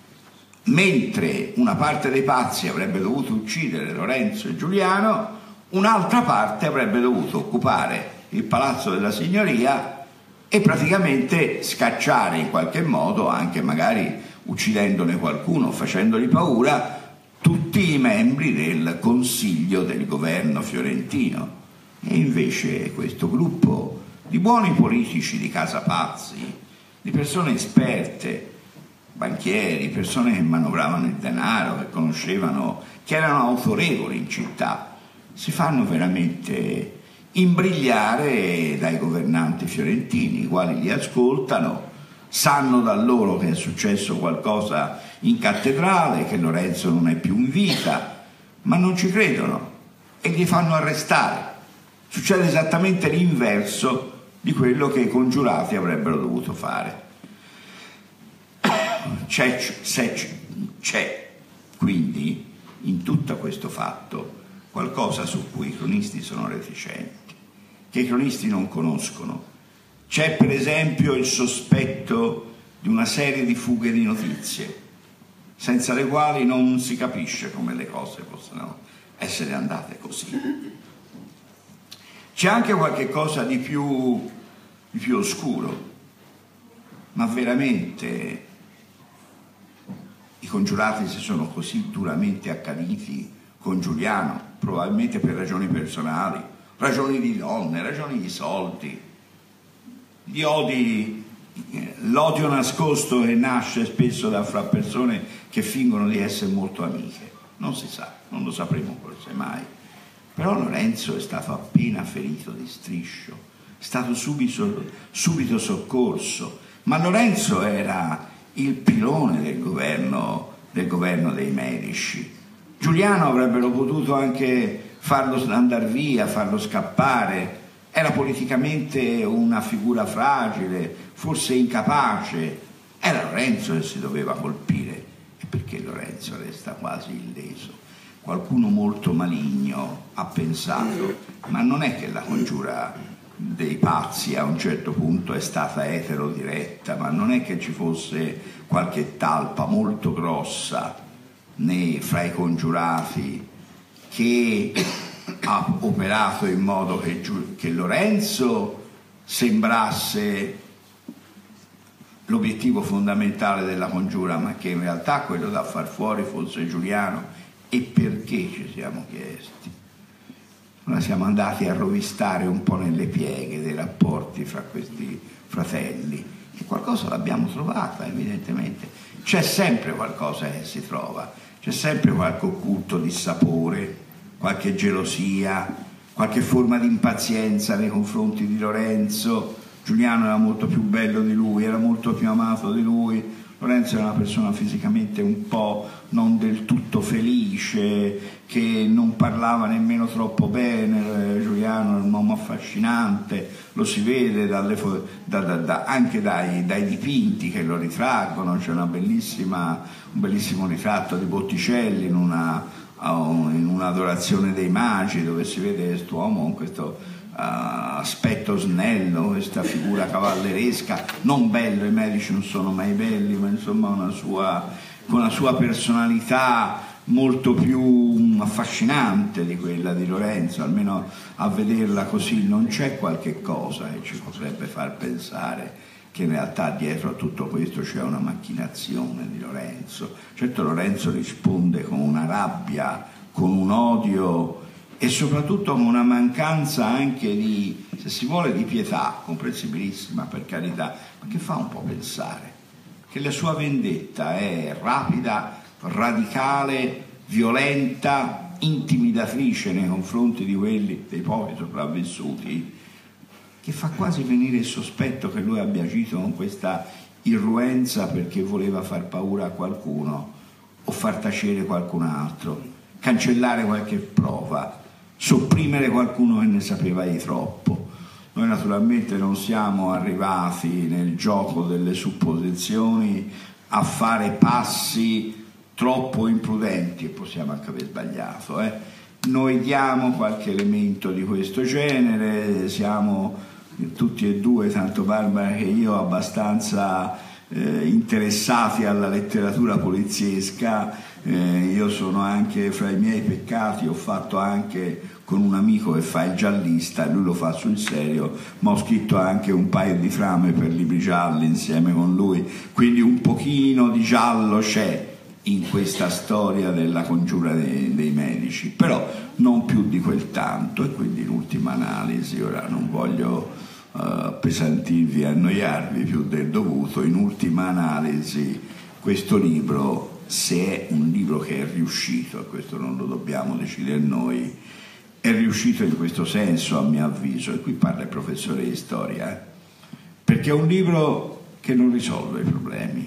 Mentre una parte dei pazzi avrebbe dovuto uccidere Lorenzo e Giuliano, un'altra parte avrebbe dovuto occupare il palazzo della signoria e praticamente scacciare in qualche modo, anche magari uccidendone qualcuno, facendogli paura, tutti i membri del consiglio del governo fiorentino. E invece questo gruppo di buoni politici di casa Pazzi, di persone esperte, banchieri, persone che manovravano il denaro, che conoscevano, che erano autorevoli in città, si fanno veramente imbrigliare dai governanti fiorentini, i quali li ascoltano, sanno da loro che è successo qualcosa in cattedrale, che Lorenzo non è più in vita, ma non ci credono e li fanno arrestare. Succede esattamente l'inverso di quello che i congiurati avrebbero dovuto fare. C'è, c'è, c'è quindi in tutto questo fatto qualcosa su cui i cronisti sono reticenti, che i cronisti non conoscono. C'è per esempio il sospetto di una serie di fughe di notizie, senza le quali non si capisce come le cose possano essere andate così. C'è anche qualche cosa di più, di più oscuro, ma veramente i congiurati si sono così duramente accaniti con Giuliano, probabilmente per ragioni personali, ragioni di donne, ragioni di soldi, gli odi, l'odio nascosto che nasce spesso da fra persone che fingono di essere molto amiche, non si sa, non lo sapremo forse mai. Però Lorenzo è stato appena ferito di striscio, è stato subito, subito soccorso, ma Lorenzo era il pilone del governo, del governo dei Medici. Giuliano avrebbero potuto anche farlo andare via, farlo scappare, era politicamente una figura fragile, forse incapace, era Lorenzo che si doveva colpire. E perché Lorenzo resta quasi illeso? Qualcuno molto maligno ha pensato, ma non è che la congiura dei pazzi a un certo punto è stata eterodiretta, ma non è che ci fosse qualche talpa molto grossa né fra i congiurati che ha operato in modo che, che Lorenzo sembrasse l'obiettivo fondamentale della congiura, ma che in realtà quello da far fuori fosse Giuliano. E perché, ci siamo chiesti? Ora siamo andati a rovistare un po' nelle pieghe dei rapporti fra questi fratelli e qualcosa l'abbiamo trovata, evidentemente. C'è sempre qualcosa che si trova, c'è sempre qualche occulto dissapore, qualche gelosia, qualche forma di impazienza nei confronti di Lorenzo. Giuliano era molto più bello di lui, era molto più amato di lui. Lorenzo era una persona fisicamente un po' non del tutto felice, che non parlava nemmeno troppo bene. Giuliano era un uomo affascinante, lo si vede dalle, da, da, da, anche dai, dai dipinti che lo ritraggono. C'è una bellissima, un bellissimo ritratto di Botticelli in una, in un'adorazione dei magi, dove si vede quest'uomo con questo Uh, aspetto snello, questa figura cavalleresca, non bello, i medici non sono mai belli, ma insomma una sua, con una sua personalità molto più affascinante di quella di Lorenzo. Almeno a vederla così non c'è qualche cosa che ci potrebbe far pensare che in realtà dietro a tutto questo c'è una macchinazione di Lorenzo. Certo, Lorenzo risponde con una rabbia, con un odio e soprattutto con una mancanza anche di, se si vuole, di pietà, comprensibilissima per carità, ma che fa un po' pensare che la sua vendetta è rapida, radicale, violenta, intimidatrice nei confronti di quelli, dei pochi sopravvissuti, che fa quasi venire il sospetto che lui abbia agito con questa irruenza perché voleva far paura a qualcuno o far tacere qualcun altro, cancellare qualche prova, sopprimere qualcuno che ne sapeva di troppo. Noi naturalmente non siamo arrivati nel gioco delle supposizioni a fare passi troppo imprudenti, e possiamo anche aver sbagliato. Eh? Noi diamo qualche elemento di questo genere, siamo tutti e due, tanto Barbara che io, abbastanza eh, interessati alla letteratura poliziesca. Eh, io sono anche, fra i miei peccati, ho fatto anche con un amico che fa il giallista, lui lo fa sul serio, ma ho scritto anche un paio di trame per libri gialli insieme con lui, quindi un pochino di giallo c'è in questa storia della congiura dei, dei medici, però non più di quel tanto. E quindi in ultima analisi, ora non voglio uh, appesantirvi e annoiarvi più del dovuto, in ultima analisi questo libro, se è un libro che è riuscito, e questo non lo dobbiamo decidere noi, è riuscito in questo senso, a mio avviso, e qui parla il professore di storia, eh? Perché è un libro che non risolve i problemi,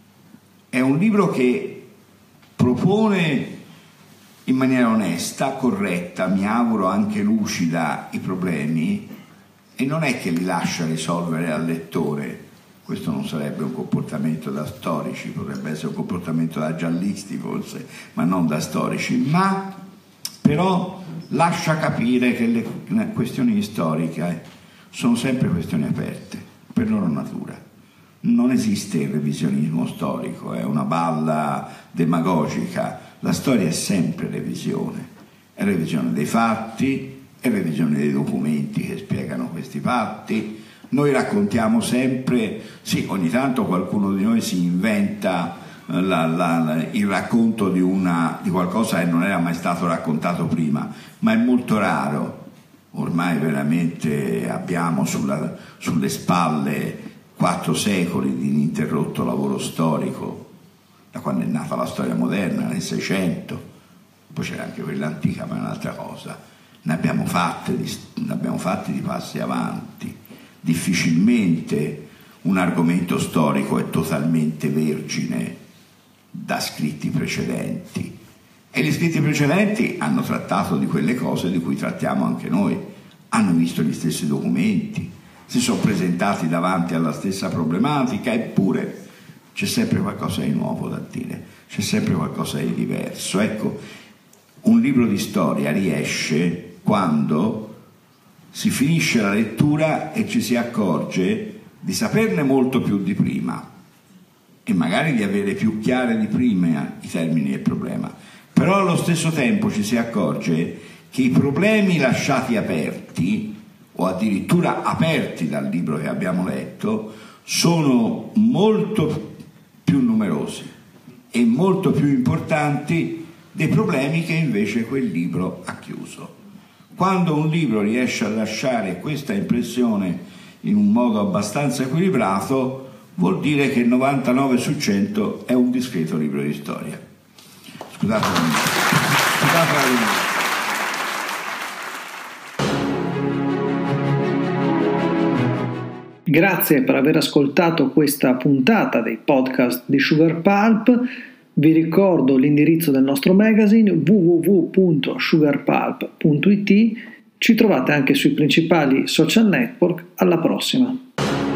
è un libro che propone in maniera onesta, corretta, mi auguro anche lucida, i problemi, e non è che li lascia risolvere al lettore. Questo non sarebbe un comportamento da storici, potrebbe essere un comportamento da giallisti forse, ma non da storici, ma però lascia capire che le questioni storiche sono sempre questioni aperte, per loro natura. Non esiste il revisionismo storico, è una balla demagogica. La storia è sempre revisione, è revisione dei fatti, è revisione dei documenti che spiegano questi fatti. Noi raccontiamo sempre, sì, ogni tanto qualcuno di noi si inventa La, la, la, il racconto di, una, di qualcosa che non era mai stato raccontato prima, ma è molto raro. Ormai veramente abbiamo sulla, sulle spalle quattro secoli di ininterrotto lavoro storico, da quando è nata la storia moderna, nel Seicento, poi c'era anche quella antica, ma è un'altra cosa. Ne abbiamo fatte di, ne abbiamo fatti di passi avanti. Difficilmente un argomento storico è totalmente vergine da scritti precedenti, e gli scritti precedenti hanno trattato di quelle cose di cui trattiamo anche noi, hanno visto gli stessi documenti, si sono presentati davanti alla stessa problematica, eppure c'è sempre qualcosa di nuovo da dire, c'è sempre qualcosa di diverso. Ecco, un libro di storia riesce quando si finisce la lettura e ci si accorge di saperne molto più di prima, e magari di avere più chiare di prima i termini del problema, però allo stesso tempo ci si accorge che i problemi lasciati aperti, o addirittura aperti dal libro che abbiamo letto, sono molto più numerosi e molto più importanti dei problemi che invece quel libro ha chiuso. Quando un libro riesce a lasciare questa impressione in un modo abbastanza equilibrato, vuol dire che il novantanove su cento è un discreto libro di storia. Scusate, scusate la lingua. Grazie per aver ascoltato questa puntata dei podcast di Sugar Pulp. Vi ricordo l'indirizzo del nostro magazine w w w punto sugar pulp punto i t. Ci trovate anche sui principali social network. Alla prossima!